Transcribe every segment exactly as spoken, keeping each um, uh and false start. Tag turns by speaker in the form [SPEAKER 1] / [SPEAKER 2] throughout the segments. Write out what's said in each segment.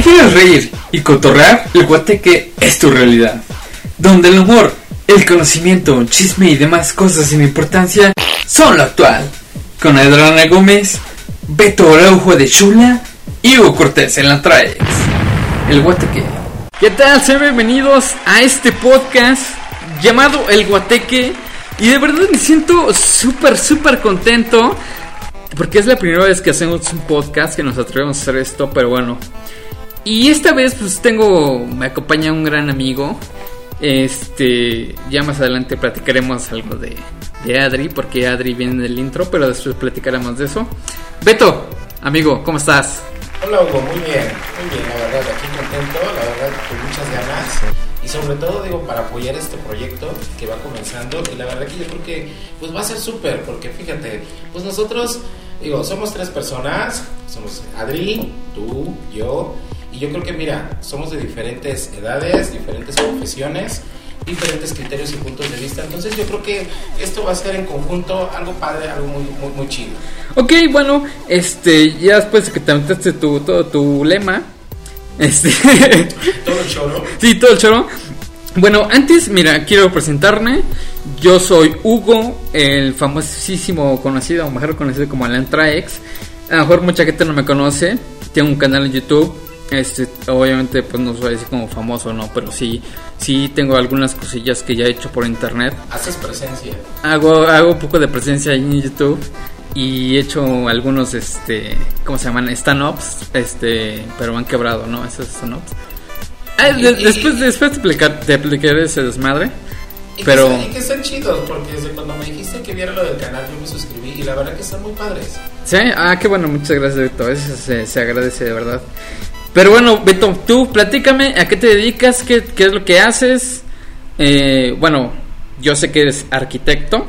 [SPEAKER 1] Si quieres reír y cotorrear, el Guateque es tu realidad. Donde el humor, el conocimiento, chisme y demás cosas sin importancia son lo actual. Con Adriana Gómez, Beto Araujo de Chula y Hugo Cortés en la Traex. El Guateque. ¿Qué tal? Sean bienvenidos a este podcast llamado El Guateque. Y de verdad me siento súper, súper contento porque es la primera vez que hacemos un podcast, que nos atrevemos a hacer esto, pero bueno. Y esta vez pues tengo, me acompaña un gran amigo. Este, ya más adelante platicaremos algo de, de Adri, porque Adri viene en el intro, pero después platicaremos de eso. Beto, amigo, ¿cómo estás?
[SPEAKER 2] Hola Hugo, muy bien, muy bien, la verdad, aquí contento, la verdad, con muchas ganas. Y sobre todo, digo, para apoyar este proyecto que va comenzando. Y la verdad que yo creo que pues va a ser súper, porque fíjate, pues nosotros, digo, somos tres personas. Somos Adri, tú, yo. Y yo creo que, mira, somos de diferentes edades, diferentes profesiones, diferentes criterios y puntos de vista. Entonces yo creo que esto va a ser en conjunto algo padre, algo muy, muy, muy chido. Ok,
[SPEAKER 1] bueno, este, ya después de que te metiste tu, todo tu lema, este...
[SPEAKER 2] ¿Todo el choro?
[SPEAKER 1] Sí, todo el choro. Bueno, antes, mira, quiero presentarme. Yo soy Hugo, el famosísimo conocido, o mejor conocido como Alan Traex. A lo mejor mucha gente no me conoce. Tengo un canal en YouTube. Este, obviamente, pues no soy así como famoso, ¿no? Pero sí, sí tengo algunas cosillas que ya he hecho por internet.
[SPEAKER 2] ¿Haces presencia?
[SPEAKER 1] Hago, hago un poco de presencia ahí en YouTube. Y he hecho algunos, este, ¿cómo se llaman? Stand-ups, este, pero han quebrado, ¿no? Esos stand-ups. Ah, de, después, después te explicar, te explicaré ese desmadre.
[SPEAKER 2] Y
[SPEAKER 1] pero...
[SPEAKER 2] que, y que están chidos, porque desde cuando me dijiste que viera lo del canal, yo me suscribí y la verdad que están muy padres.
[SPEAKER 1] Sí, ah, qué bueno, muchas gracias, Beto, eso se, se agradece de verdad. Pero bueno, Beto, tú platícame, ¿a qué te dedicas? ¿Qué, qué es lo que haces? Eh, bueno, yo sé que eres arquitecto.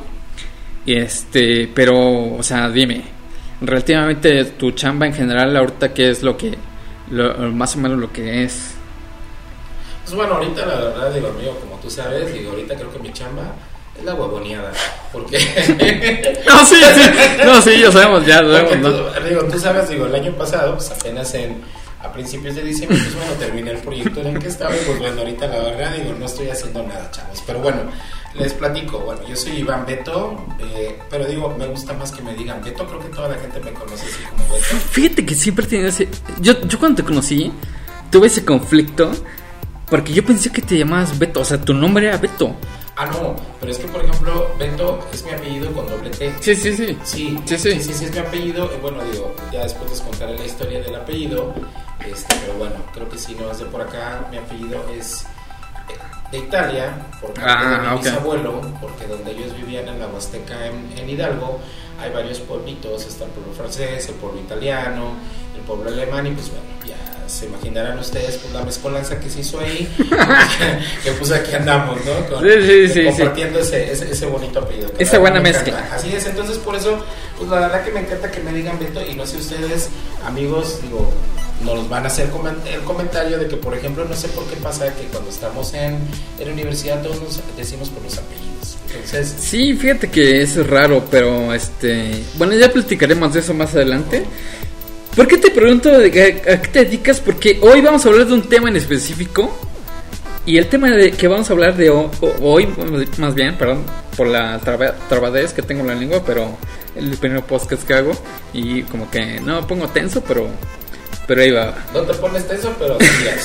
[SPEAKER 1] Este, pero, o sea, dime, relativamente tu chamba en general ahorita, ¿qué es lo que, lo, más o menos lo que es?
[SPEAKER 2] Pues bueno, ahorita la verdad, digo, amigo, como tú sabes, digo, ahorita creo que mi chamba es la huevoneada, porque...
[SPEAKER 1] no, sí, sí, no, sí, ya sabemos, ya sabemos, ¿no?
[SPEAKER 2] Tú, digo, tú sabes, digo, el año pasado, pues apenas en, a principios de diciembre, pues bueno, terminé el proyecto en el que estaba, y pues bueno, ahorita la verdad, digo, no estoy haciendo nada, chavos, pero bueno... Les platico, bueno, yo soy Iván Beto, eh, pero digo, me gusta más que me digan Beto, creo que toda la gente me conoce así como Beto.
[SPEAKER 1] Fíjate que siempre tenía ese... Yo, yo cuando te conocí, tuve ese conflicto, porque yo pensé que te llamabas Beto, o sea, tu nombre era Beto.
[SPEAKER 2] Ah, no, pero es que, por ejemplo, Beto es mi apellido con doble T.
[SPEAKER 1] Sí, sí, sí.
[SPEAKER 2] Sí,
[SPEAKER 1] sí, sí,
[SPEAKER 2] sí, sí, sí es mi apellido, y bueno, digo, ya después les contaré la historia del apellido, este, pero bueno, creo que si no es de por acá, mi apellido es... de Italia, porque ah, de mi okay. bisabuelo, porque donde ellos vivían en la Huasteca en, en Hidalgo, hay varios pueblitos, está el pueblo francés, el pueblo italiano, el pueblo alemán, y pues bueno, ya se imaginarán ustedes pues la mezcolanza que se hizo ahí, que pues aquí andamos, ¿no? Con,
[SPEAKER 1] sí, sí, sí,
[SPEAKER 2] compartiendo
[SPEAKER 1] sí.
[SPEAKER 2] Ese, ese, ese bonito apellido.
[SPEAKER 1] Esa buena mezcla.
[SPEAKER 2] Así es, entonces por eso, pues la verdad que me encanta que me digan Beto, y no sé ustedes, amigos, digo... nos van a hacer el comentario de que, por ejemplo, no sé por qué pasa que cuando estamos en, en la universidad todos nos decimos por los apellidos. Entonces,
[SPEAKER 1] sí, fíjate que eso es raro, pero este, bueno, ya platicaremos de eso más adelante. ¿Por qué te pregunto a, a qué te dedicas? Porque hoy vamos a hablar de un tema en específico. Y el tema de que vamos a hablar de hoy, hoy más bien, perdón, por la traba, trabadez que tengo en la lengua, pero el primer podcast que hago y como que no me pongo tenso, pero pero ahí va.
[SPEAKER 2] No te pones tenso, pero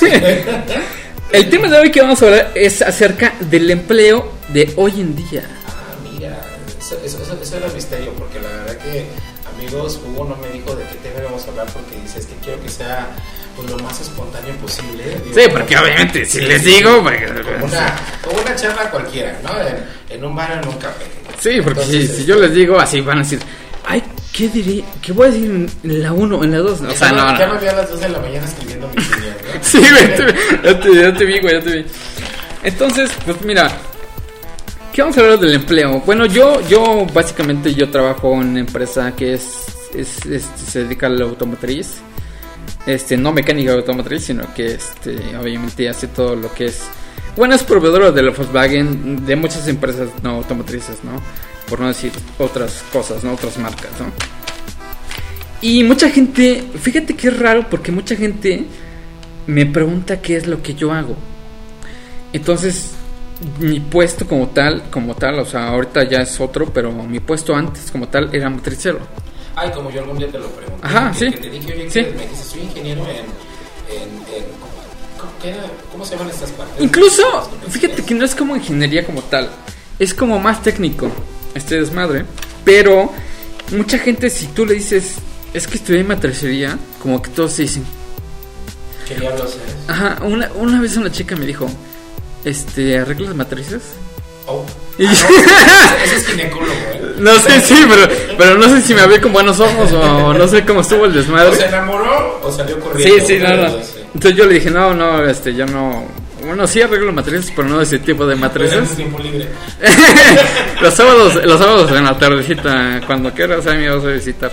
[SPEAKER 1] el tema de hoy que vamos a hablar es acerca del empleo de hoy en día.
[SPEAKER 2] Ah, mira, eso, eso, eso, eso era misterio, porque la verdad que, amigos, Hugo no me dijo de qué tema íbamos a hablar, porque dice, es que quiero que sea pues, lo más espontáneo posible. Digo,
[SPEAKER 1] sí, porque como, obviamente, si les digo... Porque...
[SPEAKER 2] Como, una, como una charla cualquiera, ¿no? En, en un bar o en un café.
[SPEAKER 1] Sí, porque entonces, si, este... si yo les digo así, van a decir... Ay, ¿qué diré? ¿Qué voy a decir en la uno, en la dos? O sea, no, no.
[SPEAKER 2] Ya me vi a las dos de la mañana escribiendo mis líneas, ¿no?
[SPEAKER 1] Sí, güey, ya te, ya te vi, güey, ya te vi. Entonces, pues mira, ¿qué vamos a hablar del empleo? Bueno, yo, yo básicamente yo trabajo en una empresa que es, es, es se dedica a la automotriz. Este, no mecánica automotriz, sino que este, obviamente hace todo lo que es... Bueno, es proveedor de la Volkswagen, de muchas empresas no automotrices, ¿no? Por no decir otras cosas, ¿no? Otras marcas, ¿no? Y mucha gente, fíjate que es raro porque mucha gente me pregunta qué es lo que yo hago. Entonces, mi puesto como tal, como tal, o sea, ahorita ya es otro, pero mi puesto antes como tal era matricero.
[SPEAKER 2] Ay, como yo algún día te lo pregunté.
[SPEAKER 1] Ajá,
[SPEAKER 2] que,
[SPEAKER 1] sí.
[SPEAKER 2] Que te dije, oye,
[SPEAKER 1] sí.
[SPEAKER 2] me dijiste, soy ingeniero en... en, en ¿cómo, qué era? ¿Cómo se llaman estas partes?
[SPEAKER 1] Incluso, fíjate que no es como ingeniería como tal, es como más técnico este desmadre. Pero mucha gente, si tú le dices, es que estudié matricería, como que todos se dicen,
[SPEAKER 2] ¿qué diablos es?
[SPEAKER 1] ajá, una, una vez una chica me dijo, este, ¿arreglas matrices?
[SPEAKER 2] Oh. Ah, no, ese es ginecólogo, ¿eh?
[SPEAKER 1] No sé, sí, pero, pero no sé si me ve con buenos ojos o no sé cómo estuvo el desmadre.
[SPEAKER 2] ¿O se enamoró o salió corriendo?
[SPEAKER 1] Sí, sí, no, no. Entonces yo le dije, no, no, este, yo no... Bueno, sí arreglo matrices, pero no de ese tipo de matrices.
[SPEAKER 2] Tiempo libre.
[SPEAKER 1] los sábados, los sábados en la tardecita, cuando quieras, a mí me vas a visitar.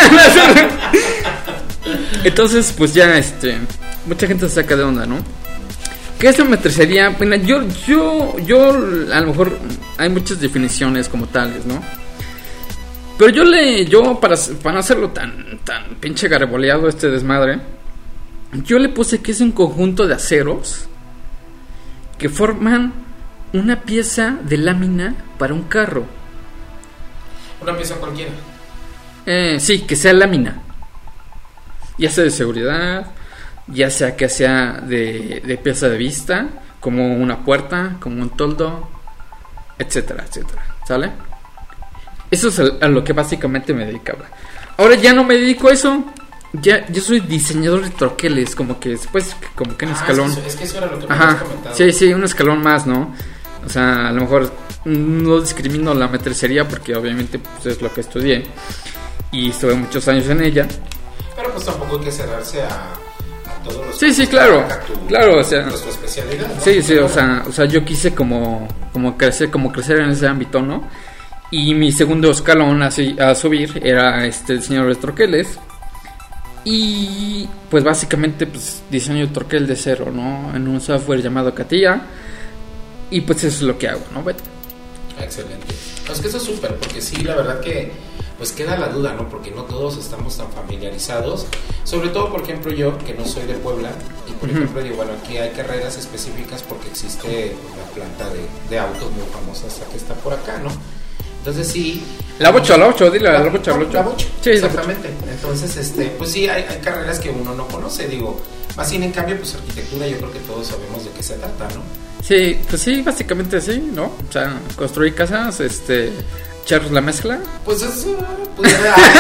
[SPEAKER 1] Entonces, pues ya, este, mucha gente se saca de onda, ¿no? ¿Qué es la matricería? Bueno, yo, yo, yo, a lo mejor hay muchas definiciones como tales, ¿no? Pero yo le, yo para, para no hacerlo tan, tan pinche garboleado este desmadre, yo le puse que es un conjunto de aceros que forman una pieza de lámina para un carro.
[SPEAKER 2] Una pieza cualquiera.
[SPEAKER 1] Eh, sí, que sea lámina. Ya sea de seguridad, ya sea que sea de, de pieza de vista, como una puerta, como un toldo, etcétera, etcétera. ¿Sale? Eso es a lo que básicamente me dedicaba. Ahora ya no me dedico a eso. Ya, yo soy diseñador de troqueles, como que después, como que un
[SPEAKER 2] ah,
[SPEAKER 1] escalón.
[SPEAKER 2] Es que, es que eso era lo que me
[SPEAKER 1] Ajá,
[SPEAKER 2] habías comentado.
[SPEAKER 1] sí, sí, un escalón más, ¿no? O sea, a lo mejor no discrimino la matricería porque obviamente pues, es lo que estudié y estuve muchos años en ella.
[SPEAKER 2] Pero pues tampoco hay que cerrarse a, a todos los...
[SPEAKER 1] Sí, sí, claro, tu, claro, o sea...
[SPEAKER 2] Nuestra especialidad, ¿no?
[SPEAKER 1] Sí, sí, o sea, o sea, yo quise como, como crecer, como crecer en ese ámbito, ¿no? Y mi segundo escalón así, a subir era este diseñador de troqueles. Y pues básicamente pues diseño de troquel de cero, ¿no? En un software llamado Catilla. Y pues eso es lo que hago, ¿no, Beto?
[SPEAKER 2] Excelente. No, es que eso es súper, porque sí, la verdad que pues queda la duda, ¿no? Porque no todos estamos tan familiarizados. Sobre todo, por ejemplo, yo, que no soy de Puebla. Y por uh-huh. ejemplo, digo, bueno, aquí hay carreras específicas porque existe una planta de, de autos muy famosa que está por acá, ¿no? Entonces sí.
[SPEAKER 1] La bocho, la bocho, dile la bocho, la bocho.
[SPEAKER 2] La bocho,
[SPEAKER 1] sí,
[SPEAKER 2] exactamente. Entonces, este, pues sí, hay, hay carreras que uno no conoce, digo. Más sin en cambio, pues arquitectura, yo creo que todos sabemos de qué se trata, ¿no?
[SPEAKER 1] Sí, pues sí, básicamente sí, ¿no? O sea, construir casas, este, echar la mezcla.
[SPEAKER 2] Pues eso, pues,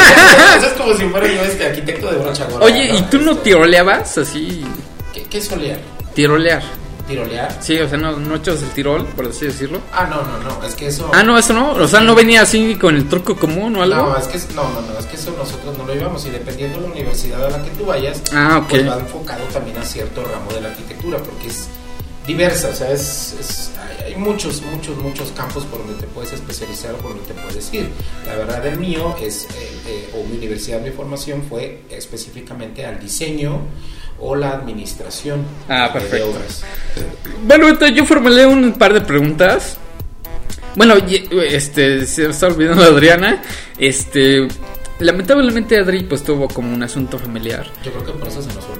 [SPEAKER 2] eso es como si fuera yo este arquitecto de brocha gorda.
[SPEAKER 1] Oye,
[SPEAKER 2] ¿no?
[SPEAKER 1] ¿y tú
[SPEAKER 2] este,
[SPEAKER 1] no tiroleabas así?
[SPEAKER 2] ¿Qué, qué es solear?
[SPEAKER 1] Tirolear.
[SPEAKER 2] ¿Tirolear?
[SPEAKER 1] Sí, o sea, no, no echas el tirol, por así decirlo.
[SPEAKER 2] Ah, no, no, no, es que eso...
[SPEAKER 1] Ah, no, eso no, o sea, no venía así con el truco común o algo.
[SPEAKER 2] No, es que, no, no, no, es que eso nosotros no lo llevamos y dependiendo de la universidad a la que tú vayas,
[SPEAKER 1] ah, okay.
[SPEAKER 2] pues va enfocado también a cierto ramo de la arquitectura, porque es diversa, o sea, es, es hay, hay muchos, muchos, muchos campos por donde te puedes especializar o por donde te puedes ir. La verdad, el mío es, eh, eh, o mi universidad, mi formación fue específicamente al diseño o la administración
[SPEAKER 1] ah,
[SPEAKER 2] de,
[SPEAKER 1] perfecto.
[SPEAKER 2] de obras.
[SPEAKER 1] Bueno, entonces yo formulé un par de preguntas. Bueno, este, se me está olvidando Adriana. Este, lamentablemente Adri pues tuvo como un asunto familiar.
[SPEAKER 2] Yo creo que por eso se nos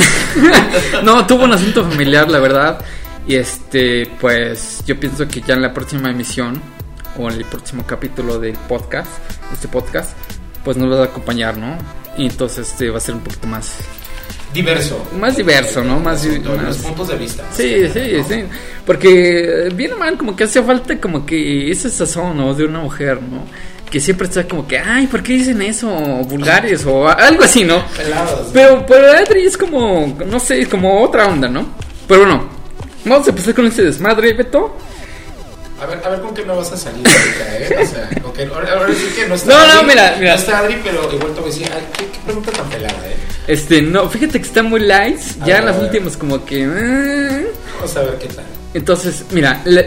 [SPEAKER 2] olvidó.
[SPEAKER 1] No, tuvo un asunto familiar, la verdad. Y este, pues yo pienso que ya en la próxima emisión o en el próximo capítulo del podcast, este podcast, pues nos va a acompañar, ¿no? Y entonces este va a ser un poquito más
[SPEAKER 2] diverso.
[SPEAKER 1] Más diverso, ¿no? Más,
[SPEAKER 2] los
[SPEAKER 1] más
[SPEAKER 2] puntos de vista.
[SPEAKER 1] Sí, sí, ¿no? Sí. Porque bien o mal como que hace falta como que ese sazón, ¿no? De una mujer, ¿no? Que siempre está como que, ay, ¿por qué dicen eso? Vulgares o algo así, ¿no?
[SPEAKER 2] Pelados.
[SPEAKER 1] Pero pero Adri es como, no sé, como otra onda, ¿no? Pero bueno, vamos a empezar con este desmadre, Beto.
[SPEAKER 2] A ver, a ver con qué me vas a salir ahorita, ¿eh? O sea, okay, ahora, ahora sí que no está
[SPEAKER 1] No,
[SPEAKER 2] Adri,
[SPEAKER 1] no, mira, mira.
[SPEAKER 2] No está Adri, pero igual te voy a decir, ay, ¿qué, qué pregunta tan pelada, eh?
[SPEAKER 1] Este, no, fíjate que está muy light.
[SPEAKER 2] A
[SPEAKER 1] ya
[SPEAKER 2] ver,
[SPEAKER 1] en las
[SPEAKER 2] a ver.
[SPEAKER 1] últimas como que... Eh.
[SPEAKER 2] Vamos a ver qué tal.
[SPEAKER 1] Entonces, mira, la,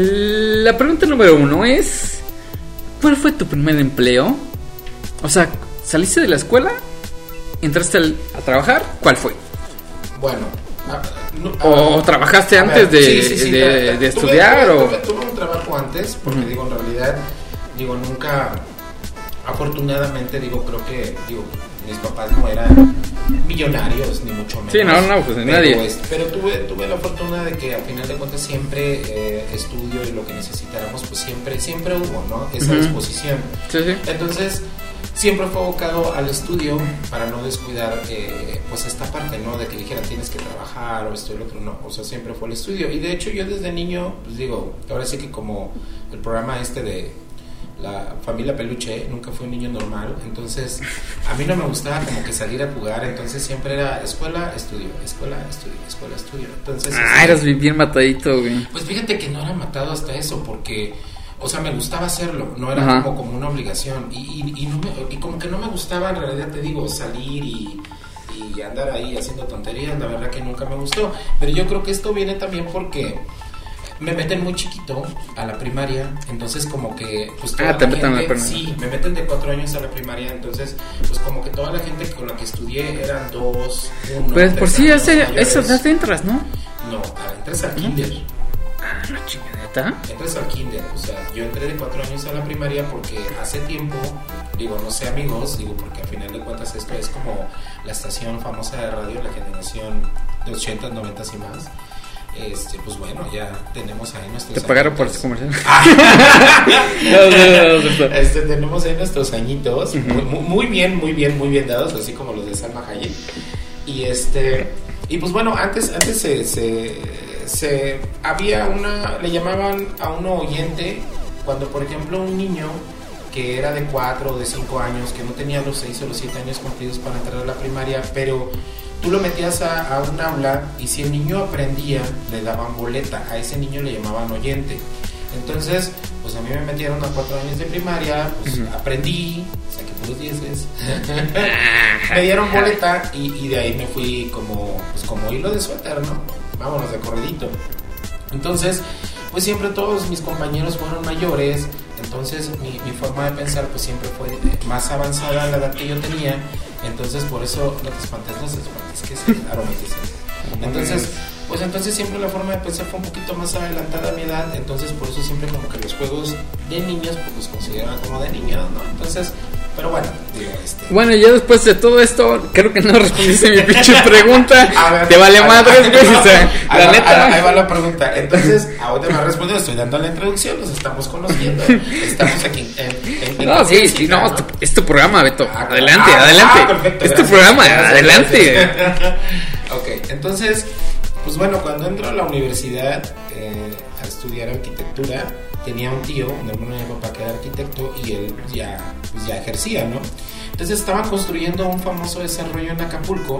[SPEAKER 1] la pregunta número uno es... ¿Cuál fue tu primer empleo? O sea, ¿saliste de la escuela? ¿Entraste al, a trabajar? ¿Cuál fue?
[SPEAKER 2] Bueno... A, no, a,
[SPEAKER 1] ¿O trabajaste antes
[SPEAKER 2] ver,
[SPEAKER 1] de,
[SPEAKER 2] sí, sí, sí,
[SPEAKER 1] de,
[SPEAKER 2] tra-
[SPEAKER 1] de
[SPEAKER 2] tuve,
[SPEAKER 1] estudiar?
[SPEAKER 2] Tuve,
[SPEAKER 1] o...
[SPEAKER 2] tuve, tuve un trabajo antes, porque
[SPEAKER 1] Uh-huh.
[SPEAKER 2] digo, en realidad, digo, nunca, afortunadamente, digo, creo que, digo, mis papás no eran millonarios, ni mucho menos.
[SPEAKER 1] Sí, no, no, pues
[SPEAKER 2] pero,
[SPEAKER 1] nadie.
[SPEAKER 2] Es, pero tuve, tuve la fortuna de que al final de cuentas siempre eh, estudio y lo que necesitáramos, pues siempre, siempre hubo, ¿no? Esa uh-huh. disposición.
[SPEAKER 1] Sí, sí.
[SPEAKER 2] Entonces, siempre fue abocado al estudio para no descuidar eh, pues esta parte, ¿no? De que dijeran tienes que trabajar o esto y lo otro, no. O sea, siempre fue el estudio. Y de hecho yo desde niño, pues digo, ahora sí que como el programa este de la familia Peluche, nunca fui un niño normal. Entonces, a mí no me gustaba como que salir a jugar. Entonces siempre era escuela, estudio, escuela, estudio, escuela, estudio. Entonces,
[SPEAKER 1] ah, este, eras bien matadito, güey.
[SPEAKER 2] Pues fíjate que no era matado hasta eso, porque... O sea, me gustaba hacerlo, no era como, como una obligación. Y, y, y, no me, y como que no me gustaba, en realidad te digo, salir y, y andar ahí haciendo tonterías. La verdad que nunca me gustó. Pero yo creo que esto viene también porque me meten muy chiquito a la primaria. Entonces como que... Pues, toda
[SPEAKER 1] ah, te
[SPEAKER 2] la
[SPEAKER 1] meten
[SPEAKER 2] gente,
[SPEAKER 1] a la primaria.
[SPEAKER 2] Sí, me meten de cuatro años a la primaria. Entonces, pues como que toda la gente con la que estudié eran dos, uno...
[SPEAKER 1] Pues por sí, ese, eso te entras, ¿no?
[SPEAKER 2] No, entras al kinder.
[SPEAKER 1] Ah, la chingadeta.
[SPEAKER 2] Entras al kinder, o sea, yo entré de cuatro años a la primaria porque hace tiempo, digo, no sé amigos, digo, porque al final de cuentas esto es como la estación famosa de radio, la generación de ochentas, noventas y más. Este, pues bueno, ya tenemos ahí nuestros...
[SPEAKER 1] ¿Te pagaron por ese comercial?
[SPEAKER 2] este, tenemos ahí nuestros añitos, uh-huh. muy, muy bien, muy bien, muy bien dados, así como los de Salma Hayek. Y este, y pues bueno, antes, antes se... se Se, había una, le llamaban a uno oyente cuando por ejemplo un niño que era de cuatro o de cinco años, que no tenía los seis o los siete años cumplidos para entrar a la primaria, pero tú lo metías a, a un aula y si el niño aprendía le daban boleta, a ese niño le llamaban oyente. Entonces pues a mí me metieron a cuatro años de primaria, pues uh-huh. aprendí, saqué puros dieces, me dieron boleta y, y de ahí me fui como, pues como hilo de suéter, ¿no? Vámonos de corridito. Entonces, pues siempre todos mis compañeros fueron mayores. Entonces mi, mi forma de pensar pues siempre fue más avanzada a la edad que yo tenía. Entonces por eso no te espantes, no te espantes, que es aromatizar. Entonces, pues entonces siempre la forma de pensar fue un poquito más adelantada a mi edad. Entonces por eso siempre como que los juegos de niños pues los consideraban como de niños, ¿no? Entonces... Pero bueno, digo, este...
[SPEAKER 1] Bueno, ya después de todo esto, creo que no respondiste mi pinche pregunta.
[SPEAKER 2] Ver,
[SPEAKER 1] te vale madres, güey. O sea, la
[SPEAKER 2] ahí
[SPEAKER 1] neta.
[SPEAKER 2] Va, ahí va la pregunta. Entonces, ahorita me ha respondido, estoy dando la introducción, nos estamos conociendo. Estamos aquí en. en, en
[SPEAKER 1] no, sí, sí, no, ¿no? Es, tu, es tu programa, Beto.
[SPEAKER 2] Ah,
[SPEAKER 1] adelante,
[SPEAKER 2] ah,
[SPEAKER 1] adelante.
[SPEAKER 2] Ah, perfecto,
[SPEAKER 1] es
[SPEAKER 2] gracias,
[SPEAKER 1] tu programa,
[SPEAKER 2] gracias,
[SPEAKER 1] adelante.
[SPEAKER 2] Gracias. Ok, entonces, pues bueno, cuando entro a la universidad eh, a estudiar arquitectura, tenía un tío, un hermano de mi papá que era arquitecto y él ya, pues ya ejercía, ¿no? Entonces estaban construyendo un famoso desarrollo en Acapulco,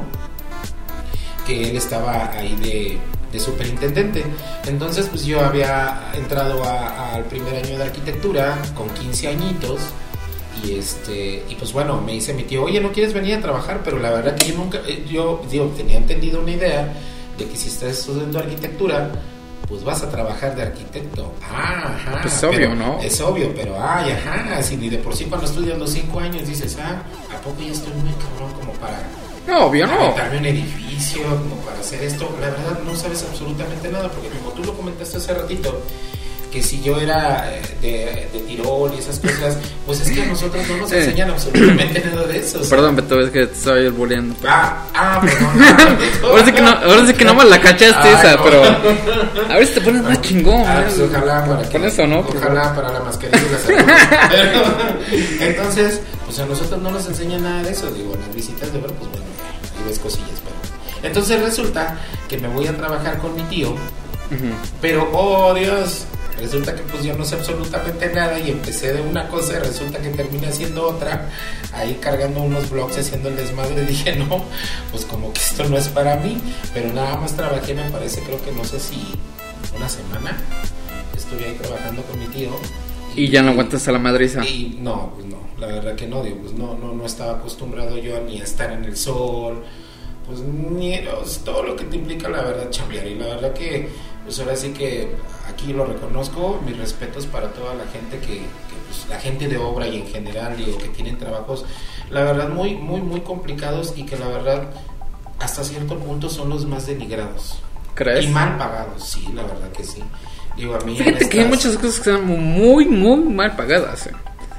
[SPEAKER 2] que él estaba ahí de, de superintendente. Entonces pues yo había entrado a, a, al primer año de arquitectura con quince añitos y este y pues bueno, me dice mi tío, oye, ¿no quieres venir a trabajar? Pero la verdad que yo nunca, yo digo, tenía entendido una idea de que si estás estudiando arquitectura pues vas a trabajar de arquitecto. Ah, ajá.
[SPEAKER 1] Es obvio, ¿no?
[SPEAKER 2] Es obvio, pero ay, ajá. Si ni de por sí cuando estudias los cinco años dices, ah, ¿a poco ya estoy muy cabrón como para...
[SPEAKER 1] No, obvio, no.
[SPEAKER 2] Montarme un edificio, como para hacer esto? La verdad no sabes absolutamente nada, porque como tú lo comentaste hace ratito, que si yo era de, de Tirol y esas cosas, pues es que a nosotros no nos sí. enseñan absolutamente nada de eso.
[SPEAKER 1] Perdón, Beto, es que te estaba yo bulleando.
[SPEAKER 2] Ah, ah, perdón.
[SPEAKER 1] ahora sí que no, ahora sí que no me la cachaste Ay, esa, no. Pero a ver si te pones más chingón.
[SPEAKER 2] Ah, pues ojalá para
[SPEAKER 1] Con eso, ¿no?
[SPEAKER 2] Ojalá para la mascarilla y la salud. Pero, entonces, pues a nosotros no nos enseñan nada de eso. Digo, las visitas de ver, pues bueno, ahí ves cosillas, pero... Entonces resulta que me voy a trabajar con mi tío, uh-huh. pero, oh Dios... Resulta que pues yo no sé absolutamente nada y empecé de una cosa y resulta que terminé haciendo otra, ahí cargando unos blogs, haciendo el desmadre. Dije, no, pues como que esto no es para mí, pero nada más trabajé, me parece, creo que no sé si una semana estuve ahí trabajando con mi tío.
[SPEAKER 1] ¿Y, y ya no aguantas a la madriza?
[SPEAKER 2] Y no, pues no, la verdad que no, digo, pues no, no, no estaba acostumbrado yo ni a estar en el sol, pues ni los, todo lo que te implica la verdad chambear, y la verdad que pues ahora sí que aquí lo reconozco, mis respetos para toda la gente que, que pues, la gente de obra y en general, digo, que tienen trabajos la verdad muy, muy, muy complicados y que la verdad hasta cierto punto son los más denigrados.
[SPEAKER 1] ¿Crees?
[SPEAKER 2] Y mal pagados, sí, la verdad que sí. Digo, a mí
[SPEAKER 1] fíjate estas... que hay muchas cosas que son muy, muy mal pagadas, ¿eh?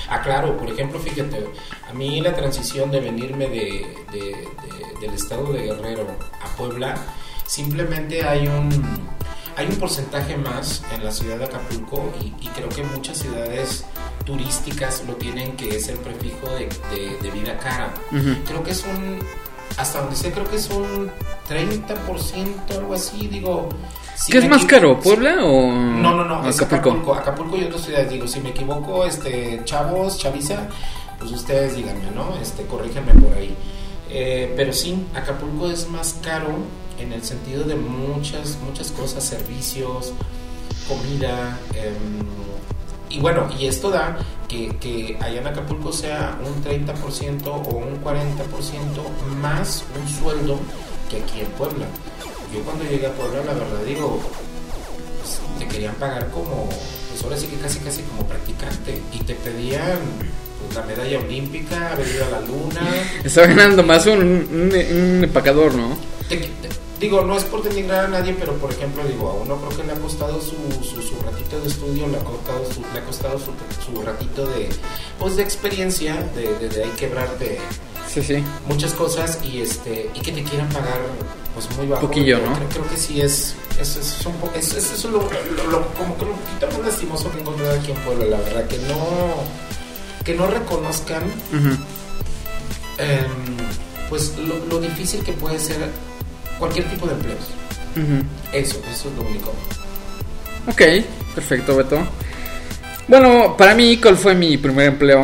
[SPEAKER 2] Ah, claro, por ejemplo, fíjate, a mí la transición de venirme de, de, de, del estado de Guerrero a Puebla, simplemente hay un, hay un porcentaje más en la ciudad de Acapulco y, y creo que muchas ciudades turísticas lo tienen, que es el prefijo de, de, de vida cara. Uh-huh. Creo que es un, hasta donde sé, creo que es un treinta por ciento, algo así, digo... Si
[SPEAKER 1] ¿Qué es más caro, Puebla
[SPEAKER 2] si,
[SPEAKER 1] o
[SPEAKER 2] no, no, no, es
[SPEAKER 1] Acapulco?
[SPEAKER 2] Acapulco, Acapulco y otras ciudades, digo, si me equivoco, este, chavos, chaviza, pues ustedes díganme, ¿no? Este, corríjanme por ahí. Eh, pero sí, Acapulco es más caro en el sentido de muchas, muchas cosas, servicios, comida, eh, y bueno, y esto da que, que allá en Acapulco sea un treinta por ciento o un cuarenta por ciento más un sueldo que aquí en Puebla. Yo cuando llegué a Puebla, la verdad digo, pues, te querían pagar como, pues ahora sí que casi casi como practicante, y te pedían pues, la medalla olímpica, haber ido a la luna.
[SPEAKER 1] Está ganando más un, un, un empacador, ¿no?
[SPEAKER 2] Te, te, digo, no es por denigrar a nadie, pero por ejemplo, digo, a uno creo que le ha costado su, su, su ratito de estudio, le ha costado su, le ha costado su, su ratito de, pues, de experiencia, de, de, de ahí quebrarte
[SPEAKER 1] sí, sí.
[SPEAKER 2] muchas cosas, y este y que te quieran pagar pues muy bajo.
[SPEAKER 1] Poquillo,
[SPEAKER 2] creo,
[SPEAKER 1] ¿no?
[SPEAKER 2] Creo, creo que sí es es, es, un po, es, es, es lo, lo, lo, como que un poquito más lastimoso que encontrar aquí en Puebla, la verdad, que no que no reconozcan uh-huh. eh, pues lo, lo difícil que puede ser cualquier tipo de empleos. Uh-huh. Eso, eso es lo único.
[SPEAKER 1] Ok, perfecto, Beto. Bueno, para mí, ¿cuál fue mi primer empleo?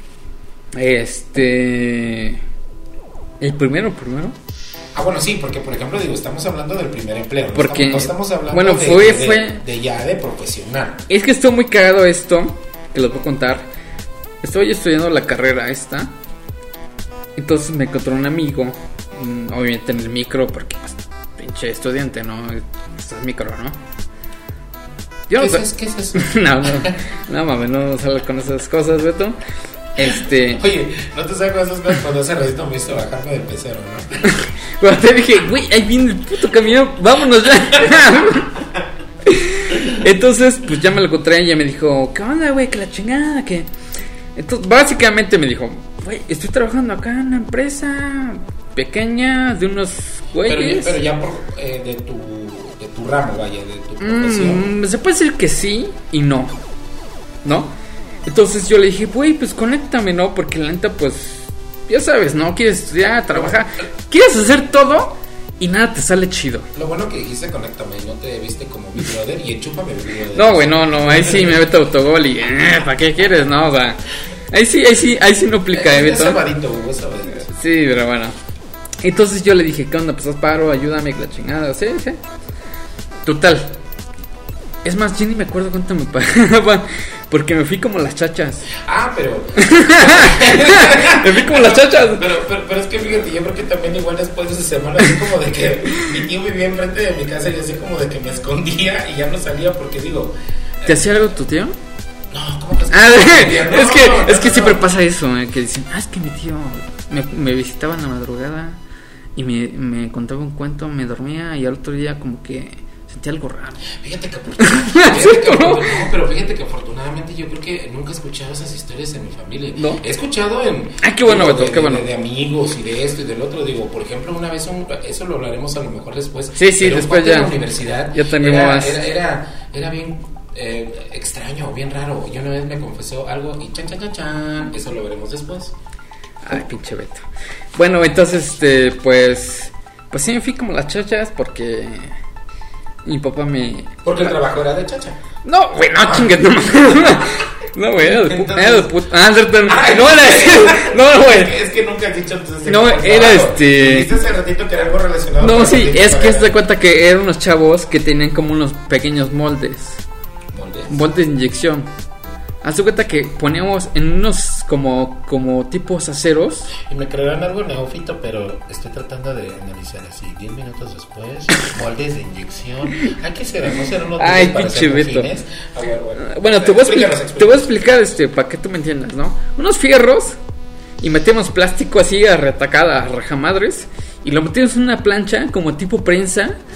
[SPEAKER 1] Este... ¿El primero, primero?
[SPEAKER 2] Ah, bueno, sí, porque por ejemplo, digo, estamos hablando del primer empleo. No,
[SPEAKER 1] porque,
[SPEAKER 2] estamos, no estamos hablando
[SPEAKER 1] bueno,
[SPEAKER 2] de,
[SPEAKER 1] fue,
[SPEAKER 2] de,
[SPEAKER 1] fue...
[SPEAKER 2] De, de ya de profesional.
[SPEAKER 1] Es que estuvo muy cagado esto, que lo puedo contar. Estoy estudiando la carrera esta. Entonces me encontró un amigo, obviamente en el micro, porque pues, pinche estudiante, ¿no? Este es micro, ¿no? Yo
[SPEAKER 2] ¿Qué,
[SPEAKER 1] no
[SPEAKER 2] es, es, ¿Qué es eso?
[SPEAKER 1] no, no, no mames, no sale con esas cosas, Beto. Este...
[SPEAKER 2] Oye, no te sabes con esas cosas cuando hace ratito me viste bajarme del pecero, ¿no?
[SPEAKER 1] Cuando te dije, güey, ahí viene el puto camión, vámonos ya. Entonces, pues ya me lo encontré y ya me dijo, ¿qué onda, güey? Que la chingada, que... Entonces, básicamente me dijo, güey, estoy trabajando acá en una empresa pequeña de unos güeyes.
[SPEAKER 2] Pero, pero ya por, eh, de tu de tu ramo, vaya, de tu profesión.
[SPEAKER 1] Mm, se puede decir que sí y no, ¿no? Entonces yo le dije, güey, pues conéctame, ¿no? Porque la neta, pues, ya sabes, ¿no? Quieres estudiar, trabajar, quieres hacer todo y nada te sale chido.
[SPEAKER 2] Lo bueno que dijiste conéctame, no te viste como Big Brother y enchúpame Big Brother.
[SPEAKER 1] No, güey, no, no, ahí sí me meto autogol y, eh, ¿para qué quieres, no? O sea, ahí sí, ahí sí, ahí sí no aplica,
[SPEAKER 2] eh,
[SPEAKER 1] ¿eh,
[SPEAKER 2] es sabadito, güey, es sabadito.
[SPEAKER 1] Sí, pero bueno. Entonces yo le dije, ¿qué onda? Pues haz paro, ayúdame, que la chingada, sí, sí. Total. Es más, yo ni me acuerdo cuánto me pagaban, porque me fui como las chachas.
[SPEAKER 2] Ah, pero...
[SPEAKER 1] me fui como las chachas.
[SPEAKER 2] Pero, pero, pero es que fíjate, yo creo que también igual después de esa semana, así como de que mi tío vivía enfrente de mi casa y así como de que me escondía y ya no salía porque digo...
[SPEAKER 1] ¿Te hacía algo tu tío?
[SPEAKER 2] No, ¿cómo que es que?
[SPEAKER 1] Ah,
[SPEAKER 2] No,
[SPEAKER 1] es que,
[SPEAKER 2] no,
[SPEAKER 1] es que
[SPEAKER 2] no,
[SPEAKER 1] siempre
[SPEAKER 2] no.
[SPEAKER 1] pasa eso, eh, que dicen, ah, es que mi tío me, me visitaba en la madrugada y me, me contaba un cuento, me dormía y al otro día como que... sentí algo raro.
[SPEAKER 2] Fíjate que, fíjate que no, pero fíjate que afortunadamente yo creo que nunca he escuchado esas historias en mi familia.
[SPEAKER 1] ¿No?
[SPEAKER 2] He escuchado en...
[SPEAKER 1] Ah, qué bueno,
[SPEAKER 2] digo,
[SPEAKER 1] Beto,
[SPEAKER 2] de,
[SPEAKER 1] qué bueno.
[SPEAKER 2] De, de amigos y de esto y del otro. Digo, por ejemplo, una vez, un, eso lo hablaremos a lo mejor después.
[SPEAKER 1] Sí, sí,
[SPEAKER 2] pero
[SPEAKER 1] después
[SPEAKER 2] ya.
[SPEAKER 1] ya.
[SPEAKER 2] En la universidad
[SPEAKER 1] Ya tenemos
[SPEAKER 2] era,
[SPEAKER 1] más.
[SPEAKER 2] Era, era, era bien eh, extraño, bien raro. Yo una vez me confesó algo y chan, chan, chan, chan. Eso lo veremos después.
[SPEAKER 1] Ay, pinche Beto. Bueno, entonces, este, pues... Pues sí, me fui como las chachas porque... Mi papá me...
[SPEAKER 2] Porque el trabajo era de chacha.
[SPEAKER 1] No, güey, no, chingue, no. No, güey, era de puta. Era de puta. Ah, cierto.
[SPEAKER 2] Ay,
[SPEAKER 1] No, era... No, güey.
[SPEAKER 2] Es que, es que nunca has dicho entonces.
[SPEAKER 1] No, era este...
[SPEAKER 2] Dijiste hace ratito que era algo relacionado.
[SPEAKER 1] No,
[SPEAKER 2] con
[SPEAKER 1] sí,
[SPEAKER 2] el
[SPEAKER 1] es que
[SPEAKER 2] de
[SPEAKER 1] se da cuenta que eran unos chavos que tenían como unos pequeños moldes.
[SPEAKER 2] ¿Moldes?
[SPEAKER 1] Moldes de inyección. Haz de cuenta que poníamos en unos como, como tipos aceros.
[SPEAKER 2] Y me creerán algo neófito, pero estoy tratando de analizar así. Diez minutos después, moldes de inyección. ¿A qué será? ¿No será unos
[SPEAKER 1] Ay,
[SPEAKER 2] para
[SPEAKER 1] pinche
[SPEAKER 2] hacer
[SPEAKER 1] Beto.
[SPEAKER 2] mufines? A ver, bueno.
[SPEAKER 1] Bueno, te voy a
[SPEAKER 2] Explícanos,
[SPEAKER 1] explicar, te voy a explicar este, para que tú me entiendas, ¿no? Unos fierros y metemos plástico así a retacada, a rajamadres, y lo metemos en una plancha como tipo prensa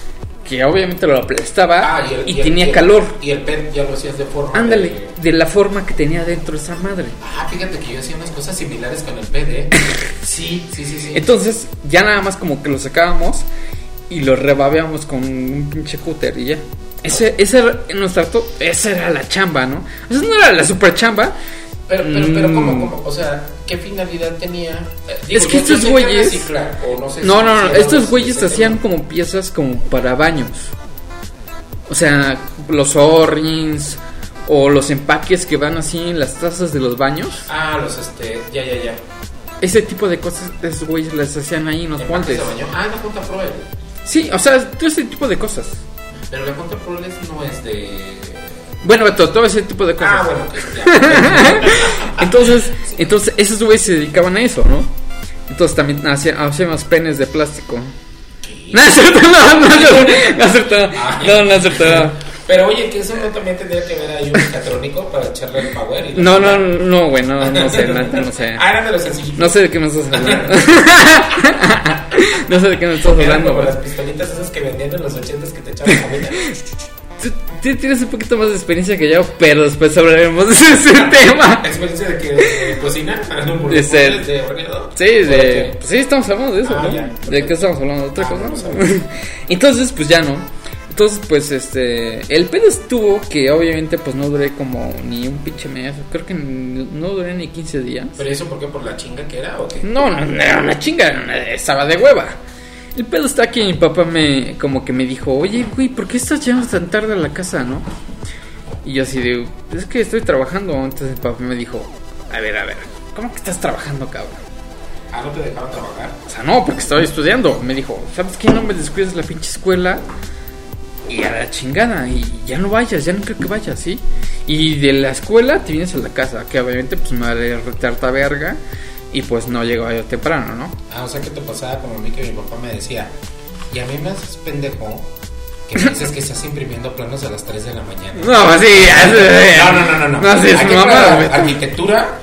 [SPEAKER 1] que obviamente lo aplastaba
[SPEAKER 2] Ah, y, el-
[SPEAKER 1] y,
[SPEAKER 2] y el-
[SPEAKER 1] tenía
[SPEAKER 2] y el-
[SPEAKER 1] calor.
[SPEAKER 2] Y el P E T ya lo hacías de forma.
[SPEAKER 1] Ándale,
[SPEAKER 2] de-
[SPEAKER 1] de la forma que tenía dentro esa madre.
[SPEAKER 2] Ah, fíjate que yo hacía unas cosas similares con el P E T, ¿eh? Sí, sí, sí, sí.
[SPEAKER 1] Entonces, ya nada más como que lo sacábamos y lo rebabeábamos con un pinche cúter y ya. Ese, ese era nuestra to- esa era la chamba, ¿no? O sea, no era la super chamba.
[SPEAKER 2] Pero, pero, pero,
[SPEAKER 1] Mm.
[SPEAKER 2] ¿cómo, cómo? O sea, ¿qué finalidad tenía? Eh, digo,
[SPEAKER 1] Es que
[SPEAKER 2] yo- yo
[SPEAKER 1] estos
[SPEAKER 2] sé que
[SPEAKER 1] güeyes-
[SPEAKER 2] reciclar, o no, sé
[SPEAKER 1] No,
[SPEAKER 2] si-
[SPEAKER 1] no, no,
[SPEAKER 2] si
[SPEAKER 1] estos
[SPEAKER 2] éramos
[SPEAKER 1] güeyes
[SPEAKER 2] ese
[SPEAKER 1] hacían
[SPEAKER 2] tema.
[SPEAKER 1] como piezas como para baños. O sea, los O-rings o los empaques que van así en las tazas de los baños.
[SPEAKER 2] Ah, los este, ya, ya, ya.
[SPEAKER 1] Ese tipo de cosas, esos güeyes las hacían ahí en los
[SPEAKER 2] ¿Empaques
[SPEAKER 1] puentes.
[SPEAKER 2] de baño? Ah, la Junta Proel.
[SPEAKER 1] Sí, o sea, todo ese tipo de cosas.
[SPEAKER 2] Pero la Junta Proel no es de...
[SPEAKER 1] Bueno, todo, todo ese tipo de cosas.
[SPEAKER 2] Ah, bueno, ok, ya.
[SPEAKER 1] Entonces, entonces esos güeyes se dedicaban a eso, ¿no? Entonces también hacían, hacíamos penes de plástico.
[SPEAKER 2] ¿Qué?
[SPEAKER 1] No es cierto, no, no es cierto, no es cierto, no, no es cierto.
[SPEAKER 2] Pero oye, que eso no también tendría que ver ahí un mecatrónico para echarle el power. Y
[SPEAKER 1] No, no, no, güey, no, no sé, no, no sé.
[SPEAKER 2] Ah, eran de los sencillos.
[SPEAKER 1] No sé de qué me estás hablando. No sé de qué me estás
[SPEAKER 2] Eran
[SPEAKER 1] hablando,
[SPEAKER 2] como
[SPEAKER 1] güey.
[SPEAKER 2] las pistolitas esas que vendían en los ochentas que te echaban comida.
[SPEAKER 1] Tú, tú tienes un poquito más de experiencia que yo, pero después hablaremos de ese tema.
[SPEAKER 2] ¿Experiencia de que de cocina? ¿De,
[SPEAKER 1] De ser-
[SPEAKER 2] de horneado?
[SPEAKER 1] Sí,
[SPEAKER 2] ¿O
[SPEAKER 1] de,
[SPEAKER 2] qué?
[SPEAKER 1] pues sí, estamos hablando de eso,
[SPEAKER 2] Ah,
[SPEAKER 1] ¿no?
[SPEAKER 2] ya.
[SPEAKER 1] ¿De qué estamos hablando? ¿De otra
[SPEAKER 2] Ah,
[SPEAKER 1] cosa?
[SPEAKER 2] no lo sabía.
[SPEAKER 1] Entonces, pues ya no. Entonces, pues este, el pedo estuvo que obviamente pues no duré como ni un pinche mes, creo que ni- no duré ni quince días.
[SPEAKER 2] ¿Pero eso por qué? ¿Por la chinga que era o qué?
[SPEAKER 1] No, no, no era una chinga, era una- estaba de hueva. El pedo está que mi papá me, como que me dijo, oye, güey, ¿por qué estás llegando tan tarde a la casa, no? Y yo así de, es que estoy trabajando. Entonces mi papá me dijo, a ver, a ver, ¿cómo que estás trabajando, cabrón?
[SPEAKER 2] Ah, ¿no te dejaban trabajar?
[SPEAKER 1] O sea, no, porque estoy estudiando. Me dijo, ¿sabes qué? No me descuides la pinche escuela y a la chingada. Y ya no vayas, ya no creo que vayas, ¿sí? Y de la escuela te vienes a la casa, que obviamente pues me haré retarta verga. Y pues no llegaba yo temprano, ¿no?
[SPEAKER 2] Ah, o sea que te pasaba como a mí que mi papá me decía, y a mí me haces pendejo que me dices que estás imprimiendo planos a las tres de la mañana.
[SPEAKER 1] No, así,
[SPEAKER 2] No, no, no, no, no.
[SPEAKER 1] No, sí, es
[SPEAKER 2] Hay que
[SPEAKER 1] mamá,
[SPEAKER 2] aclarar,
[SPEAKER 1] güey.
[SPEAKER 2] arquitectura,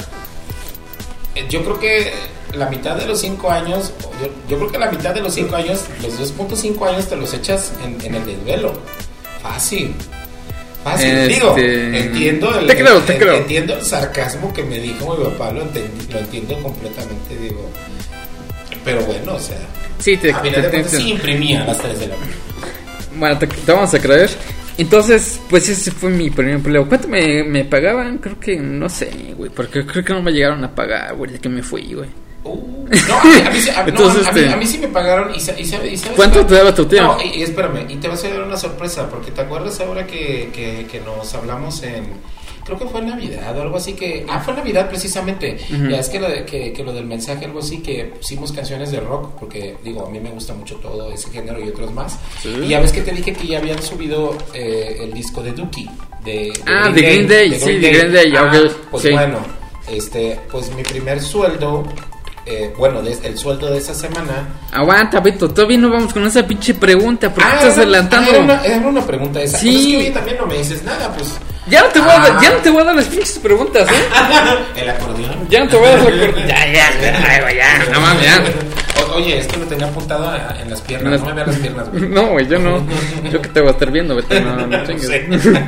[SPEAKER 2] eh, yo creo que la mitad de los cinco años, yo, yo creo que la mitad de los cinco años, los dos punto cinco años te los echas en, en el desvelo. Fácil. Fácil,
[SPEAKER 1] Este,
[SPEAKER 2] digo, entiendo el,
[SPEAKER 1] te creo, te
[SPEAKER 2] el-
[SPEAKER 1] creo.
[SPEAKER 2] entiendo el sarcasmo que me dijo mi papá, lo, entendí, lo entiendo completamente, digo. Pero bueno, o sea,
[SPEAKER 1] Sí, te,
[SPEAKER 2] a final
[SPEAKER 1] te-
[SPEAKER 2] de
[SPEAKER 1] te-
[SPEAKER 2] cuentas
[SPEAKER 1] te-
[SPEAKER 2] sí imprimía a las tres de la mañana.
[SPEAKER 1] Bueno, te, te vamos a creer. Entonces, pues ese fue mi primer empleo. ¿Cuánto me, me pagaban? Creo que, no sé, güey, porque creo que no me llegaron a pagar, güey, de que me fui, güey.
[SPEAKER 2] Uh, no, a mí, a mí sí- a- no,
[SPEAKER 1] Entonces,
[SPEAKER 2] a mí-
[SPEAKER 1] este-
[SPEAKER 2] a mí sí me pagaron y, sa- y sabe- y sabes
[SPEAKER 1] ¿Cuánto
[SPEAKER 2] cuál?
[SPEAKER 1] te daba tu tío?
[SPEAKER 2] No, y, y espérame, y te vas a dar una sorpresa, porque te acuerdas ahora que, que, que nos hablamos en, creo que fue en Navidad o algo así que, ah, fue en Navidad precisamente,
[SPEAKER 1] Ujú.
[SPEAKER 2] ya es que lo, de, que, que lo del mensaje, algo así, que pusimos canciones de rock, porque digo, a mí me gusta mucho todo ese género y otros más,
[SPEAKER 1] Sí.
[SPEAKER 2] y ya ves que te dije que ya habían subido eh, el disco de Dookie, de, de
[SPEAKER 1] Ah, de Green Day, sí, de Green Day,
[SPEAKER 2] Ah,
[SPEAKER 1] ok,
[SPEAKER 2] pues
[SPEAKER 1] sí.
[SPEAKER 2] bueno, este, pues mi primer sueldo, eh, bueno, de- el sueldo de esa semana.
[SPEAKER 1] Aguanta, Beto, todavía no vamos con esa pinche pregunta. ¿Por qué
[SPEAKER 2] Ah,
[SPEAKER 1] estás
[SPEAKER 2] era-
[SPEAKER 1] adelantando?
[SPEAKER 2] ah, Era una, era una pregunta esa.
[SPEAKER 1] Sí.
[SPEAKER 2] Pues es que hoy también no me dices nada, pues.
[SPEAKER 1] Ya no te voy a dar,
[SPEAKER 2] Ah.
[SPEAKER 1] ya no te voy a dar las pinches preguntas, ¿eh?
[SPEAKER 2] El acordeón.
[SPEAKER 1] Ya no te voy a dar las preguntas. Ya, ya, ya, ay, güey, ya, no mames, ya.
[SPEAKER 2] O- Oye, es que lo tenía apuntado a- en las piernas.
[SPEAKER 1] En las-
[SPEAKER 2] No me veas las piernas, güey.
[SPEAKER 1] No, güey, yo no. Yo que te voy a estar viendo, Beto, no, no
[SPEAKER 2] No
[SPEAKER 1] chingues.
[SPEAKER 2] sé.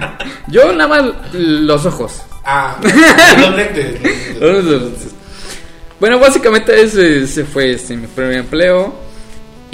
[SPEAKER 1] Yo nada más los ojos.
[SPEAKER 2] Ah, los lentes, los lentes.
[SPEAKER 1] Bueno, básicamente ese, ese fue este, mi primer empleo. Y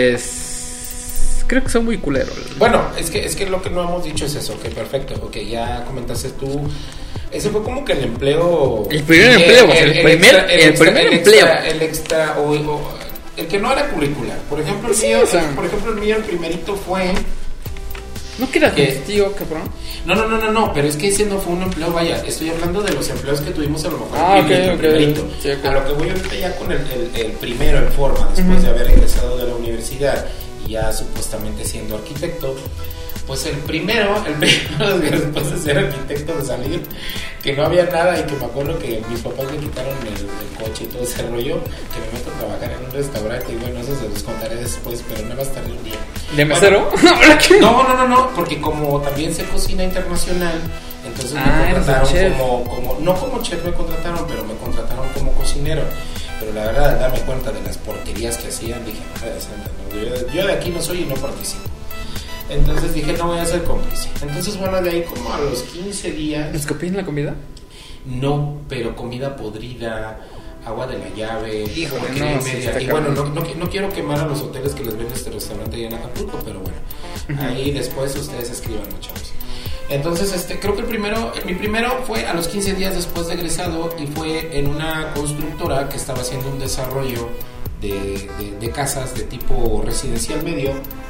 [SPEAKER 1] pues creo que son muy culeros.
[SPEAKER 2] Bueno, es que, es que lo que no hemos dicho es eso, que perfecto, ok, ya comentaste tú. Ese fue como que el empleo.
[SPEAKER 1] El primer empleo, o sea, el primer-
[SPEAKER 2] extra-
[SPEAKER 1] el
[SPEAKER 2] extra-
[SPEAKER 1] primer
[SPEAKER 2] el
[SPEAKER 1] empleo.
[SPEAKER 2] extra- el extra, o, o- el que no era curricular. Por ejemplo, el
[SPEAKER 1] Sí,
[SPEAKER 2] mío,
[SPEAKER 1] o sea.
[SPEAKER 2] por ejemplo, el mío, el primerito fue.
[SPEAKER 1] No quieras
[SPEAKER 2] ¿Qué?
[SPEAKER 1] tío, cabrón.
[SPEAKER 2] No, no, no, no, no, pero es que ese no fue un empleo, vaya, estoy hablando de los empleos que tuvimos a lo mejor
[SPEAKER 1] Ah,
[SPEAKER 2] el primerito,
[SPEAKER 1] ok,
[SPEAKER 2] el
[SPEAKER 1] ok.
[SPEAKER 2] primerito.
[SPEAKER 1] Sí, ok.
[SPEAKER 2] A lo que voy ahorita ya con el, el, el primero en forma, después
[SPEAKER 1] Ujú.
[SPEAKER 2] de haber egresado de la universidad y ya supuestamente siendo arquitecto, pues el primero, el primero después de ser arquitecto, de salir, que no había nada y que me acuerdo que mis papás me quitaron el, el coche y todo ese rollo, que me meto a trabajar en un restaurante y bueno, eso se los contaré después, pero nada más tarde un día.
[SPEAKER 1] ¿De
[SPEAKER 2] Bueno,
[SPEAKER 1] mesero?
[SPEAKER 2] no, no, no, no, porque como también sé cocina internacional, entonces me
[SPEAKER 1] Ah, eres
[SPEAKER 2] contrataron
[SPEAKER 1] chef.
[SPEAKER 2] como, como, no como chef me contrataron, pero me contrataron como cocinero. Pero la verdad, al darme cuenta de las porquerías que hacían, dije, madre santa, no, yo, yo de aquí no soy y no participo. Entonces dije, no voy a ser cómplice. Entonces, bueno, de ahí como a los quince días...
[SPEAKER 1] ¿Escupí en la comida?
[SPEAKER 2] No, pero comida podrida, agua de la llave,
[SPEAKER 1] híjole,
[SPEAKER 2] no,
[SPEAKER 1] no, sí,
[SPEAKER 2] media. Y bueno, no, no, no quiero quemar a los hoteles que les venden este restaurante allá en Acapulco, pero bueno, uh-huh. Ahí después ustedes escriban, chavos. Entonces, este, creo que el primero, mi primero fue a los quince días después de egresado y fue en una constructora que estaba haciendo un desarrollo de, de, de casas de tipo residencial medio.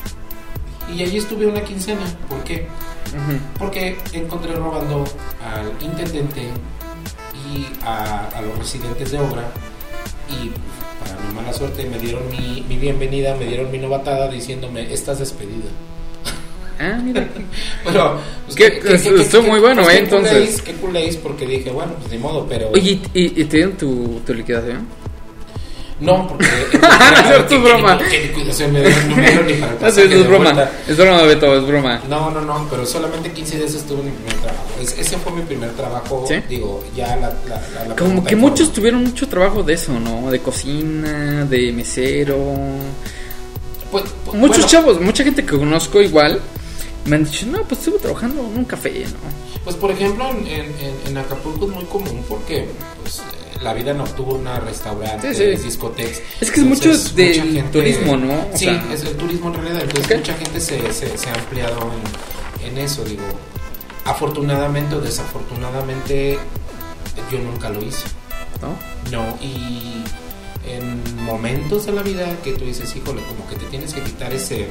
[SPEAKER 2] Y allí estuve una quincena. ¿Por qué? Uh-huh. Porque encontré robando al intendente y a, a los residentes de obra. Y para mi mala suerte me dieron mi, mi bienvenida, me dieron mi novatada diciéndome, estás despedida.
[SPEAKER 1] Ah, mira.
[SPEAKER 2] Pero pues,
[SPEAKER 1] que, que, que, estuvo muy bueno, pues,
[SPEAKER 2] eh,
[SPEAKER 1] entonces.
[SPEAKER 2] Qué culéis, porque dije, bueno, pues ni modo, pero...
[SPEAKER 1] Oye, ¿y, y te dieron tu, tu liquidación?
[SPEAKER 2] No, porque...
[SPEAKER 1] no, es broma.
[SPEAKER 2] O sea, me dieron, no me dieron ni para el
[SPEAKER 1] pasaje no, es broma, vuelta. Es broma, Beto, es broma.
[SPEAKER 2] No, no, no, pero solamente quince días estuve en mi primer trabajo. Es, ese fue mi primer trabajo, ¿sí? Digo, ya la... la, la, la
[SPEAKER 1] Como que muchos tuvieron mucho trabajo de eso, ¿no? De cocina, de mesero... Pues, pues, Muchos bueno, chavos, mucha gente que conozco igual... Me han dicho, no, pues estuve trabajando en un café, ¿no?
[SPEAKER 2] Pues, por ejemplo, en, en, en Acapulco es muy común porque, pues, la vida nocturna, restaurantes, sí, sí. discotecas.
[SPEAKER 1] Es que entonces, es mucho del gente, turismo, ¿no? O
[SPEAKER 2] sí,
[SPEAKER 1] sea,
[SPEAKER 2] es el turismo en realidad. Entonces, okay. Mucha gente se, se, se ha ampliado en, en eso, digo. Afortunadamente o desafortunadamente, yo nunca lo hice.
[SPEAKER 1] ¿No?
[SPEAKER 2] No, y en momentos de la vida que tú dices, híjole, como que te tienes que quitar ese...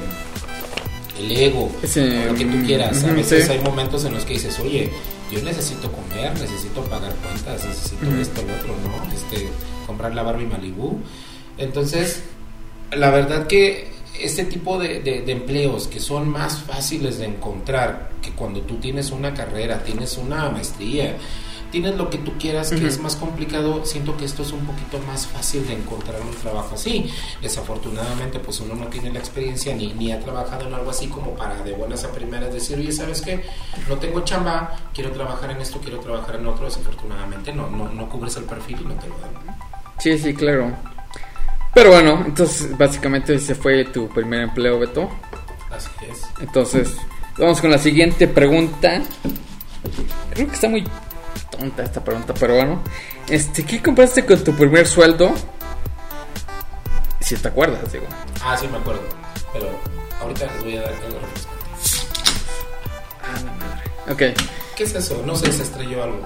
[SPEAKER 2] el ego, ese, lo que tú quieras. Uh-huh, a veces sí. Hay momentos en los que dices, oye, yo necesito comer, necesito pagar cuentas, necesito uh-huh. esto, lo otro, ¿no? Este, comprar la Barbie Malibu. Entonces, la verdad que este tipo de, de, de empleos que son más fáciles de encontrar que cuando tú tienes una carrera, tienes una maestría, tienes lo que tú quieras, que uh-huh. es más complicado, siento que esto es un poquito más fácil de encontrar un trabajo así. Desafortunadamente, pues uno no tiene la experiencia ni, ni ha trabajado en algo así como para de buenas a primeras decir, oye, ¿sabes qué? No tengo chamba, quiero trabajar en esto, quiero trabajar en otro. Desafortunadamente no, no, no cubres el perfil y no te lo dan.
[SPEAKER 1] Sí, sí, claro. Pero bueno, entonces básicamente ese fue tu primer empleo, Beto.
[SPEAKER 2] Así es.
[SPEAKER 1] Entonces, vamos con la siguiente pregunta. Creo que está muy... tonta esta pregunta, pero bueno. Este, ¿qué compraste con tu primer sueldo? Si te acuerdas, digo.
[SPEAKER 2] Ah, sí me acuerdo. Pero ahorita les voy a dar algo refrescante.
[SPEAKER 1] Ah, la madre. Ok.
[SPEAKER 2] ¿Qué es eso? No sé, se estrelló algo.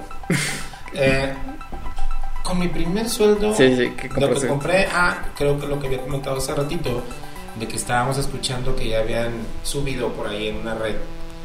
[SPEAKER 2] eh, con mi primer sueldo,
[SPEAKER 1] sí, sí, ¿qué
[SPEAKER 2] lo que compré, ah, creo que lo que había comentado hace ratito, de que estábamos escuchando que ya habían subido por ahí en una red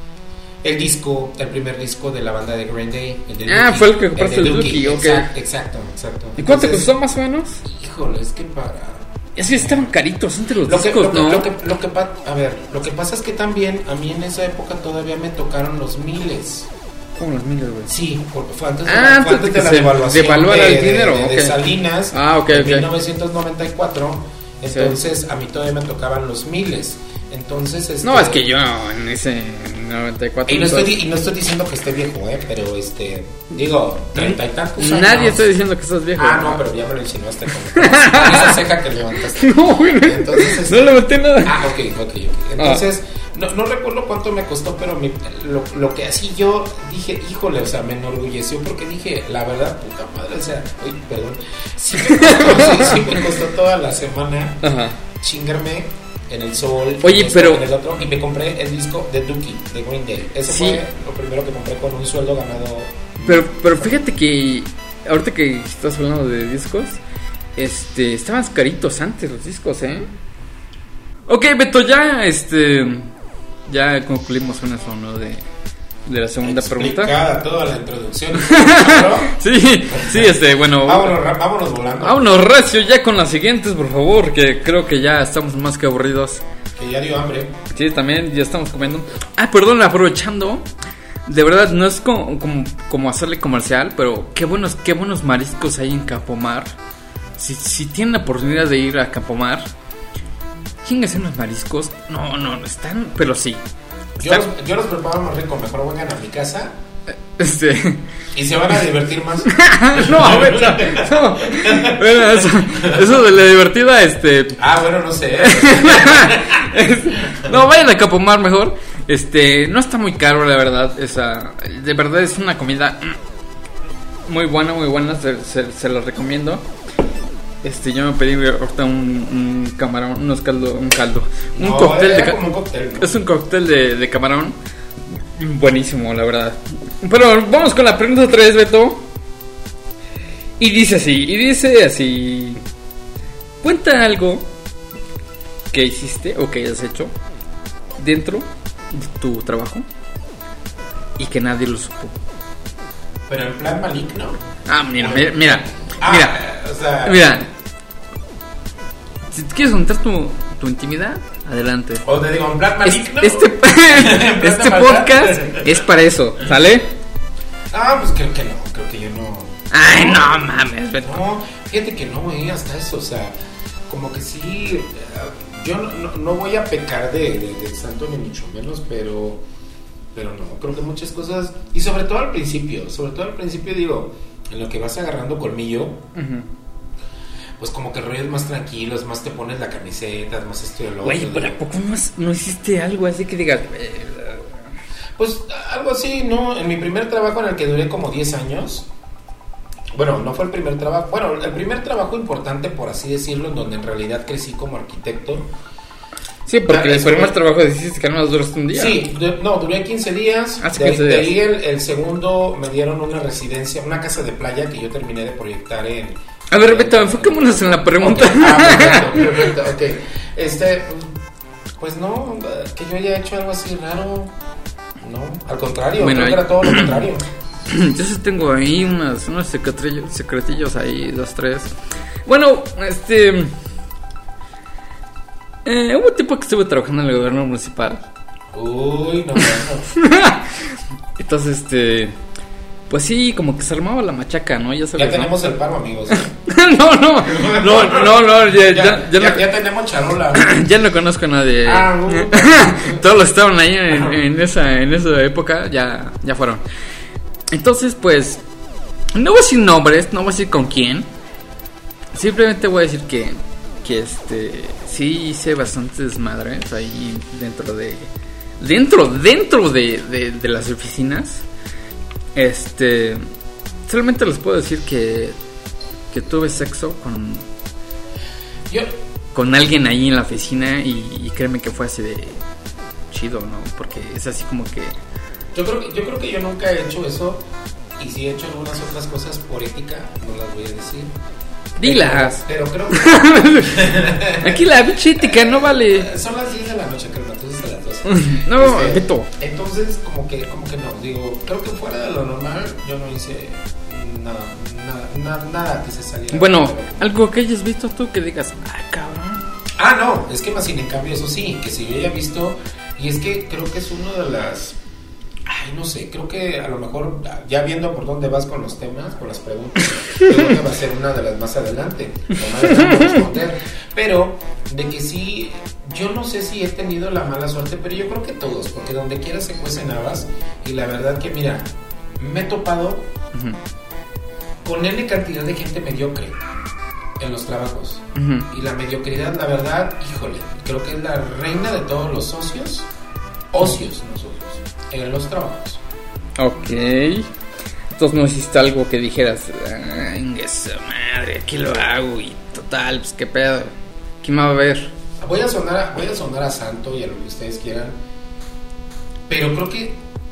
[SPEAKER 2] el disco, el primer disco de la banda de Green Day, el de
[SPEAKER 1] Ah,
[SPEAKER 2] Dookie,
[SPEAKER 1] fue el que compraste, el, el Dookie, ok.
[SPEAKER 2] Exacto, exacto, exacto.
[SPEAKER 1] ¿Y cuánto Entonces, costó más o menos?
[SPEAKER 2] Híjole, es que para...
[SPEAKER 1] Es que estaban caritos entre los
[SPEAKER 2] lo
[SPEAKER 1] discos,
[SPEAKER 2] que, lo
[SPEAKER 1] ¿no?
[SPEAKER 2] Que, lo, que, lo que A ver, lo que pasa es que también a mí en esa época todavía me tocaron los miles.
[SPEAKER 1] ¿Cómo los miles, güey?
[SPEAKER 2] Sí, porque fue antes de,
[SPEAKER 1] ah,
[SPEAKER 2] la,
[SPEAKER 1] antes
[SPEAKER 2] antes
[SPEAKER 1] de,
[SPEAKER 2] de la
[SPEAKER 1] devaluación
[SPEAKER 2] devaluación
[SPEAKER 1] de, el dinero,
[SPEAKER 2] de, de,
[SPEAKER 1] okay.
[SPEAKER 2] de Salinas,
[SPEAKER 1] ah, okay,
[SPEAKER 2] en
[SPEAKER 1] okay.
[SPEAKER 2] mil novecientos noventa y cuatro. Entonces, sí. A mí todavía me tocaban los miles. Entonces, este...
[SPEAKER 1] No, es que yo en ese noventa y cuatro...
[SPEAKER 2] Y no, estoy, y no estoy diciendo que esté viejo, ¿eh? Pero, este... Digo, treinta y tantos años.
[SPEAKER 1] Nadie está diciendo que estás viejo.
[SPEAKER 2] Ah, no, pero ya me lo insinuaste con esa ceja que levantaste.
[SPEAKER 1] No, güey,
[SPEAKER 2] Entonces, este...
[SPEAKER 1] no levanté nada.
[SPEAKER 2] Ah, ok, ok, ok. Entonces, ah. no, no recuerdo cuánto me costó, pero mi, lo, lo que así yo dije, híjole, o sea, me enorgulleció porque dije, la verdad, puta madre, o sea, uy, perdón. Sí me costó, sí, sí me costó toda la semana Ajá. chingarme en el sol,
[SPEAKER 1] oye,
[SPEAKER 2] en
[SPEAKER 1] pero
[SPEAKER 2] en el otro, y me compré el disco de Dookie, de Green Day. Ese sí. fue lo primero que compré con un sueldo ganado.
[SPEAKER 1] Pero, pero fíjate que ahorita que estás hablando de discos, este, estaban caritos antes los discos, ¿eh? Ok, Beto, ya, este, ya concluimos con eso, ¿no? De, de la segunda
[SPEAKER 2] Explicada
[SPEAKER 1] pregunta.
[SPEAKER 2] Toda la introducción.
[SPEAKER 1] sí, sí, este, bueno.
[SPEAKER 2] Vámonos, vámonos volando.
[SPEAKER 1] Vámonos recio ya con las siguientes, por favor, que creo que ya estamos más que aburridos.
[SPEAKER 2] Que ya dio hambre.
[SPEAKER 1] Sí, también ya estamos comiendo. Ah, perdón, aprovechando. De verdad, no es como, como, como hacerle comercial, pero qué buenos, qué buenos mariscos hay en Campomar. Si, si tienen la oportunidad de ir a Campomar, ¿quiénes los mariscos? No, no, están, pero sí.
[SPEAKER 2] Yo los, yo los preparo más rico, mejor vengan a mi casa.
[SPEAKER 1] Este.
[SPEAKER 2] Y se van a divertir más.
[SPEAKER 1] no, a ver, no. Bueno, eso, eso de la divertida, este.
[SPEAKER 2] Ah, bueno, no sé.
[SPEAKER 1] No, vayan a Capomar mejor. Este, no está muy caro, la verdad. Esa, de verdad es una comida muy buena, muy buena. Se, se, se la recomiendo. Este, yo me pedí ahorita un, un camarón, unos caldo, un caldo, un
[SPEAKER 2] no,
[SPEAKER 1] cóctel
[SPEAKER 2] era
[SPEAKER 1] de
[SPEAKER 2] como un cóctel, ¿no?
[SPEAKER 1] Es un cóctel de, de camarón. Buenísimo, la verdad. Pero vamos con la pregunta otra vez, Beto. Y dice así, y dice así. Cuenta algo que hiciste o que hayas hecho dentro de tu trabajo y que nadie lo supo.
[SPEAKER 2] Pero en plan maligno.
[SPEAKER 1] Ah, mira, mira, mira,
[SPEAKER 2] ah,
[SPEAKER 1] mira,
[SPEAKER 2] o sea,
[SPEAKER 1] mira. Si te quieres contar tu, tu intimidad, adelante.
[SPEAKER 2] O te digo, en plan maligno.
[SPEAKER 1] Este, este, este podcast es para eso, ¿sale?
[SPEAKER 2] Ah, pues creo que no, creo que yo no.
[SPEAKER 1] Ay, no mames, Beto.
[SPEAKER 2] No, fíjate que no, eh, hasta eso, o sea, como que sí, yo no, no, no voy a pecar de, de, de santo ni mucho menos, pero, pero no, creo que muchas cosas, y sobre todo al principio, sobre todo al principio digo, en lo que vas agarrando colmillo, uh-huh. Pues como que el rollo es más tranquilo, es más te pones la camiseta, es más esto y lo otro.
[SPEAKER 1] Güey, ¿pero a poco no, no hiciste algo así que digas? Eh,
[SPEAKER 2] pues algo así, ¿no? En mi primer trabajo en el que duré como diez años... Bueno, no fue el primer trabajo, bueno, el primer trabajo importante, por así decirlo, en donde en realidad crecí como arquitecto.
[SPEAKER 1] Sí, porque el primer trabajo dijiste que no más duraste un día.
[SPEAKER 2] Sí, du- no, duré quince días.
[SPEAKER 1] Ah,
[SPEAKER 2] de,
[SPEAKER 1] quince
[SPEAKER 2] de
[SPEAKER 1] días.
[SPEAKER 2] ahí el, el segundo me dieron una residencia, una casa de playa que yo terminé de proyectar en...
[SPEAKER 1] A ver, Beto, enfocémonos en la pregunta.
[SPEAKER 2] Okay. Ah, perfecto, perfecto, ok. Este, pues no, que yo haya hecho algo así raro, no, al contrario,
[SPEAKER 1] Bueno,
[SPEAKER 2] creo que era todo lo contrario.
[SPEAKER 1] Yo sí tengo ahí unas, unos secretillos, secretillos ahí, dos, tres. Bueno, este... Eh, hubo un tiempo que estuve trabajando en el gobierno municipal.
[SPEAKER 2] Uy, no, no.
[SPEAKER 1] Entonces, este... Pues sí, como que se armaba la machaca, ¿no? Ya, sabes,
[SPEAKER 2] Ya tenemos
[SPEAKER 1] ¿no?
[SPEAKER 2] el paro, amigos.
[SPEAKER 1] no, no, no, no, no, ya, ya,
[SPEAKER 2] ya,
[SPEAKER 1] ya,
[SPEAKER 2] ya,
[SPEAKER 1] no,
[SPEAKER 2] ya tenemos charola.
[SPEAKER 1] ya no conozco a nadie.
[SPEAKER 2] Ah, no.
[SPEAKER 1] Todos los que estaban ahí en, en, esa, en esa época ya, ya fueron. Entonces, pues, no voy a decir nombres, no voy a decir con quién. Simplemente voy a decir que, que este, sí hice bastantes desmadres ahí dentro de, dentro, dentro de, de, de las oficinas. Este, solamente les puedo decir que, que tuve sexo con,
[SPEAKER 2] Yo,
[SPEAKER 1] con alguien ahí en la oficina y, y créeme que fue así de chido, ¿no? Porque es así como que...
[SPEAKER 2] yo creo que yo creo que yo nunca he hecho eso y sí he hecho algunas otras cosas por ética, no las voy a decir.
[SPEAKER 1] Dilas.
[SPEAKER 2] Pero, pero creo que
[SPEAKER 1] Aquí la bichítica no vale.
[SPEAKER 2] son las diez de la noche, creo, entonces a las doce.
[SPEAKER 1] No,
[SPEAKER 2] Este,
[SPEAKER 1] Beto.
[SPEAKER 2] Entonces, como que, como que no, digo, creo que fuera de lo normal, yo no hice nada, nada, nada, nada que se saliera.
[SPEAKER 1] Bueno, algo que hayas visto tú que digas, ah, cabrón.
[SPEAKER 2] Ah, no, es que más sin en cambio, eso sí, que si yo haya visto, y es que creo que es uno de las, ay, no sé, creo que a lo mejor, ya viendo por dónde vas con los temas, con las preguntas, creo que va a ser una de las más adelante, o más adelante responder, pero de que sí, yo no sé si he tenido la mala suerte, pero yo creo que todos, porque donde quiera se cuecen habas, y la verdad que mira, me he topado uh-huh. con N cantidad de gente mediocre en los trabajos, uh-huh. y la mediocridad, la verdad, híjole, creo que es la reina de todos los socios, ocios, no socios, en los trabajos.
[SPEAKER 1] Ok. Entonces no hiciste algo que dijeras, ay, esa madre, aquí lo hago y total, pues qué pedo, ¿quién me va a ver?
[SPEAKER 2] Voy a sonar a, voy a sonar a santo y a lo que ustedes quieran, pero creo que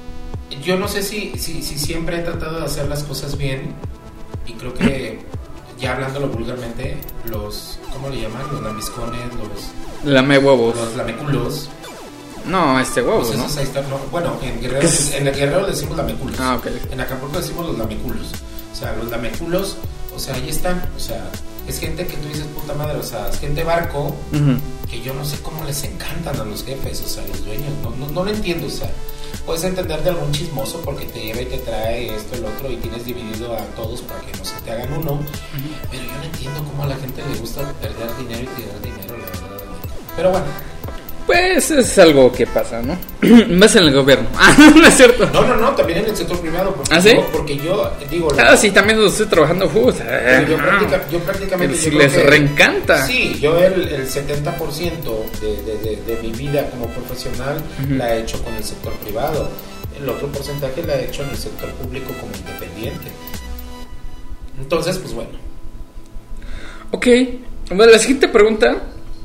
[SPEAKER 2] yo no sé si, si, si siempre he tratado de hacer las cosas bien, y creo que ya hablándolo vulgarmente, los, ¿cómo le llaman? Los lambiscones, los...
[SPEAKER 1] Lame huevos.
[SPEAKER 2] Los lameculos.
[SPEAKER 1] No, este huevos,
[SPEAKER 2] pues
[SPEAKER 1] ¿no?
[SPEAKER 2] Ahí está, no, bueno, en Guerrero, en el Guerrero le decimos lameculos.
[SPEAKER 1] Ah, ok.
[SPEAKER 2] En Acapulco decimos los lameculos. O sea, los lameculos, o sea, ahí están. O sea, es gente que tú dices, puta madre, o sea, es gente barco, uh-huh. que yo no sé cómo les encantan a los jefes, o sea, los dueños. No, no, no lo entiendo, o sea, puedes entender de algún chismoso porque te lleva y te trae esto, el otro, y tienes dividido a todos para que no se te hagan uno. Uh-huh. Pero yo no entiendo cómo a la gente le gusta perder dinero y tirar dinero, la verdad. Pero bueno.
[SPEAKER 1] Pues es algo que pasa, ¿no? Más en el gobierno. Ah, no es cierto.
[SPEAKER 2] No, no, no, también en el sector privado. Porque
[SPEAKER 1] ¿Ah, sí?
[SPEAKER 2] Yo, porque yo, digo...
[SPEAKER 1] Ah, lo, sí, también lo estoy trabajando. Uh,
[SPEAKER 2] yo, práctica, yo prácticamente...
[SPEAKER 1] Si les
[SPEAKER 2] que,
[SPEAKER 1] reencanta.
[SPEAKER 2] Sí, yo el, el setenta por ciento de, de, de, de mi vida como profesional uh-huh. la he hecho con el sector privado. El otro porcentaje la he hecho en el sector público como independiente. Entonces, pues bueno.
[SPEAKER 1] Ok. Bueno, la siguiente pregunta...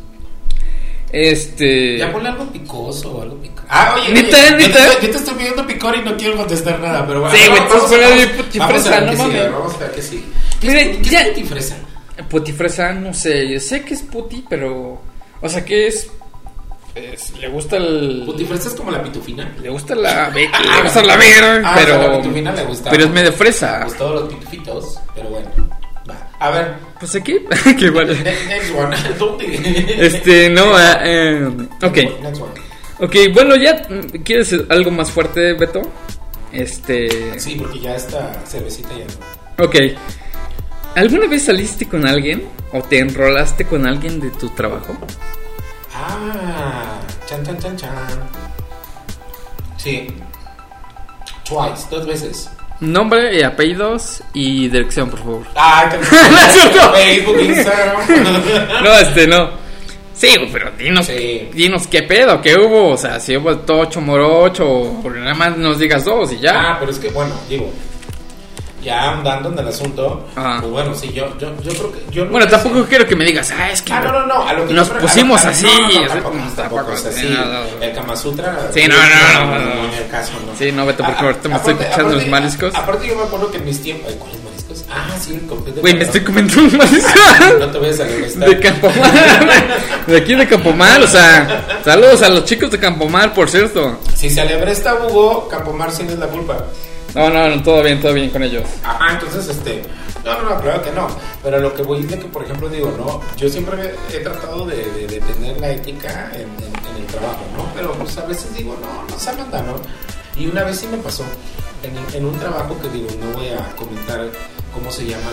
[SPEAKER 1] Este.
[SPEAKER 2] Ya ponle algo picoso o algo picoso. Ah, oye,
[SPEAKER 1] ¿Nita,
[SPEAKER 2] oye,
[SPEAKER 1] nita?
[SPEAKER 2] Yo, te estoy, yo te estoy pidiendo picor y no quiero contestar nada, pero bueno.
[SPEAKER 1] Sí, güey, tú
[SPEAKER 2] vamos,
[SPEAKER 1] suena
[SPEAKER 2] vamos,
[SPEAKER 1] de putifresa, no mames.
[SPEAKER 2] Vamos a ver que sí. ¿Qué
[SPEAKER 1] Mira,
[SPEAKER 2] es, ¿qué
[SPEAKER 1] ya,
[SPEAKER 2] es putifresa?
[SPEAKER 1] Putifresa, no sé. Yo sé que es puti, pero. O sea, que es. es le gusta el.
[SPEAKER 2] Putifresa es como la pitufina.
[SPEAKER 1] Le gusta la. Le gusta la vera,
[SPEAKER 2] ah,
[SPEAKER 1] pero.
[SPEAKER 2] O sea, la pitufina le gusta.
[SPEAKER 1] Pero es medio fresa.
[SPEAKER 2] Me gustó los pitufitos, pero bueno. Va. A ver.
[SPEAKER 1] Pues aquí. Que igual.
[SPEAKER 2] Next one.
[SPEAKER 1] Este, no. Uh, eh, ok.
[SPEAKER 2] Next one.
[SPEAKER 1] Ok, bueno, ya. ¿Quieres algo más fuerte, Beto? Este.
[SPEAKER 2] Sí, porque ya esta cervecita ya no.
[SPEAKER 1] Ok. ¿Alguna vez saliste con alguien o te enrolaste con alguien de tu trabajo?
[SPEAKER 2] Ah, chan, chan, chan, chan. Sí. Twice, dos veces.
[SPEAKER 1] Nombre y apellidos y dirección, por favor.
[SPEAKER 2] Ah, que Facebook, Instagram.
[SPEAKER 1] No, este, no. Sí, pero dinos,
[SPEAKER 2] sí.
[SPEAKER 1] dinos qué pedo, qué hubo. O sea, si hubo tocho, morocho, porque nada más nos digas dos y ya.
[SPEAKER 2] Ah, pero es que, bueno, digo, ya andando en el asunto,
[SPEAKER 1] ah.
[SPEAKER 2] pues bueno, sí, yo, yo, yo creo que... Yo
[SPEAKER 1] bueno, tampoco sé. Quiero que me digas, ah, es que...
[SPEAKER 2] Ah, no, no, no, a lo que
[SPEAKER 1] nos
[SPEAKER 2] yo,
[SPEAKER 1] pusimos
[SPEAKER 2] a lo, a lo,
[SPEAKER 1] así.
[SPEAKER 2] No, no, no,
[SPEAKER 1] así
[SPEAKER 2] tampoco, no, tampoco es así. No, no, no. El Kama Sutra...
[SPEAKER 1] Sí, no, no, no, no, no,
[SPEAKER 2] no, en el caso, no.
[SPEAKER 1] Sí, no, Beto, porque ahorita me
[SPEAKER 2] aparte,
[SPEAKER 1] estoy echando
[SPEAKER 2] aparte,
[SPEAKER 1] los mariscos.
[SPEAKER 2] Aparte yo me acuerdo que en mis tiempos... ¿Cuáles mariscos? Ah, sí, el cóctel de...
[SPEAKER 1] Güey, me estoy comiendo un marisco.
[SPEAKER 2] No te vayas a molestar.
[SPEAKER 1] De Campomar. De aquí de Campomar, o sea, saludos a los chicos de Campomar, por cierto.
[SPEAKER 2] Si se alebresta Hugo, Campomar sí no es la culpa.
[SPEAKER 1] No, no, no, todo bien, todo bien con ellos.
[SPEAKER 2] Ajá, entonces, este... No, no, no, claro que no. Pero lo que voy es de que, por ejemplo, digo, no, yo siempre he tratado de, de, de tener la ética en, en, en el trabajo, ¿no? Pero pues a veces digo, no, no se manda, ¿no? Y una vez sí me pasó en, en un trabajo que digo, no voy a comentar cómo se llama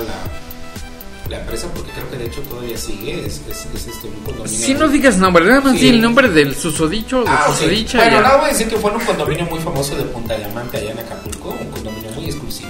[SPEAKER 2] la, la empresa, porque creo que de hecho todavía sigue, es, es, es este, un condominio.
[SPEAKER 1] Si no digas nombre, nada más sí, el nombre del susodicho, de
[SPEAKER 2] ah,
[SPEAKER 1] susodicha.
[SPEAKER 2] Okay. Bueno,
[SPEAKER 1] ya.
[SPEAKER 2] nada, voy a decir que fue en un condominio muy famoso de Punta Diamante allá en Acapulco, un condominio muy exclusivo.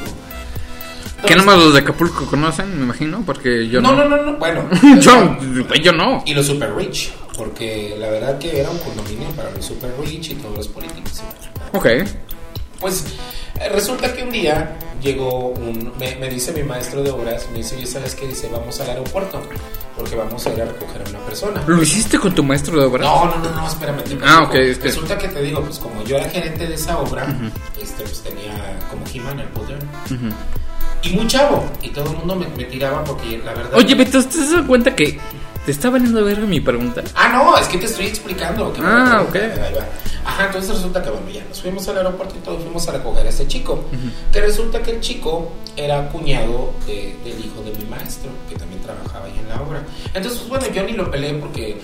[SPEAKER 1] Que nomás los de Acapulco conocen, me imagino, porque yo no.
[SPEAKER 2] No, no, no, no. Bueno.
[SPEAKER 1] yo, yo no.
[SPEAKER 2] Y los super rich, porque la verdad que era un condominio para los super rich y todos los políticos.
[SPEAKER 1] Ok.
[SPEAKER 2] Pues resulta que un día llegó un... Me, me dice mi maestro de obras, me dice, oye, ¿sabes qué? Dice, vamos al aeropuerto, porque vamos a ir a recoger a una persona.
[SPEAKER 1] ¿Lo hiciste con tu maestro de obras?
[SPEAKER 2] No, no, no, no, espérame.
[SPEAKER 1] Ah, ok. Es que...
[SPEAKER 2] Resulta que te digo, pues como yo era gerente de esa obra, uh-huh. este, pues tenía como He-Man el poder. Uh-huh. Y muy chavo, y todo el mundo me, me tiraba porque la verdad...
[SPEAKER 1] Oye, Beto, ¿te has dado cuenta que te está valiendo verga mi pregunta?
[SPEAKER 2] Ah, no, es que te estoy explicando. Que
[SPEAKER 1] ah, ok.
[SPEAKER 2] Ajá, entonces resulta que, bueno, ya nos fuimos al aeropuerto y todos fuimos a recoger a este chico. Uh-huh. Que resulta que el chico era cuñado de, del hijo de mi maestro, que también trabajaba ahí en la obra. Entonces, pues, bueno, yo ni lo peleé porque...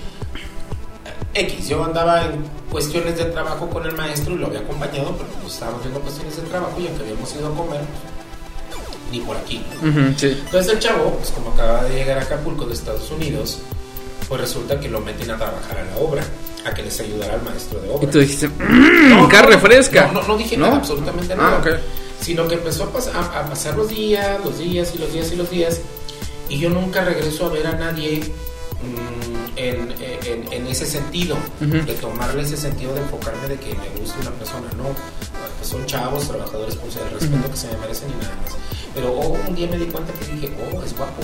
[SPEAKER 2] X, yo andaba en cuestiones de trabajo con el maestro y lo había acompañado, pero pues estábamos viendo cuestiones de trabajo y aunque habíamos ido a comer... ni por aquí.
[SPEAKER 1] Uh-huh, sí.
[SPEAKER 2] Entonces el chavo, pues como acaba de llegar a Acapulco de Estados Unidos, pues resulta que lo meten a trabajar a la obra, a que les ayudara al maestro de obra.
[SPEAKER 1] Y tú dijiste, mmm, no, carne
[SPEAKER 2] no,
[SPEAKER 1] fresca.
[SPEAKER 2] No, no, no dije
[SPEAKER 1] ¿No?
[SPEAKER 2] nada, absolutamente nada.
[SPEAKER 1] Ah, okay.
[SPEAKER 2] Sino que empezó a, pas- a, a pasar los días, los días y los días y los días, y yo nunca regreso a ver a nadie mmm, en, en, en ese sentido, uh-huh. de tomarle ese sentido de enfocarme de que me guste una persona, no, pues son chavos, trabajadores, pues el respeto uh-huh. que se me merecen y nada más. Pero oh, un día me di cuenta que dije, oh, es guapo.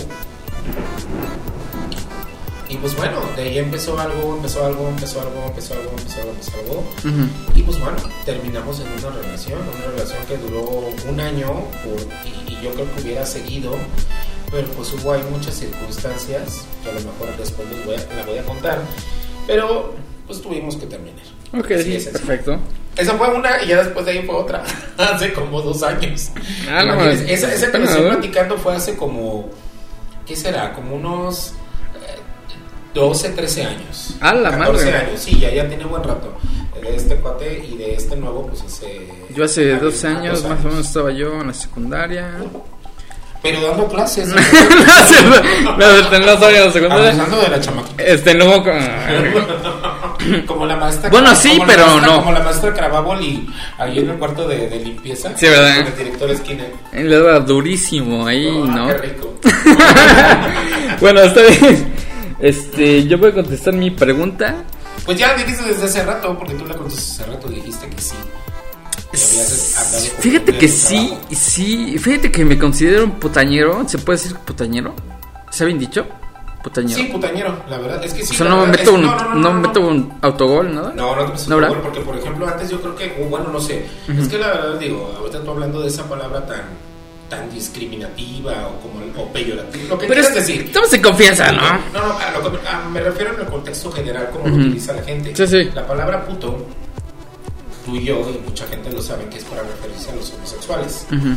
[SPEAKER 2] Y pues bueno, de ahí empezó algo, empezó algo, empezó algo, empezó algo, empezó algo, empezó algo. Uh-huh. Y pues bueno, terminamos en una relación, una relación que duró un año por, y, y yo creo que hubiera seguido, pero pues hubo ahí muchas circunstancias que a lo mejor después les voy a, la voy a contar, pero pues tuvimos que terminar.
[SPEAKER 1] Ok, sí, perfecto.
[SPEAKER 2] Esa fue una y ya después de ahí fue otra, hace como dos años.
[SPEAKER 1] Ah, no,
[SPEAKER 2] esa, esa que me estoy platicando fue hace como, ¿qué será? Como unos eh, doce, trece años.
[SPEAKER 1] Ah, la madre.
[SPEAKER 2] catorce años, sí, ya, ya tiene buen rato. De este cuate y de este nuevo, pues hace...
[SPEAKER 1] Yo hace doce años, más o menos estaba yo en la secundaria.
[SPEAKER 2] Pero dando clases.
[SPEAKER 1] no, no, no, no estaba en la secundaria.
[SPEAKER 2] Hablando de la chamaquita.
[SPEAKER 1] Este, luego...
[SPEAKER 2] como la maestra.
[SPEAKER 1] Bueno, sí,
[SPEAKER 2] como
[SPEAKER 1] pero
[SPEAKER 2] maestra,
[SPEAKER 1] no.
[SPEAKER 2] Como la maestra Cravaboli ahí en el cuarto de, de limpieza.
[SPEAKER 1] Sí, ¿verdad?
[SPEAKER 2] Con el director Skinner.
[SPEAKER 1] Le da durísimo ahí,
[SPEAKER 2] Oh,
[SPEAKER 1] ¿no?
[SPEAKER 2] Qué rico.
[SPEAKER 1] Bueno, está bien. Este, yo voy a contestar mi pregunta.
[SPEAKER 2] Pues ya dijiste desde hace rato, porque tú la contestaste hace rato, dijiste que sí. Que habías hablado con
[SPEAKER 1] Fíjate
[SPEAKER 2] tu
[SPEAKER 1] que
[SPEAKER 2] trabajo.
[SPEAKER 1] sí, sí. Fíjate que me considero un putañero. ¿Se puede decir putañero? ¿Se ha bien dicho? Putañero.
[SPEAKER 2] Sí, putañero, la verdad. Es que sí.
[SPEAKER 1] O sea,
[SPEAKER 2] la
[SPEAKER 1] no me
[SPEAKER 2] verdad,
[SPEAKER 1] meto
[SPEAKER 2] es-
[SPEAKER 1] un,
[SPEAKER 2] no, no, no,
[SPEAKER 1] no
[SPEAKER 2] no,
[SPEAKER 1] me
[SPEAKER 2] no.
[SPEAKER 1] meto un autogol, ¿no?
[SPEAKER 2] No, no te metes
[SPEAKER 1] ¿No,
[SPEAKER 2] un
[SPEAKER 1] verdad?
[SPEAKER 2] gol, porque por ejemplo antes yo creo que, o bueno, no sé,
[SPEAKER 1] Ujú.
[SPEAKER 2] es que la verdad digo, ahorita tú hablando de esa palabra tan tan discriminativa o como o peyorativa, lo que
[SPEAKER 1] Pero
[SPEAKER 2] quieras
[SPEAKER 1] es-
[SPEAKER 2] decir.
[SPEAKER 1] estamos en confianza, ¿no?
[SPEAKER 2] No, no, a lo que- a- me refiero en el contexto general como
[SPEAKER 1] Ujú.
[SPEAKER 2] lo utiliza la gente.
[SPEAKER 1] Sí, sí.
[SPEAKER 2] La palabra puto, tú y yo y mucha gente lo sabe que es para referirse a los homosexuales.
[SPEAKER 1] Ujú.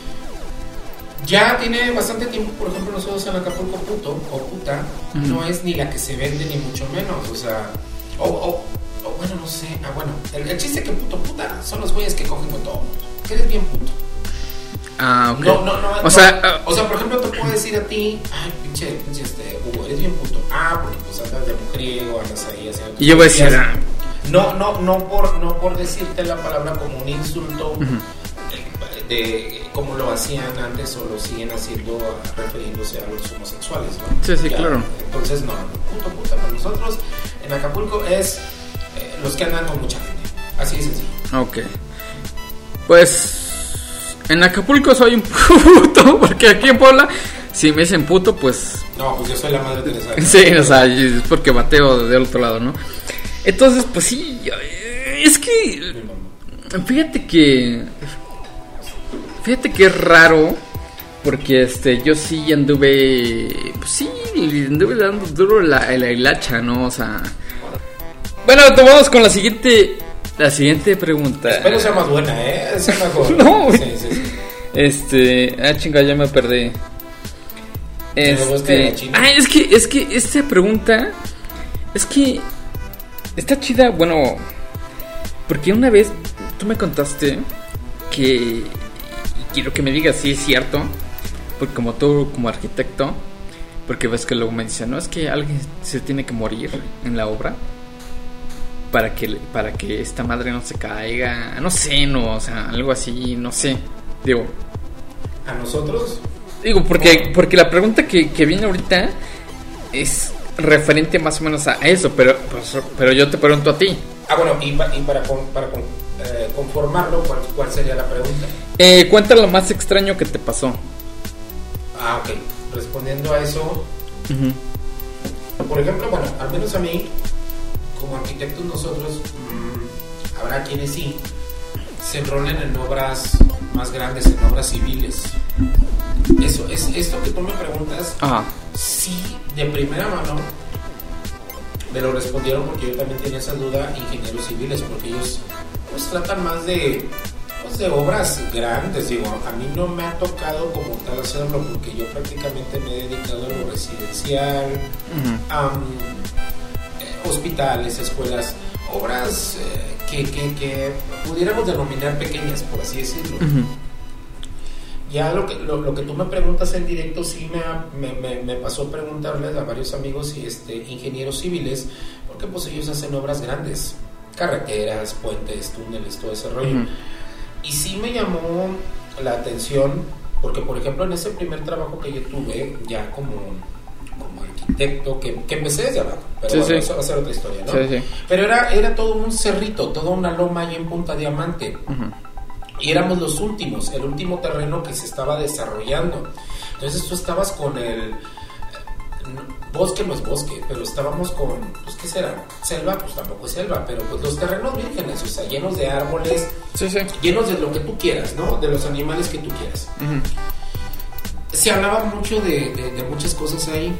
[SPEAKER 2] Ya tiene bastante tiempo, por ejemplo, nosotros en Acapulco puto o puta
[SPEAKER 1] Ujú.
[SPEAKER 2] no es ni la que se vende ni mucho menos, o sea, o, o, o bueno, no sé, ah bueno, el, el chiste que puto puta son los güeyes que cogen con todo, que eres bien puto.
[SPEAKER 1] Ah, ok.
[SPEAKER 2] No, no, no,
[SPEAKER 1] O
[SPEAKER 2] no,
[SPEAKER 1] sea, ah,
[SPEAKER 2] o sea, por ejemplo, te puedo decir a ti, ay, pinche, pinche este, Hugo, eres bien puto. Ah, porque pues andas de mujeriego, andas ahí haciendo.
[SPEAKER 1] y yo voy a decir, ah,
[SPEAKER 2] No, no, no por, no por decirte la palabra como un insulto,
[SPEAKER 1] ujú.
[SPEAKER 2] eh, de como lo hacían antes o lo siguen haciendo refiriéndose a los homosexuales, ¿no?
[SPEAKER 1] Sí, sí,
[SPEAKER 2] Ya,
[SPEAKER 1] claro.
[SPEAKER 2] Entonces, no, no, puto, puta, para nosotros en Acapulco es eh, los que andan con mucha gente. Así de sencillo.
[SPEAKER 1] Ok. Pues en Acapulco soy un puto, porque aquí en Puebla, si me dicen puto, pues
[SPEAKER 2] No, pues yo soy la madre Teresa.
[SPEAKER 1] sí, o sea, es porque bateo del otro lado, ¿no? Entonces, pues sí, es que
[SPEAKER 2] Mi mamá.
[SPEAKER 1] fíjate que fíjate que es raro porque este yo sí anduve, pues sí, anduve dando duro la, la hilacha, ¿no? O sea, bueno, tomamos con la siguiente la siguiente pregunta.
[SPEAKER 2] Espero sea más buena, ¿eh? Sea mejor.
[SPEAKER 1] No, güey.
[SPEAKER 2] Sí, sí, sí.
[SPEAKER 1] Este, ah, chinga, ya me perdí.
[SPEAKER 2] Pero es que
[SPEAKER 1] Este,
[SPEAKER 2] China.
[SPEAKER 1] ah, es que es que esta pregunta es que está chida, bueno, porque una vez tú me contaste que y quiero que me digas si es cierto, porque como tú como arquitecto, porque ves que luego me dicen, no, es que alguien se tiene que morir en la obra para que para que esta madre no se caiga, no sé, no, o sea, algo así, no sé. Digo,
[SPEAKER 2] A nosotros,
[SPEAKER 1] Digo, porque, porque la pregunta que, que viene ahorita es referente más o menos a eso, pero, pues, pero yo te pregunto a ti.
[SPEAKER 2] ah, bueno, y, pa- y para, con- para con- eh, conformarlo, ¿cuál, ¿cuál sería la pregunta?
[SPEAKER 1] Eh, cuenta lo más extraño que te pasó.
[SPEAKER 2] Ah, ok. Respondiendo a eso,
[SPEAKER 1] Ujú.
[SPEAKER 2] por ejemplo, bueno, al menos a mí, como arquitectos nosotros, mmm, habrá quienes sí se enrolen en obras más grandes, en obras civiles. Eso, es esto que tú me preguntas,
[SPEAKER 1] Ajá.
[SPEAKER 2] sí, de primera mano me lo respondieron porque yo también tenía esa duda, ingenieros civiles, porque ellos pues tratan más de, pues, de obras grandes. Digo, a mí no me ha tocado como tal hacerlo porque yo prácticamente me he dedicado a lo residencial,
[SPEAKER 1] Ujú.
[SPEAKER 2] am, eh, hospitales, escuelas, obras eh, que, que, que pudiéramos denominar pequeñas, por así decirlo.
[SPEAKER 1] Ujú.
[SPEAKER 2] Ya lo que, lo, lo que tú me preguntas en directo, sí me, ha- me, me, me pasó preguntarles a varios amigos y este, ingenieros civiles, porque pues ellos hacen obras grandes, carreteras, puentes, túneles, todo ese rollo.
[SPEAKER 1] Ujú.
[SPEAKER 2] Y sí me llamó la atención, porque por ejemplo en ese primer trabajo que yo tuve, ya como, como arquitecto, que, que empecé desde abajo, pero
[SPEAKER 1] Sí,
[SPEAKER 2] bueno,
[SPEAKER 1] sí.
[SPEAKER 2] eso va a ser otra historia, ¿no?
[SPEAKER 1] Sí, sí.
[SPEAKER 2] Pero era, era todo un cerrito, toda una loma ahí en Punta Diamante.
[SPEAKER 1] Ujú.
[SPEAKER 2] Y éramos los últimos, el último terreno que se estaba desarrollando. Entonces tú estabas con el... eh, bosque no es bosque, pero estábamos con, pues ¿qué será? Selva, pues tampoco es selva, pero pues los terrenos vírgenes, o sea, llenos de árboles,
[SPEAKER 1] Sí, sí.
[SPEAKER 2] llenos de lo que tú quieras, ¿no? De los animales que tú quieras.
[SPEAKER 1] Ujú.
[SPEAKER 2] Se hablaba mucho de, de, de muchas cosas ahí.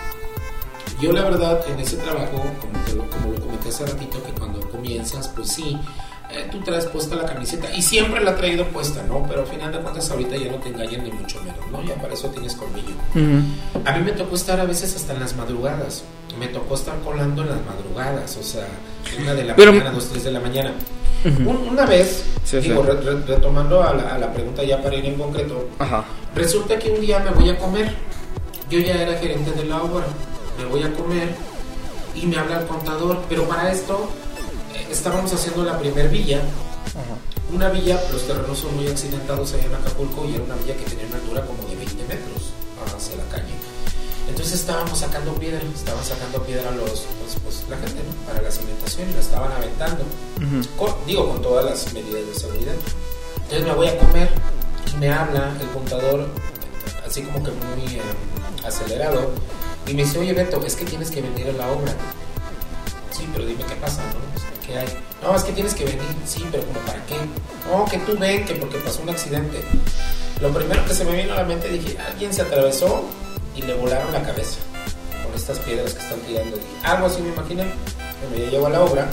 [SPEAKER 2] Yo la verdad en ese trabajo, como, te lo, como lo comenté hace ratito, que cuando comienzas, pues sí, eh, tú traes puesta la camiseta y siempre la he traído puesta, ¿no? Pero al final de cuentas ahorita ya no te engañan ni mucho menos, ¿no? Ya para eso tienes colmillo.
[SPEAKER 1] Ujú.
[SPEAKER 2] A mí me tocó estar a veces hasta en las madrugadas. Me tocó estar colando en las madrugadas, o sea, una de la
[SPEAKER 1] Pero-
[SPEAKER 2] mañana, dos, tres de la mañana.
[SPEAKER 1] Ujú.
[SPEAKER 2] Un- una vez,
[SPEAKER 1] Sí,
[SPEAKER 2] digo,
[SPEAKER 1] sí.
[SPEAKER 2] re- re- retomando a la, a la pregunta ya para ir en concreto,
[SPEAKER 1] Ajá.
[SPEAKER 2] resulta que un día me voy a comer. Yo ya era gerente de la obra. Me voy a comer y me habla el contador, pero para esto eh, estábamos haciendo la primer villa. Uh-huh. Una villa, los terrenos son muy accidentados allá en Acapulco y era una villa que tenía una altura como de veinte metros hacia la calle. Entonces estábamos sacando piedra, estaban sacando piedra los, pues, pues la gente, ¿no? Para la cimentación, y la estaban aventando. Uh-huh. Con, digo, con todas las medidas de seguridad. Entonces me voy a comer y me habla el contador, así como que muy eh, acelerado, y me dice, oye Beto, es que tienes que venir a la obra. Sí, pero dime qué pasa, ¿no? O sea, ¿qué hay? No, es que tienes que venir. Sí, pero ¿como para qué? No, que tú ven, que porque pasó un accidente. Lo primero que se me vino a la mente, dije, alguien se atravesó y le volaron la cabeza con estas piedras que están tirando. Algo así me imaginé. Bueno, ya llego a la obra.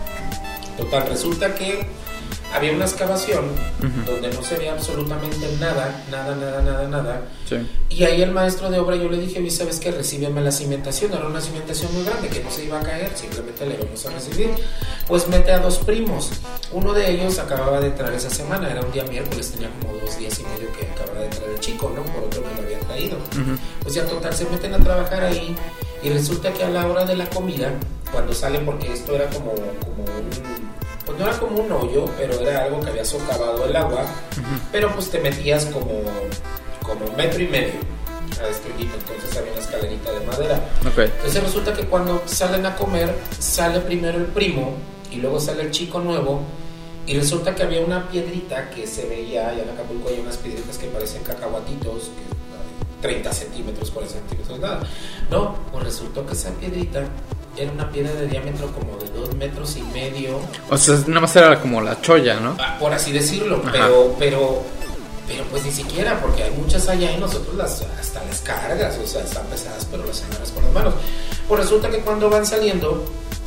[SPEAKER 2] Total, resulta que había una excavación uh-huh. donde no se veía absolutamente nada, nada, nada, nada, nada. Sí. Y ahí el maestro de obra, yo le dije, oye, ¿sabes qué? Recíbeme la cimentación. Era una cimentación muy grande que no se iba a caer, simplemente le íbamos a recibir. Pues mete a dos primos. Uno de ellos acababa de entrar esa semana, era un día miércoles, tenía como dos días y medio que acababa de entrar el chico, ¿no? Por otro que lo habían traído. Uh-huh. Pues ya total, se meten a trabajar ahí y resulta que a la hora de la comida, cuando salen, porque esto era como, como un... pues no era como un hoyo, pero era algo que había socavado el agua, uh-huh. pero pues te metías como, como un metro y medio a este hoyito, entonces había una escalerita de madera. Okay. Entonces resulta que cuando salen a comer, sale primero el primo y luego sale el chico nuevo, y resulta que había una piedrita que se veía, allá en Acapulco hay unas piedritas que parecen cacahuatitos, que treinta centímetros, cuarenta centímetros, nada. No, pues resultó que esa piedrita era una piedra de diámetro como de dos metros y medio.
[SPEAKER 1] O sea, nada más era como la cholla, ¿no?
[SPEAKER 2] Ah, por así decirlo, Ajá. pero pero pero pues ni siquiera, porque hay muchas allá y nosotros las hasta las cargas, o sea, están pesadas, pero las agarras con las manos. Pues resulta que cuando van saliendo,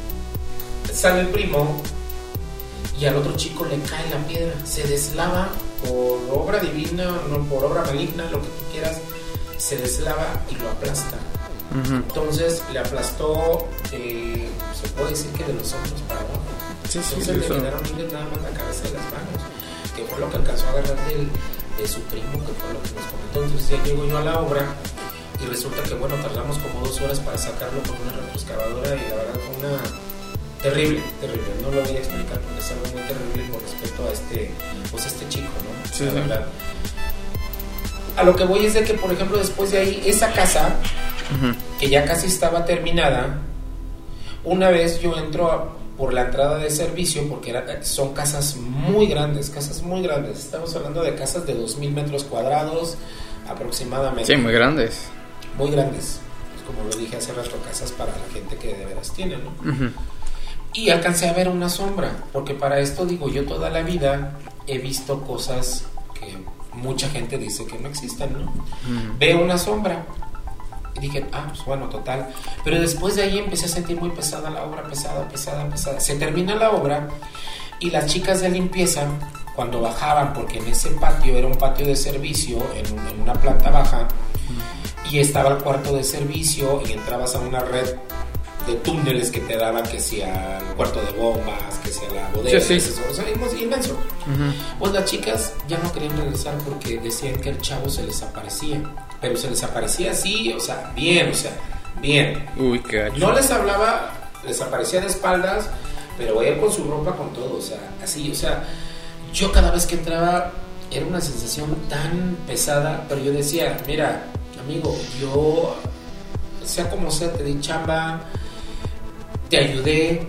[SPEAKER 2] sale el primo y al otro chico le cae la piedra, se deslava por obra divina, no por obra maligna, lo que tú quieras, se deslava y lo aplasta. Uh-huh. Entonces le aplastó, eh, se puede decir que de los hombros para abajo. Sí, sí, Entonces sí, le quedaron libres nada más la cabeza y las manos, que fue lo que alcanzó a agarrar del, de su primo, que fue lo que nos comentó. Entonces ya llego yo a la obra y resulta que bueno, tardamos como dos horas para sacarlo con una retroexcavadora y la verdad fue una terrible, terrible. No lo voy a explicar porque es algo muy terrible con respecto a este, pues este chico, ¿no? Sí, la sí. verdad. A lo que voy es de que, por ejemplo, después de ahí, esa casa, uh-huh. que ya casi estaba terminada, una vez yo entro a, por la entrada de servicio, porque era, son casas muy grandes, casas muy grandes. Estamos hablando de casas de dos mil metros cuadrados aproximadamente.
[SPEAKER 1] Sí, muy grandes.
[SPEAKER 2] Muy grandes. Como lo dije hace rato, casas para la gente que de veras tiene, ¿no? Uh-huh. Y alcancé a ver una sombra, porque para esto digo, yo toda la vida he visto cosas que mucha gente dice que no existen, ¿no? Mm. Veo una sombra y dije, ah, pues bueno, total. Pero después de ahí empecé a sentir muy pesada la obra, pesada, pesada, pesada. Se termina la obra y las chicas de limpieza, cuando bajaban, porque en ese patio era un patio de servicio, en, un, en una planta baja, mm. y estaba el cuarto de servicio y entrabas a una red de túneles que te daban, que sea el cuarto de bombas, que sea la bodega, sí, sí. Eso, o sea, inmenso. Uh-huh. Pues las chicas ya no querían regresar porque decían que el chavo se les aparecía, pero se les aparecía así, o sea, bien, o sea, bien.
[SPEAKER 1] Uy, qué gacho.
[SPEAKER 2] No les hablaba, les aparecía de espaldas, pero él con su ropa, con todo, o sea, así, o sea, yo cada vez que entraba era una sensación tan pesada, pero yo decía, mira, amigo, yo, sea como sea, te di chamba, te ayudé,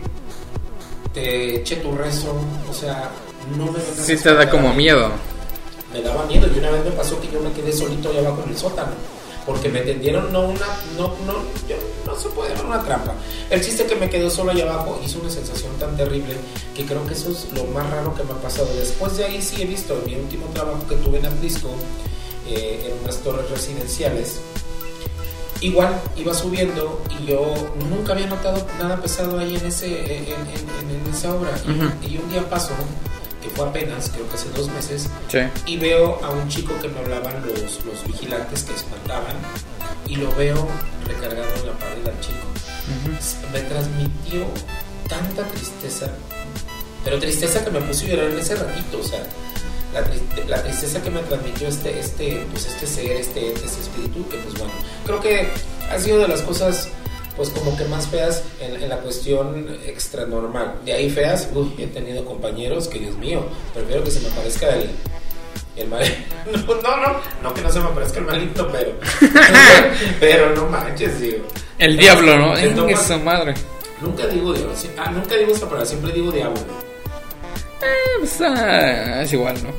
[SPEAKER 2] te eché tu rezo, o sea, no me vengas.
[SPEAKER 1] Sí, te da como miedo.
[SPEAKER 2] Me daba miedo, y una vez me pasó que yo me quedé solito allá abajo en el sótano, porque me tendieron no una, no, no, yo, no se puede llamar una trampa. El chiste que me quedé solo allá abajo hizo una sensación tan terrible que creo que eso es lo más raro que me ha pasado. Después de ahí sí he visto, en mi último trabajo que tuve en Atlisco, eh, en unas torres residenciales, igual iba subiendo y yo nunca había notado nada pesado ahí en ese en, en, en esa obra. Uh-huh. y, y un día pasó, que fue apenas, creo que hace dos meses, sí. y veo a un chico que me hablaban los, los vigilantes que espantaban, y lo veo recargado en la pared al chico. Uh-huh. Me transmitió tanta tristeza, pero tristeza que me puso a llorar en ese ratito, o sea, La, triste, la tristeza que me transmitió este, este, pues este ser, este ente, este espíritu, que pues bueno, creo que ha sido de las cosas pues como que más feas en, en la cuestión extra normal. De ahí feas, uy, he tenido compañeros que, Dios mío, prefiero que se me aparezca el, el maligno. No, no, no, no que no se me aparezca el maligno, pero, pero no manches, digo.
[SPEAKER 1] El diablo, ¿no?
[SPEAKER 2] Es
[SPEAKER 1] esa madre.
[SPEAKER 2] Nunca digo diablo, ah, nunca digo esa palabra, siempre digo diablo.
[SPEAKER 1] Eh, pues, ah, es igual, ¿no?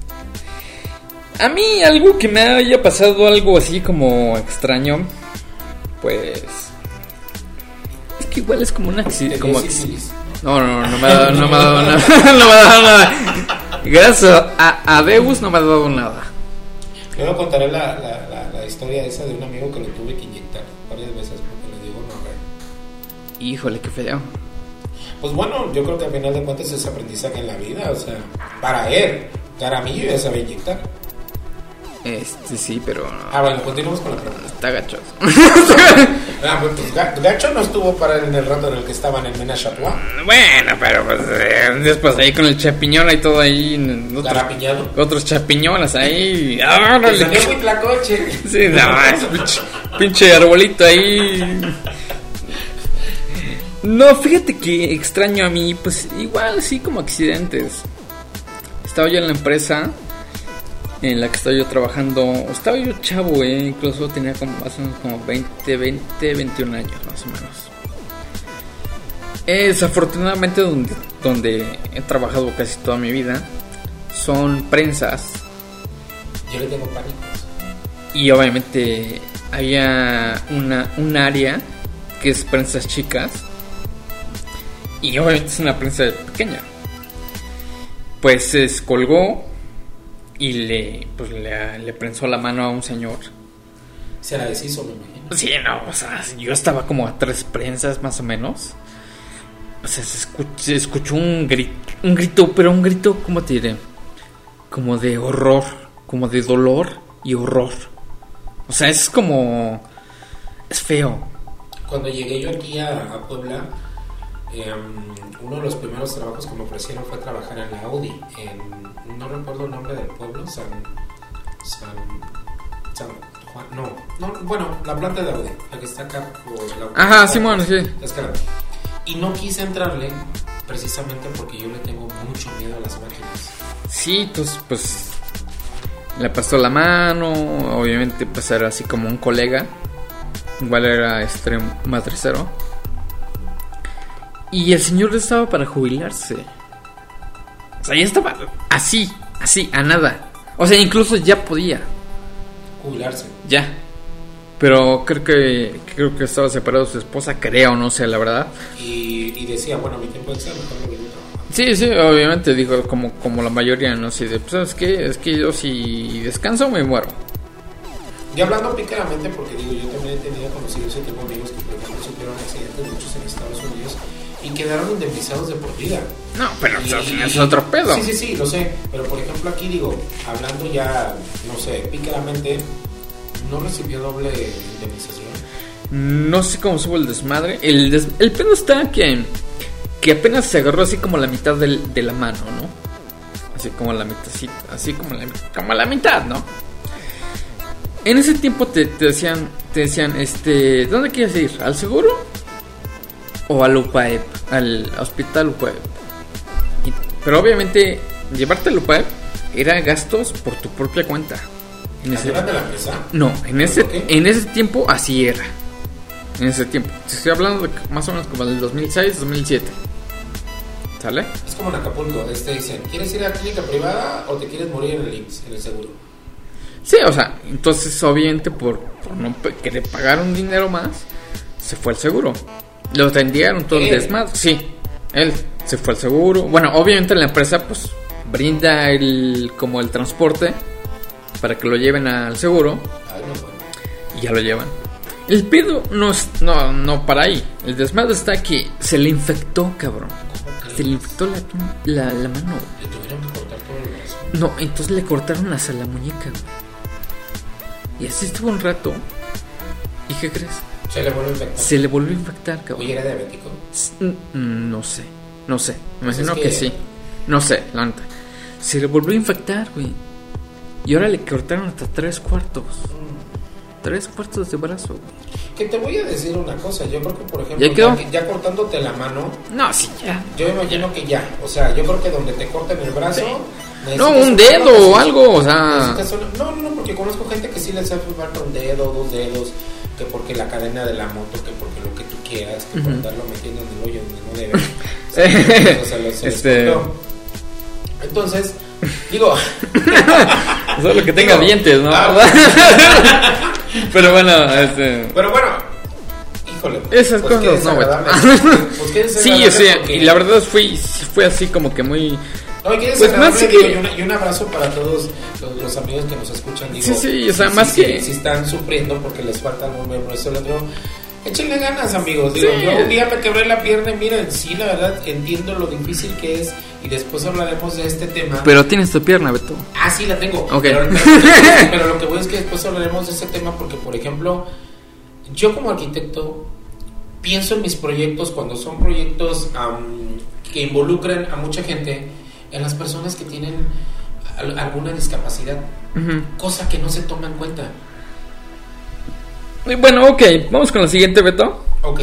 [SPEAKER 1] A mí algo que me haya pasado algo así como extraño, pues es que igual es como un accidente, como acc- no, no, no me ha dado, no me ha dado nada, no me ha dado nada. Gracias a, a Deus no me ha dado nada.
[SPEAKER 2] Luego contaré la, la, la, la historia esa de un amigo que le tuve que inyectar varias veces porque le digo no, güey.
[SPEAKER 1] Híjole, qué feo.
[SPEAKER 2] Pues bueno, yo creo que al final de cuentas es aprendizaje en la vida, o sea, para él, para mí yo ya sabía inyectar.
[SPEAKER 1] Este sí, pero no.
[SPEAKER 2] Ah, bueno, continuamos con la pregunta.
[SPEAKER 1] Está gacho.
[SPEAKER 2] Ah, pues gacho no estuvo para él en el rato en el que estaban en Menage à Trois.
[SPEAKER 1] Bueno, pero pues eh, después ahí con el chapiñón y todo ahí.
[SPEAKER 2] Garapiñado.
[SPEAKER 1] Otros chapiñones ahí. ¡Ah, no!
[SPEAKER 2] Le muy tlacoche.
[SPEAKER 1] Sí, no, es pinche, pinche arbolito ahí. No, fíjate que extraño a mí, pues igual sí como accidentes. Estaba yo en la empresa en la que estaba yo trabajando, estaba yo chavo, eh, incluso tenía como más o menos como veinte, veinte, veintiún años más o menos. Eh, desafortunadamente donde, donde he trabajado casi toda mi vida son prensas.
[SPEAKER 2] Yo le tengo pánico.
[SPEAKER 1] Y obviamente había una, un área que es prensas chicas. Y obviamente es una prensa pequeña. Pues se descolgó y le, pues le, le prensó la mano a un señor.
[SPEAKER 2] Se la deshizo, me imagino.
[SPEAKER 1] Sí, no, o sea, yo estaba como a tres prensas más o menos. O sea, se escuchó, se escuchó un grito, un grito, pero un grito, ¿cómo te diré? Como de horror, como de dolor y horror. O sea, es como... es feo.
[SPEAKER 2] Cuando llegué yo aquí a, a Puebla, eh, uno de los primeros trabajos que me ofrecieron fue trabajar en la Audi, en... no recuerdo el nombre del pueblo, San, San, San Juan, no, no, bueno, la planta de Audi, la que está acá por la...
[SPEAKER 1] Ajá, Simón, sí.
[SPEAKER 2] Escalante. Y no quise entrarle precisamente porque yo le tengo mucho miedo a las máquinas.
[SPEAKER 1] Sí, entonces pues le pasó la mano, obviamente pues era así como un colega, igual era este matricero. Y el señor estaba para jubilarse. O sea, ya estaba así, así, a nada. O sea, incluso ya podía
[SPEAKER 2] jubilarse.
[SPEAKER 1] Ya. Pero creo que creo que estaba separado de su esposa, creo, no sé, la verdad.
[SPEAKER 2] Y, y decía, bueno, mi tiempo de ser, mejor me voy a trabajar.
[SPEAKER 1] Sí, sí, obviamente, dijo, como, como la mayoría, no sé, de, pues, ¿sabes qué? Es que yo si descanso me muero.
[SPEAKER 2] Y hablando pícaramente, porque digo, yo también he tenido conocidos y tengo amigos que por ejemplo sufrieron accidentes, muchos en Estados Unidos, y quedaron indemnizados de por vida.
[SPEAKER 1] No, pero
[SPEAKER 2] y,
[SPEAKER 1] o sea, es otro pedo.
[SPEAKER 2] Sí, sí, sí, lo sé. Pero por ejemplo aquí digo, hablando ya, no sé, pícaramente, ¿no recibió doble indemnización?
[SPEAKER 1] No sé cómo subo el desmadre. El, des, el pedo está que, que apenas se agarró así como la mitad del, de la mano, ¿no? Así como la mitad, así como la, como la mitad, ¿no? En ese tiempo te, te decían, te decían, este, ¿dónde quieres ir? ¿Al seguro? ¿O al U P A E P? Al hospital U P A E P. Y, pero obviamente, llevarte al U P A E P era gastos por tu propia cuenta.
[SPEAKER 2] En ese, de la empresa?
[SPEAKER 1] No, en ese, en ese tiempo así era. En ese tiempo. Te estoy hablando de más o menos como del dos mil seis, dos mil siete. ¿Sale?
[SPEAKER 2] Es como en Acapulco. Este dicen, ¿quieres ir a la clínica privada o te quieres morir en el I M S S, en el seguro?
[SPEAKER 1] Sí, o sea, entonces obviamente por, por no querer pagar un dinero más, se fue al seguro. Lo atendieron todo el desmadre. Sí, él se fue al seguro. Bueno, obviamente la empresa pues brinda el como el transporte para que lo lleven al seguro.
[SPEAKER 2] Ay, no, bueno.
[SPEAKER 1] Y ya lo llevan. El pedo no es, no, no para ahí. El desmadre está que se le infectó, cabrón. Se le infectó la, la, la mano.
[SPEAKER 2] ¿Le tuvieron que cortar todo el brazo?
[SPEAKER 1] No, entonces le cortaron hasta la muñeca. Y así estuvo un rato. ¿Y qué crees?
[SPEAKER 2] Se le volvió a infectar.
[SPEAKER 1] Se le volvió a infectar, cabrón.
[SPEAKER 2] ¿Oye, era diabético?
[SPEAKER 1] No sé, no sé. Me
[SPEAKER 2] Pues
[SPEAKER 1] imagino
[SPEAKER 2] es
[SPEAKER 1] que...
[SPEAKER 2] que
[SPEAKER 1] sí. No sé, la neta. Se le volvió a infectar, güey. Y ahora le cortaron hasta tres cuartos. Tres cuartos de brazo, güey.
[SPEAKER 2] Que te voy a decir una cosa, yo creo que por ejemplo,
[SPEAKER 1] ¿Ya quedó?
[SPEAKER 2] ya, ya cortándote la mano,
[SPEAKER 1] No, sí, ya.
[SPEAKER 2] yo me imagino que ya, o sea, yo creo que donde te corten el brazo,
[SPEAKER 1] sí. No, un dedo o algo, o sea.
[SPEAKER 2] No, no, no, porque conozco gente que sí les hace falta un dedo, dos dedos, que porque la cadena de la moto, que porque lo que tú quieras, que uh-huh. por andarlo metiendo en el hoyo donde no debe. O sea, se, se este... les cortó. Entonces, digo.
[SPEAKER 1] Solo que tenga digo, dientes, ¿no? Ah, pero bueno, este.
[SPEAKER 2] Pero bueno. Híjole,
[SPEAKER 1] esas
[SPEAKER 2] pues
[SPEAKER 1] cosas no, güey.
[SPEAKER 2] Pues
[SPEAKER 1] sí, o sea, porque... y la verdad fue, fue así como que muy.
[SPEAKER 2] No, y pues más que... y, un, y un abrazo para todos los, los amigos que nos escuchan. Digo,
[SPEAKER 1] sí, sí, o sea,
[SPEAKER 2] si,
[SPEAKER 1] más
[SPEAKER 2] si,
[SPEAKER 1] que.
[SPEAKER 2] Si están sufriendo porque les falta algún miembro, eso el otro. Échenle ganas, amigos. Digo, sí. Yo un día me quebré la pierna y miren, sí, la verdad, entiendo lo difícil que es. Y después hablaremos de este tema.
[SPEAKER 1] Pero tienes tu pierna, Beto.
[SPEAKER 2] Ah, sí, la tengo.
[SPEAKER 1] Okay.
[SPEAKER 2] Pero, pero, pero lo que voy es que después hablaremos de ese tema porque, por ejemplo, yo como arquitecto pienso en mis proyectos cuando son proyectos um, que involucran a mucha gente, en las personas que tienen al, alguna discapacidad, uh-huh. cosa que no se toma en cuenta.
[SPEAKER 1] Bueno, ok, vamos con la siguiente, Beto.
[SPEAKER 2] Ok.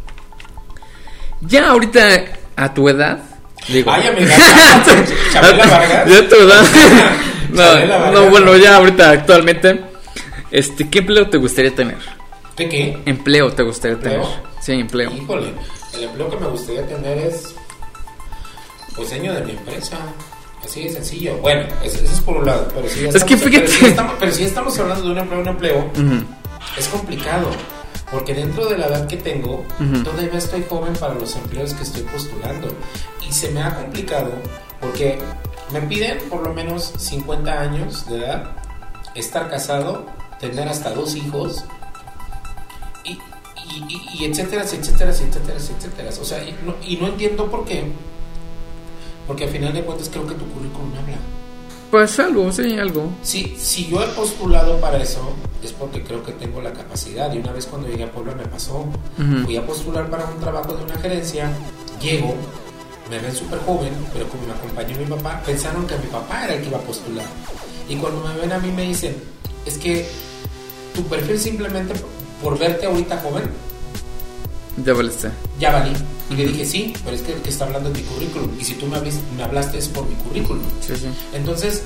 [SPEAKER 1] Ya ahorita a tu edad, digo.
[SPEAKER 2] Ay, amiga. Chabela Vargas.
[SPEAKER 1] Ya a tu edad. no, no, bueno, ya ahorita actualmente, este, ¿qué empleo te gustaría tener?
[SPEAKER 2] ¿De qué?
[SPEAKER 1] Empleo te gustaría
[SPEAKER 2] ¿Empleo?
[SPEAKER 1] tener. Sí, empleo.
[SPEAKER 2] Híjole, el empleo que me gustaría tener es pues dueño de mi empresa. Así de sencillo. Bueno, eso, eso es por un lado. Pero si ya
[SPEAKER 1] es
[SPEAKER 2] estamos,
[SPEAKER 1] que fíjate.
[SPEAKER 2] Pero si, estamos, pero si estamos hablando de un empleo, un empleo,
[SPEAKER 1] uh-huh.
[SPEAKER 2] es complicado. Porque dentro de la edad que tengo,
[SPEAKER 1] uh-huh.
[SPEAKER 2] todavía estoy joven para los empleos que estoy postulando. Y se me ha complicado porque me piden por lo menos cincuenta años de edad, estar casado, tener hasta dos hijos, y, y, y, y etcétera, etcétera, etcétera, etcétera. O sea, y no, y no entiendo por qué. Porque al final de cuentas creo que tu currículum habla.
[SPEAKER 1] Pues algo, sí, algo.
[SPEAKER 2] Sí, si yo he postulado para eso, es porque creo que tengo la capacidad. Y una vez cuando llegué a Puebla me pasó.
[SPEAKER 1] Uh-huh.
[SPEAKER 2] Fui a postular para un trabajo de una gerencia. Llego, me ven súper joven, pero como me acompañó mi papá, pensaron que mi papá era el que iba a postular. Y cuando me ven a mí me dicen, es que tu perfil simplemente por verte ahorita joven,
[SPEAKER 1] ya valiste.
[SPEAKER 2] Ya valí. Y le dije, sí, pero es que el que está hablando es mi currículum. Y si tú me, hablis, me hablaste es por mi currículum.
[SPEAKER 1] Sí, sí.
[SPEAKER 2] Entonces,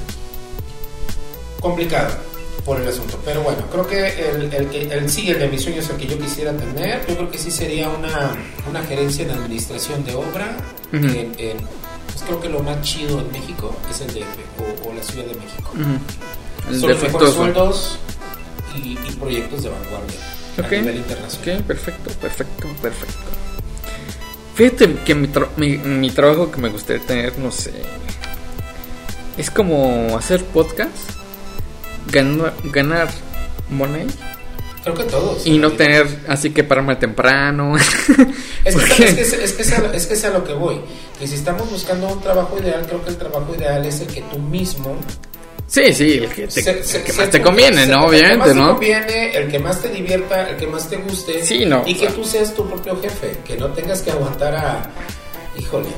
[SPEAKER 2] complicado por el asunto. Pero bueno, creo que el, el que el sí, el de mis sueños, el que yo quisiera tener, yo creo que sí sería una, una gerencia en administración de obra. Uh-huh. en, en, pues creo que lo más chido en México es el D F o, o la Ciudad de México.
[SPEAKER 1] Uh-huh.
[SPEAKER 2] Son los mejores sueldos y, y proyectos de vanguardia.
[SPEAKER 1] Okay.
[SPEAKER 2] A nivel internacional.
[SPEAKER 1] Ok, perfecto, perfecto, perfecto. Fíjate que mi, tra- mi, mi trabajo que me gustaría tener, no sé, es como hacer podcast, ganar, ganar money.
[SPEAKER 2] Creo que todos.
[SPEAKER 1] Y no tener así que pararme temprano.
[SPEAKER 2] Es que, es, que, es, que, es, que sea, es que sea lo que voy. Que si estamos buscando un trabajo ideal, creo que el trabajo ideal es el que tú mismo.
[SPEAKER 1] Sí, sí, el que, te, se, el
[SPEAKER 2] se,
[SPEAKER 1] que
[SPEAKER 2] se,
[SPEAKER 1] más te conviene,
[SPEAKER 2] se,
[SPEAKER 1] ¿no? Obviamente,
[SPEAKER 2] el que más
[SPEAKER 1] ¿no?
[SPEAKER 2] te conviene, el que más te divierta, el que más te guste.
[SPEAKER 1] Sí, no.
[SPEAKER 2] Y que tú seas tu propio jefe, que no tengas que aguantar a... Híjole.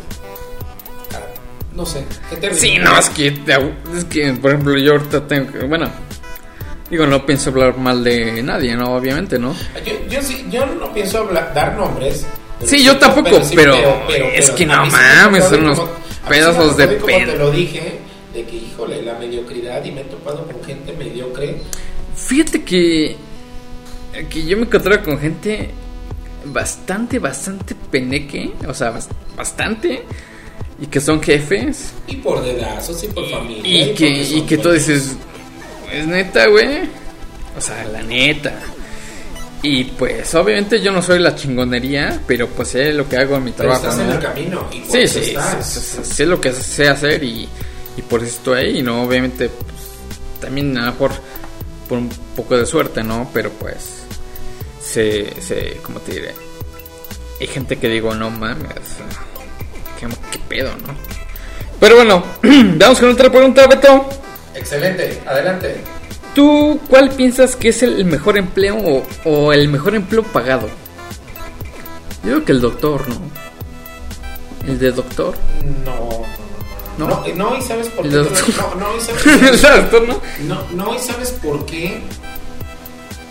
[SPEAKER 2] A, no sé. ¿Qué te
[SPEAKER 1] sí, no, es que, es que, por ejemplo, yo ahorita tengo que... Bueno, digo, no pienso hablar mal de nadie, ¿no? Obviamente, ¿no?
[SPEAKER 2] Yo, yo, sí, yo no pienso hablar, dar nombres.
[SPEAKER 1] Sí, sí, yo tampoco, pero, sí, pero, pero, pero es pero, que no mames, son unos pedazos de
[SPEAKER 2] pelo. Como te lo dije... de que, híjole, la mediocridad, y me he topado con gente mediocre.
[SPEAKER 1] Fíjate que que yo me encontré con gente bastante, bastante peneque, o sea, bastante, y que son jefes.
[SPEAKER 2] Y por dedazos, y por familia.
[SPEAKER 1] Y, y que, y que tú dices, es neta, güey. O sea, la neta. Y pues, obviamente yo no soy la chingonería, pero pues sé lo que hago en mi
[SPEAKER 2] pero
[SPEAKER 1] trabajo.
[SPEAKER 2] Estás
[SPEAKER 1] ¿no?
[SPEAKER 2] en el camino. Y por
[SPEAKER 1] sí,
[SPEAKER 2] eso
[SPEAKER 1] sí,
[SPEAKER 2] estás.
[SPEAKER 1] sé, sé, sé lo que sé hacer y, y por eso estoy ahí, ¿no? Obviamente, pues, también a lo mejor por un poco de suerte, ¿no? Pero pues, se, se, ¿cómo te diré? Hay gente que digo, no mames, ¿qué, qué pedo, no? Pero bueno, vamos con otra pregunta, Beto.
[SPEAKER 2] Excelente, adelante.
[SPEAKER 1] ¿Tú cuál piensas que es el mejor empleo o, o el mejor empleo pagado? Yo creo que el doctor, ¿no? ¿El de doctor?
[SPEAKER 2] No,
[SPEAKER 1] no,
[SPEAKER 2] no, no, no y sabes por qué.
[SPEAKER 1] No,
[SPEAKER 2] no, y sabes,
[SPEAKER 1] ¿El doctor, no?
[SPEAKER 2] No, no, y sabes por qué.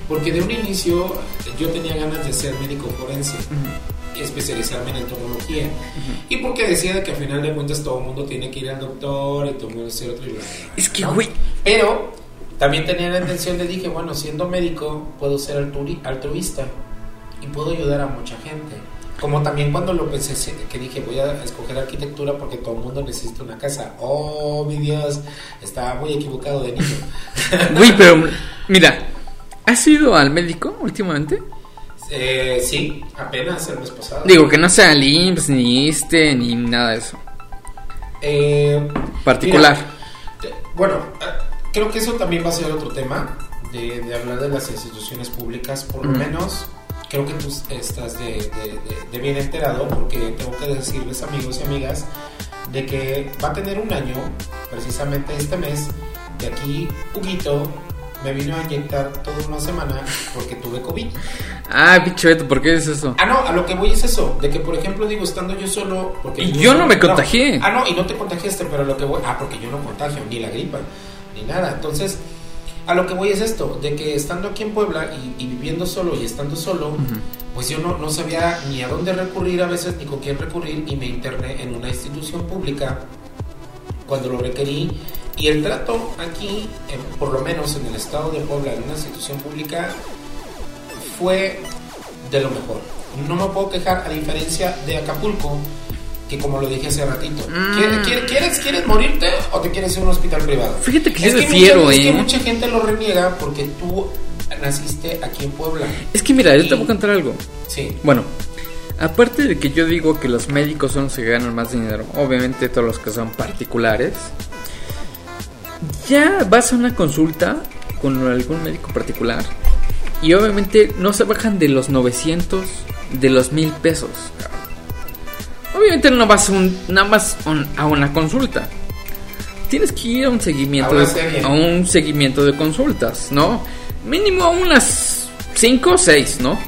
[SPEAKER 2] Porque de un inicio yo tenía ganas de ser médico forense, uh-huh. y especializarme en entomología. Uh-huh. Y porque decía de que al final de cuentas todo el mundo tiene que ir al doctor y todo el mundo hacer otro y bla, bla, bla,
[SPEAKER 1] es que,
[SPEAKER 2] ¿no?
[SPEAKER 1] güey.
[SPEAKER 2] Pero también tenía la intención de dije, bueno, siendo médico puedo ser altru- altruista y puedo ayudar a mucha gente. Como también cuando lo pensé, que dije, voy a escoger arquitectura porque todo el mundo necesita una casa. Oh, mi Dios, estaba muy equivocado de niño.
[SPEAKER 1] Güey, pero mira, ¿has ido al médico últimamente?
[SPEAKER 2] Eh, sí, apenas el mes pasado.
[SPEAKER 1] Digo, que no sea el I M S S, ni ISSSTE, ni nada de eso.
[SPEAKER 2] Eh,
[SPEAKER 1] Particular.
[SPEAKER 2] Mira, bueno, creo que eso también va a ser otro tema, de, de hablar de las instituciones públicas, por lo mm. menos. Creo que tú estás de, de, de, de bien enterado, porque tengo que decirles, amigos y amigas, de que va a tener un año, precisamente este mes, de aquí, Huguito me vino a inyectar toda una semana porque tuve COVID.
[SPEAKER 1] Ah, pichueto, ¿por qué es eso?
[SPEAKER 2] Ah, no, a lo que voy es eso, de que por ejemplo, digo, estando yo solo... Porque
[SPEAKER 1] y yo no me contagié.
[SPEAKER 2] No, ah, no, y no te contagiaste, pero a lo que voy... Ah, porque yo no contagio, ni la gripa, ni nada, entonces... A lo que voy es esto, de que estando aquí en Puebla y, y viviendo solo y estando solo, uh-huh. pues yo no, no sabía ni a dónde recurrir a veces, ni con quién recurrir, y me interné en una institución pública cuando lo requerí. Y el trato aquí, en, por lo menos en el estado de Puebla, en una institución pública, fue de lo mejor. No me puedo quejar, a diferencia de Acapulco, que como lo dije hace ratito, mm. ¿quieres, quieres, ¿quieres morirte o te quieres ir a un hospital privado?
[SPEAKER 1] Fíjate que
[SPEAKER 2] es
[SPEAKER 1] yo
[SPEAKER 2] que
[SPEAKER 1] refiero,
[SPEAKER 2] mucha,
[SPEAKER 1] eh.
[SPEAKER 2] Es que mucha gente lo reniega porque tú naciste aquí en Puebla.
[SPEAKER 1] Es que mira,
[SPEAKER 2] y...
[SPEAKER 1] yo te voy a contar algo.
[SPEAKER 2] Sí.
[SPEAKER 1] Bueno, aparte de que yo digo que los médicos son los que ganan más dinero, obviamente todos los que son particulares, ya vas a una consulta con algún médico particular y obviamente no se bajan de los novecientos, de los mil pesos. Obviamente no vas un, nada más un, a una consulta. Tienes que ir a un seguimiento
[SPEAKER 2] a,
[SPEAKER 1] de, a un seguimiento de consultas, ¿no? Mínimo a unas cinco o seis, ¿no?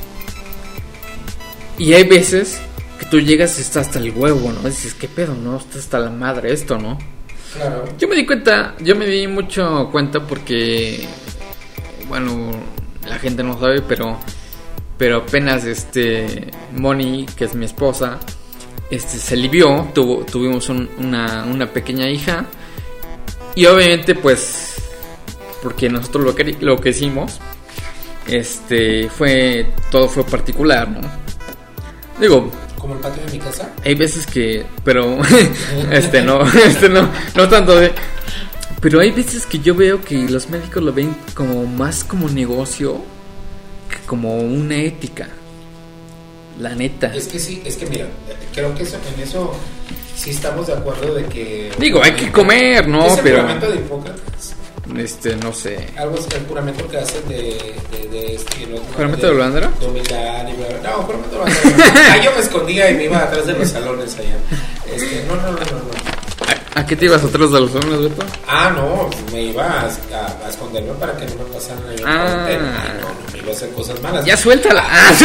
[SPEAKER 1] Y hay veces que tú llegas y está hasta el huevo, ¿no? Dices, ¿qué pedo, no? Está hasta la madre esto, ¿no?
[SPEAKER 2] Claro.
[SPEAKER 1] Yo me di cuenta, yo me di mucho cuenta porque, bueno, la gente no sabe, pero, pero apenas este Moni, que es mi esposa, este se alivió, tuvo, tuvimos un, una, una pequeña hija y obviamente pues porque nosotros lo que lo que hicimos este fue todo fue particular, ¿no? Digo,
[SPEAKER 2] como el patio de mi casa.
[SPEAKER 1] Hay veces que, pero este no, este no, no tanto de, pero hay veces que yo veo que los médicos lo ven como más como negocio que como una ética. La neta.
[SPEAKER 2] Es que sí, es que mira, creo que eso, en eso sí estamos de acuerdo de que...
[SPEAKER 1] Digo, hay que comer, ¿no?
[SPEAKER 2] ¿Es el
[SPEAKER 1] pero
[SPEAKER 2] juramento de Hipócrates?
[SPEAKER 1] Este, no sé.
[SPEAKER 2] Algo es el juramento que hacen de... de, de, este, de
[SPEAKER 1] ¿Juramento de Holandra?
[SPEAKER 2] De humildad y bla, bla. No, juramento de Holandra. Ahí yo me escondía y me iba atrás de los salones allá. Este, no, no, no, no, no.
[SPEAKER 1] ¿A qué te ibas atrás de los salones, Beto?
[SPEAKER 2] Ah, no, me iba a, a, a esconderme para que no me pasaran ahí.
[SPEAKER 1] Ah.
[SPEAKER 2] No, no me iba a hacer cosas malas.
[SPEAKER 1] Ya suéltala.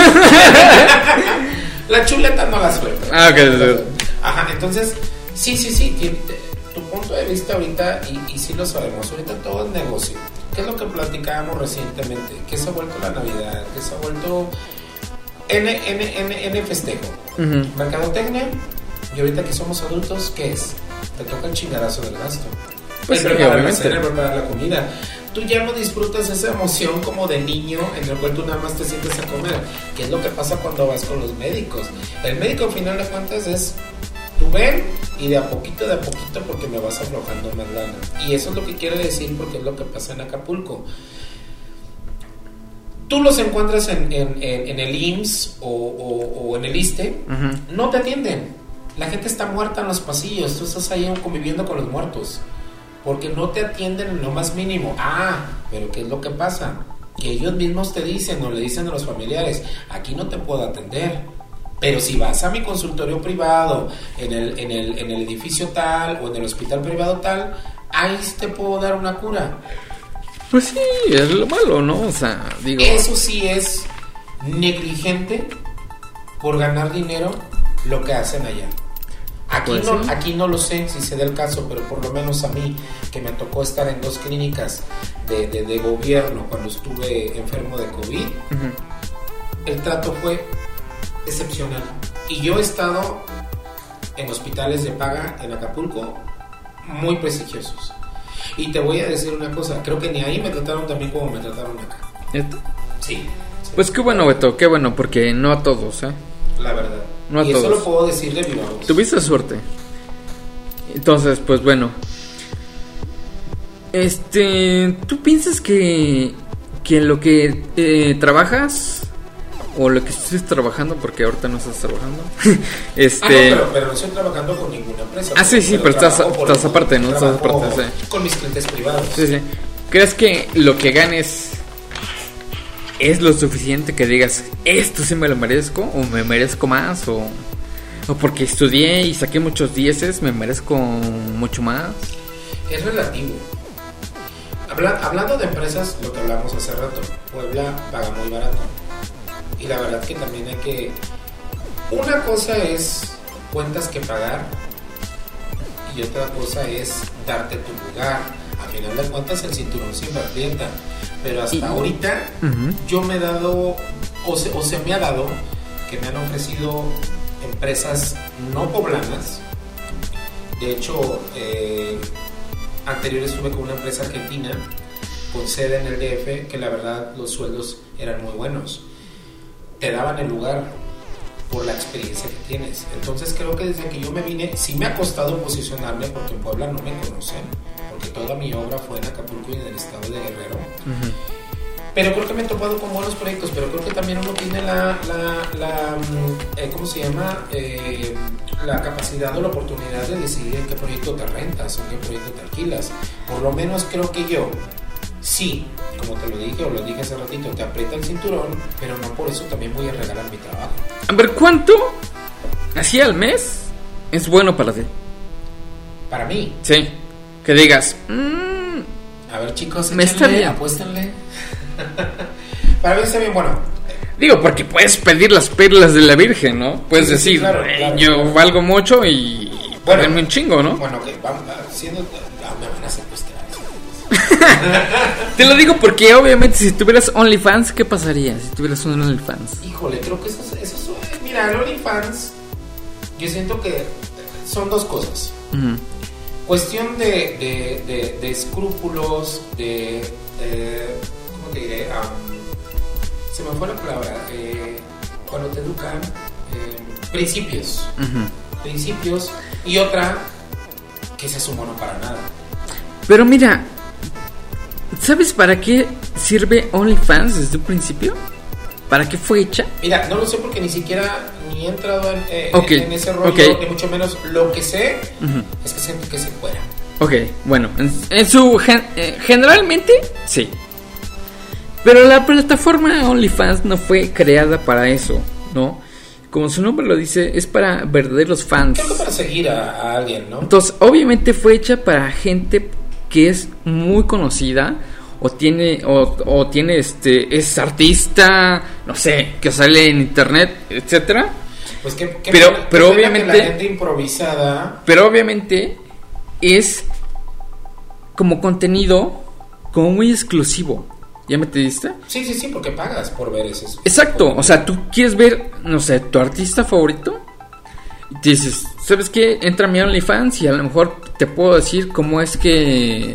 [SPEAKER 2] La chuleta no la suelta.
[SPEAKER 1] Ah, ok.
[SPEAKER 2] Ajá, entonces, sí, sí, sí, tiene, tu punto de vista ahorita, y, y sí lo sabemos, ahorita todo es negocio. ¿Qué es lo que platicábamos recientemente? ¿Qué se ha vuelto la Navidad? ¿Qué se ha vuelto N, N, N, N festejo? Uh-huh. Mercadotecnia, y ahorita que somos adultos, ¿qué es? Te toca el chingadazo del gasto.
[SPEAKER 1] Pues
[SPEAKER 2] el
[SPEAKER 1] sí,
[SPEAKER 2] preparar la
[SPEAKER 1] obviamente.
[SPEAKER 2] cena, el preparar la comida. Tú ya no disfrutas esa emoción como de niño en el cual tú nada más te sientes a comer. ¿Qué es lo que pasa cuando vas con los médicos? El médico al final de cuentas es, tú ven y de a poquito, de a poquito, porque me vas aflojando más lana. Y eso es lo que quiere decir, porque es lo que pasa en Acapulco. Tú los encuentras en, en, en, en el I M S S o, o, o en el ISSSTE, uh-huh. No te atienden. La gente está muerta en los pasillos, tú estás ahí conviviendo con los muertos. Porque no te atienden en lo más mínimo. Ah, pero ¿qué es lo que pasa? Que ellos mismos te dicen o le dicen a los familiares, aquí no te puedo atender. Pero si vas a mi consultorio privado, en el, en el, en el edificio tal o en el hospital privado tal, ahí te puedo dar una cura.
[SPEAKER 1] Pues sí, es lo malo, ¿no? O sea, digo...
[SPEAKER 2] Eso sí es negligente por ganar dinero lo que hacen allá. Aquí no, aquí no lo sé si se da el caso, pero por lo menos a mí, que me tocó estar en dos clínicas de, de, de gobierno cuando estuve enfermo de COVID, uh-huh. el trato fue excepcional. Y yo he estado en hospitales de paga en Acapulco muy prestigiosos. Y te voy a decir una cosa, creo que ni ahí me trataron tan bien como me trataron acá.
[SPEAKER 1] ¿Esto?
[SPEAKER 2] Sí, sí.
[SPEAKER 1] Pues qué bueno, Beto, qué bueno, porque no a todos, ¿eh?
[SPEAKER 2] La verdad.
[SPEAKER 1] No a
[SPEAKER 2] y
[SPEAKER 1] todos.
[SPEAKER 2] Eso lo puedo decir de viva voz.
[SPEAKER 1] Tuviste suerte. Entonces, pues bueno. Este, ¿tú piensas que que lo que eh, trabajas o lo que estés trabajando, porque ahorita no estás trabajando? este,
[SPEAKER 2] ah, no, pero, pero no estoy trabajando con ninguna empresa.
[SPEAKER 1] Ah, sí, sí, pero, pero estás, estás aparte, ¿no? Estás aparte,
[SPEAKER 2] sí. Con mis clientes privados.
[SPEAKER 1] Sí, sí. ¿Crees que lo que ganes es lo suficiente que digas, esto sí me lo merezco, o me merezco más, o, o porque estudié y saqué muchos dieces, me merezco mucho más?
[SPEAKER 2] Es relativo. Habla, hablando de empresas, lo que hablamos hace rato, Puebla paga muy barato. Y la verdad que también hay que... Una cosa es cuentas que pagar y otra cosa es darte tu lugar. A final de cuentas el cinturón siempre aprieta. Pero hasta y, ahorita uh-huh. yo me he dado, o se, o se me ha dado, que me han ofrecido empresas no poblanas. De hecho, eh, anterior estuve con una empresa argentina con sede en el D F, que la verdad los sueldos eran muy buenos. Te daban el lugar por la experiencia que tienes. Entonces creo que desde que yo me vine, sí me ha costado posicionarme, porque en Puebla no me conocen, porque toda mi obra fue en Acapulco y en el estado de Guerrero. Uh-huh. Pero creo que me he topado con buenos proyectos, pero creo que también uno tiene la, la, la eh, ¿cómo se llama? Eh, la capacidad o la oportunidad de decidir en qué proyecto te rentas o en qué proyecto te alquilas. Por lo menos creo que yo, sí, como te lo dije o lo dije hace ratito, te aprieta el cinturón, pero no por eso también voy a regalar mi trabajo.
[SPEAKER 1] A ver, ¿cuánto así al mes es bueno para ti?
[SPEAKER 2] Para mí.
[SPEAKER 1] Sí, que digas, mmm,
[SPEAKER 2] a ver, chicos,
[SPEAKER 1] me está bien,
[SPEAKER 2] apuéstenle. Para mí está bien, bueno.
[SPEAKER 1] Digo, porque puedes pedir las perlas de la Virgen, ¿no? Puedes sí, decir, sí, claro, claro, yo claro. valgo mucho y bueno, ponerme un chingo, ¿no?
[SPEAKER 2] Bueno, que vamos haciendo, ah, me van a secuestrar.
[SPEAKER 1] Te lo digo porque obviamente si tuvieras OnlyFans, ¿qué pasaría si tuvieras un OnlyFans?
[SPEAKER 2] Híjole, creo que eso, eso es, mira, el OnlyFans, yo siento que son dos cosas. Uh-huh. Cuestión de, de, de, de escrúpulos, de, eh, ¿cómo te diré? Um, se me fue la palabra, eh, cuando te educan, eh, principios, uh-huh. principios, y otra, que se sumó no para nada.
[SPEAKER 1] Pero mira, ¿sabes para qué sirve OnlyFans desde un principio? ¿Para qué fue hecha?
[SPEAKER 2] Mira, no lo sé porque ni siquiera ni he entrado en, eh,
[SPEAKER 1] okay.
[SPEAKER 2] en, en ese rollo, okay. ni mucho menos. Lo que sé uh-huh. es que se, que se fuera.
[SPEAKER 1] Ok, bueno, en, en su gen, eh, generalmente sí. Pero la plataforma OnlyFans no fue creada para eso, ¿no? Como su nombre lo dice, es para verdaderos fans.
[SPEAKER 2] Creo que para seguir a, a alguien, ¿no?
[SPEAKER 1] Entonces, obviamente fue hecha para gente que es muy conocida o tiene o, o tiene este es artista, no sé, que sale en internet, etcétera.
[SPEAKER 2] Pues que, que
[SPEAKER 1] pero
[SPEAKER 2] pena,
[SPEAKER 1] pero
[SPEAKER 2] que
[SPEAKER 1] obviamente
[SPEAKER 2] la gente improvisada.
[SPEAKER 1] Pero obviamente es como contenido como muy exclusivo. ¿Ya me te diste?
[SPEAKER 2] Sí, sí, sí, porque pagas por ver eso.
[SPEAKER 1] Exacto, o sea, tú quieres ver, no sé, tu artista favorito y te dices, ¿sabes qué? Entra a mi OnlyFans y a lo mejor te puedo decir cómo es que,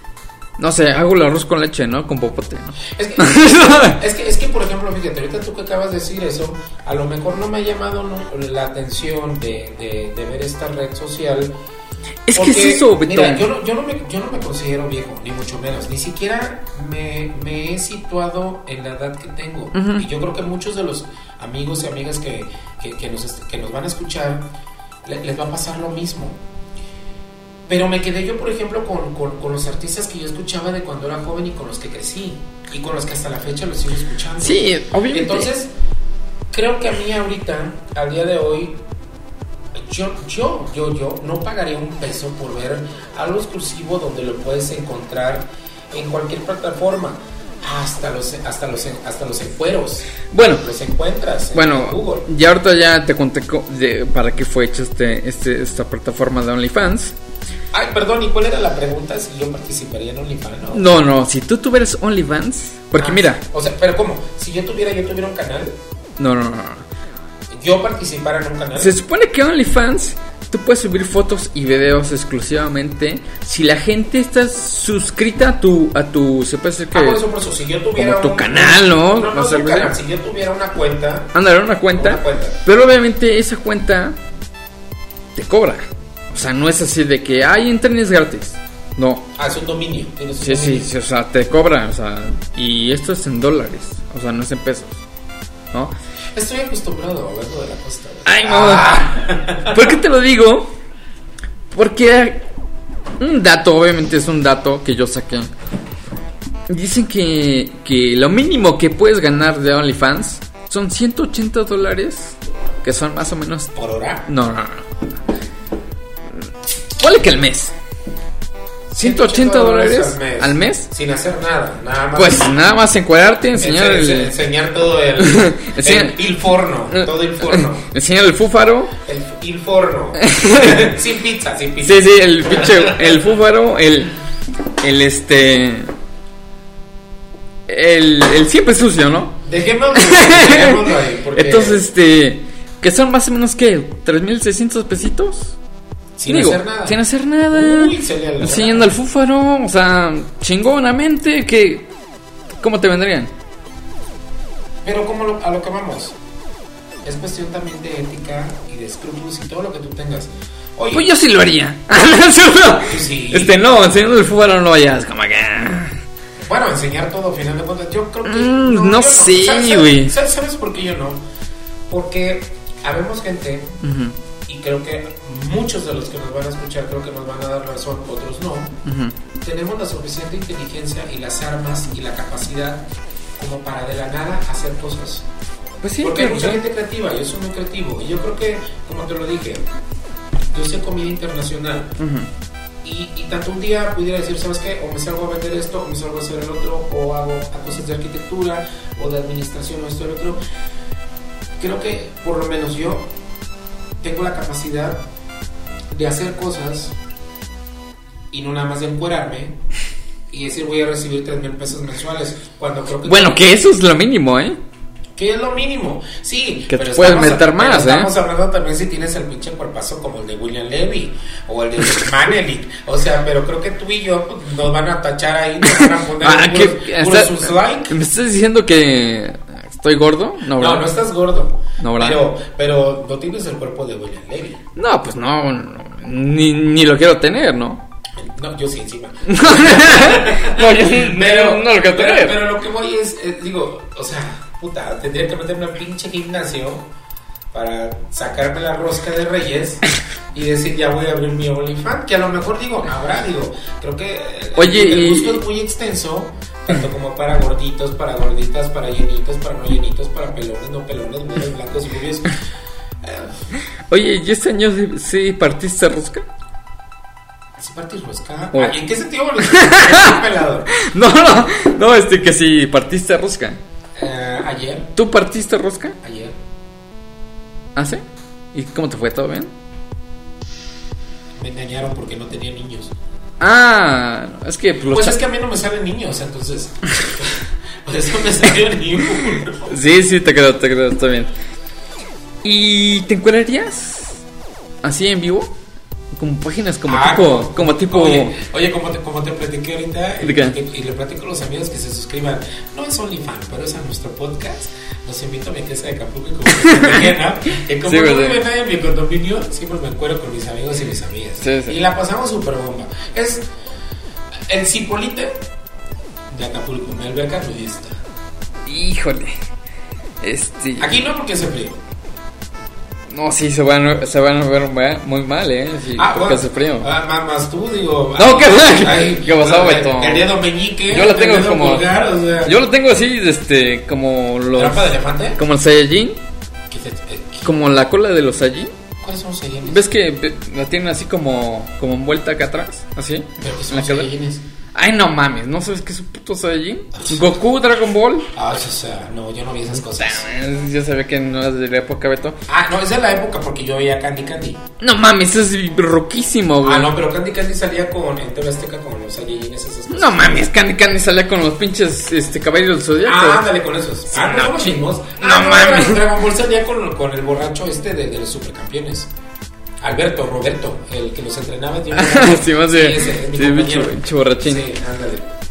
[SPEAKER 1] no sé, hago el arroz con leche, ¿no? Con popote, ¿no?
[SPEAKER 2] Es que, es que, es que por ejemplo, fíjate, ahorita tú que acabas de decir eso, a lo mejor no me ha llamado no, la atención de, de, de ver esta red social.
[SPEAKER 1] Es
[SPEAKER 2] porque,
[SPEAKER 1] que es eso, Beto.
[SPEAKER 2] Mira, yo no, yo, no me, yo no me considero viejo, ni mucho menos. Ni siquiera me, me he situado en la edad que tengo. Uh-huh. Y yo creo que muchos de los amigos y amigas que, que, que, nos, que nos van a escuchar les, les va a pasar lo mismo. Pero me quedé yo, por ejemplo, con, con, con los artistas que yo escuchaba de cuando era joven y con los que crecí. Y con los que hasta la fecha los sigo escuchando.
[SPEAKER 1] Sí, obviamente.
[SPEAKER 2] Entonces, creo que a mí ahorita, al día de hoy, Yo, yo, yo, yo no pagaría un peso por ver algo exclusivo donde lo puedes encontrar en cualquier plataforma. Hasta los, hasta los, hasta los encueros.
[SPEAKER 1] Bueno,
[SPEAKER 2] los encuentras en
[SPEAKER 1] bueno,
[SPEAKER 2] Google.
[SPEAKER 1] Ya ahorita ya te conté co- de, para qué fue hecha este, este, esta plataforma de OnlyFans.
[SPEAKER 2] Ay, perdón, ¿y cuál era la pregunta? Si yo participaría en OnlyFans, ¿no?
[SPEAKER 1] No, no, si tú tuvieras OnlyFans, porque
[SPEAKER 2] Ah,
[SPEAKER 1] mira,
[SPEAKER 2] o sea, pero ¿cómo? Si yo tuviera, yo tuviera un canal,
[SPEAKER 1] no, no, no, no.
[SPEAKER 2] yo participara en un canal.
[SPEAKER 1] Se supone que OnlyFans tú puedes subir fotos y videos exclusivamente si la gente está suscrita a tu, a tu, se puede decir que
[SPEAKER 2] Ah, por eso, por eso, si yo tuviera
[SPEAKER 1] como tu
[SPEAKER 2] un,
[SPEAKER 1] canal, ¿no?
[SPEAKER 2] No, no,
[SPEAKER 1] No sé,
[SPEAKER 2] un
[SPEAKER 1] algo así.
[SPEAKER 2] canal, si yo tuviera una cuenta,
[SPEAKER 1] Ándale, una cuenta,
[SPEAKER 2] Una cuenta.
[SPEAKER 1] pero obviamente esa cuenta te cobra. O sea, no es así de que hay internet es gratis. No.
[SPEAKER 2] ah, es un dominio, tienes un
[SPEAKER 1] Sí, sí,
[SPEAKER 2] dominio.
[SPEAKER 1] sí, o sea, te cobra, o sea, y esto es en dólares, o sea, no es en pesos, ¿no?
[SPEAKER 2] Estoy acostumbrado a verlo de la costa. ¿Verdad?
[SPEAKER 1] Ay, no.
[SPEAKER 2] Ah.
[SPEAKER 1] ¿Por qué te lo digo? Porque un dato, obviamente es un dato que yo saqué. Dicen que, que lo mínimo que puedes ganar de OnlyFans son ciento ochenta dólares, que son más o menos...
[SPEAKER 2] ¿Por hora?
[SPEAKER 1] No, no, no. Ponle que al mes. ciento ochenta dólares al mes.
[SPEAKER 2] Sin hacer nada, nada más.
[SPEAKER 1] Pues nada más encuadrarte, enseñar
[SPEAKER 2] Ense-
[SPEAKER 1] el...
[SPEAKER 2] enseñar todo el,
[SPEAKER 1] Enseña-
[SPEAKER 2] el, el forno, todo el forno.
[SPEAKER 1] Enseñar el fúfaro.
[SPEAKER 2] El, el forno. Sin pizza, sin pizza.
[SPEAKER 1] Sí, sí, el pinche, el fúfaro, el, el este, el, el siempre sucio, ¿no?
[SPEAKER 2] Dejémoslo, dejémoslo ahí. Porque
[SPEAKER 1] Entonces, este, que son más o menos, ¿qué? ¿tres mil seiscientos pesitos?
[SPEAKER 2] sin
[SPEAKER 1] Digo,
[SPEAKER 2] hacer nada.
[SPEAKER 1] sin hacer nada.
[SPEAKER 2] Uy, se le
[SPEAKER 1] Enseñando el fúfaro, o sea, chingonamente, que, ¿cómo te vendrían?
[SPEAKER 2] Pero como lo- a lo que vamos, es cuestión también de ética y de escrúpulos y todo lo que tú tengas. Oye,
[SPEAKER 1] Pues yo sí lo haría.
[SPEAKER 2] sí.
[SPEAKER 1] Este, no, enseñando el fúfaro no vayas, como que...
[SPEAKER 2] Bueno, enseñar todo, al final de cuentas, yo creo que...
[SPEAKER 1] Mm, no
[SPEAKER 2] yo
[SPEAKER 1] sé,
[SPEAKER 2] ¿Sabes-
[SPEAKER 1] güey.
[SPEAKER 2] ¿sabes, ¿Sabes por qué yo no? Porque habemos gente,
[SPEAKER 1] Ujú,
[SPEAKER 2] y creo que muchos de los que nos van a escuchar, creo que nos van a dar razón, otros no,
[SPEAKER 1] ujú.
[SPEAKER 2] tenemos la suficiente inteligencia y las armas y la capacidad como para de la nada hacer cosas.
[SPEAKER 1] Pues sí,
[SPEAKER 2] Porque hay
[SPEAKER 1] claro,
[SPEAKER 2] mucha
[SPEAKER 1] sí.
[SPEAKER 2] gente creativa, yo soy muy creativo, y yo creo que, como te lo dije, yo sé comida internacional.
[SPEAKER 1] Ujú.
[SPEAKER 2] Y, y tanto un día pudiera decir, ¿sabes qué? O me salgo a vender esto, o me salgo a hacer el otro, o hago a cosas de arquitectura, o de administración, o esto y lo otro. Creo que, por lo menos yo, tengo la capacidad de hacer cosas y no nada más de encuerarme y decir, voy a recibir tres mil pesos mensuales, cuando creo que...
[SPEAKER 1] Bueno, que eso es lo mínimo, ¿eh?
[SPEAKER 2] Que es lo mínimo, sí.
[SPEAKER 1] Que
[SPEAKER 2] pero
[SPEAKER 1] te puedes
[SPEAKER 2] estamos-
[SPEAKER 1] meter más,
[SPEAKER 2] pero
[SPEAKER 1] ¿eh?
[SPEAKER 2] Estamos hablando también si tienes el pinche cuerpazo como el de William Levy o el de Manelik. O sea, pero creo que tú y yo pues, nos van a tachar ahí, nos van a poner
[SPEAKER 1] Ah,
[SPEAKER 2] puros,
[SPEAKER 1] que-
[SPEAKER 2] puros
[SPEAKER 1] está-
[SPEAKER 2] sus like.
[SPEAKER 1] ¿Me estás diciendo que estoy gordo? No,
[SPEAKER 2] No,
[SPEAKER 1] ¿verdad?
[SPEAKER 2] no estás gordo.
[SPEAKER 1] No, ¿verdad?
[SPEAKER 2] pero, pero no tienes el cuerpo de William Levy.
[SPEAKER 1] No, pues no, no, ni, ni lo quiero tener, ¿no?
[SPEAKER 2] No, yo sí encima.
[SPEAKER 1] No, yo sí,
[SPEAKER 2] Pero,
[SPEAKER 1] no lo quiero
[SPEAKER 2] pero,
[SPEAKER 1] tener.
[SPEAKER 2] pero lo que voy es, eh, digo, o sea, puta, tendría que meterme al pinche gimnasio para sacarme la rosca de Reyes y decir, ya voy a abrir mi OnlyFans, que a lo mejor digo, habrá, digo, creo que el-
[SPEAKER 1] Oye,
[SPEAKER 2] el
[SPEAKER 1] y-
[SPEAKER 2] gusto es muy extenso, tanto como para gorditos, para gorditas, para llenitos, para no llenitos, para pelones, no pelones, güeyes, blancos y rubios. Eh,
[SPEAKER 1] Oye, ¿y este año sí, sí partiste rosca?
[SPEAKER 2] ¿Sí partes rosca?
[SPEAKER 1] Oh.
[SPEAKER 2] Ay, ¿en qué sentido? Bueno, estoy pelado.
[SPEAKER 1] No, no, no, este que sí partiste rosca.
[SPEAKER 2] Eh, ayer,
[SPEAKER 1] ¿Tú partiste rosca?
[SPEAKER 2] ayer.
[SPEAKER 1] ¿Ah, sí? ¿Y cómo te fue? ¿Todo bien?
[SPEAKER 2] Me engañaron porque no tenía niños.
[SPEAKER 1] Ah, es que pues, los
[SPEAKER 2] Pues
[SPEAKER 1] cha-
[SPEAKER 2] es que a mí no me salen niños, entonces. Por eso me salió ni uno.
[SPEAKER 1] Sí, sí, te quedó, te quedó, está bien. ¿Y te encuadrarías así en vivo? Como páginas como
[SPEAKER 2] Ah,
[SPEAKER 1] tipo, como tipo...
[SPEAKER 2] Oye, oye como, te, como te platiqué ahorita,
[SPEAKER 1] ¿De qué?
[SPEAKER 2] y, y le platico a los amigos que se suscriban. No es OnlyFans, pero es a nuestro podcast. Los invito a mi casa de Acapulco y como te platiqué, ¿no? Que como
[SPEAKER 1] Sí,
[SPEAKER 2] no
[SPEAKER 1] pues,
[SPEAKER 2] vive
[SPEAKER 1] sí.
[SPEAKER 2] nadie en mi condominio, siempre me encuentro con mis amigos y mis amigas.
[SPEAKER 1] Sí, sí.
[SPEAKER 2] Y la pasamos súper bomba. Es el Cipolite de Acapulco, mi alberca nudista.
[SPEAKER 1] Híjole. Este...
[SPEAKER 2] Aquí no porque hace frío.
[SPEAKER 1] No, sí, se van, a- se van a ver ma- muy mal, ¿eh? Sí,
[SPEAKER 2] Ah,
[SPEAKER 1] porque
[SPEAKER 2] bueno,
[SPEAKER 1] hace frío.
[SPEAKER 2] ah, más, más tú, digo.
[SPEAKER 1] No, ¿qué,
[SPEAKER 2] ay,
[SPEAKER 1] ¿qué pasó,
[SPEAKER 2] el-
[SPEAKER 1] Beto?
[SPEAKER 2] El dedo meñique.
[SPEAKER 1] Yo lo
[SPEAKER 2] el
[SPEAKER 1] tengo
[SPEAKER 2] dedo
[SPEAKER 1] como...
[SPEAKER 2] pulgar, o sea,
[SPEAKER 1] Yo lo tengo así, este, como los...
[SPEAKER 2] ¿Trampa de elefante?
[SPEAKER 1] Como el Saiyajin,
[SPEAKER 2] ¿Qué te- eh,
[SPEAKER 1] como la cola de los Saiyajin.
[SPEAKER 2] ¿Cuáles son los Saiyajines?
[SPEAKER 1] ¿Ves que ve- la tienen así como, como envuelta acá atrás? Así,
[SPEAKER 2] ¿Pero qué
[SPEAKER 1] en
[SPEAKER 2] son
[SPEAKER 1] la
[SPEAKER 2] los
[SPEAKER 1] cadera.
[SPEAKER 2] Saiyajines?
[SPEAKER 1] Ay, no mames, ¿no sabes qué es un puto Saiyajin? Goku, Dragon Ball.
[SPEAKER 2] Ah, o sea, no, yo no vi esas cosas.
[SPEAKER 1] Yo sabía que no es de la época, Beto.
[SPEAKER 2] Ah, no, es de la época porque yo veía Candy Candy.
[SPEAKER 1] No mames, es roquísimo, güey.
[SPEAKER 2] Ah, no, pero Candy Candy salía con, en T V Azteca con los Saiyajines, esas cosas.
[SPEAKER 1] No mames, Candy Candy salía con los pinches este, caballeros del Zodiaco.
[SPEAKER 2] Ah, ándale con esos.
[SPEAKER 1] Sí,
[SPEAKER 2] ah, no,
[SPEAKER 1] no,
[SPEAKER 2] no,
[SPEAKER 1] chingos.
[SPEAKER 2] no,
[SPEAKER 1] No,
[SPEAKER 2] no
[SPEAKER 1] mames.
[SPEAKER 2] Dragon, Dragon Ball salía con, con el borracho este de, de los supercampeones. Alberto, Roberto, el que los entrenaba. De
[SPEAKER 1] sí, más de.
[SPEAKER 2] Sí, ese, mi
[SPEAKER 1] sí,
[SPEAKER 2] compañero.
[SPEAKER 1] bicho borrachín.
[SPEAKER 2] Sí, ándale.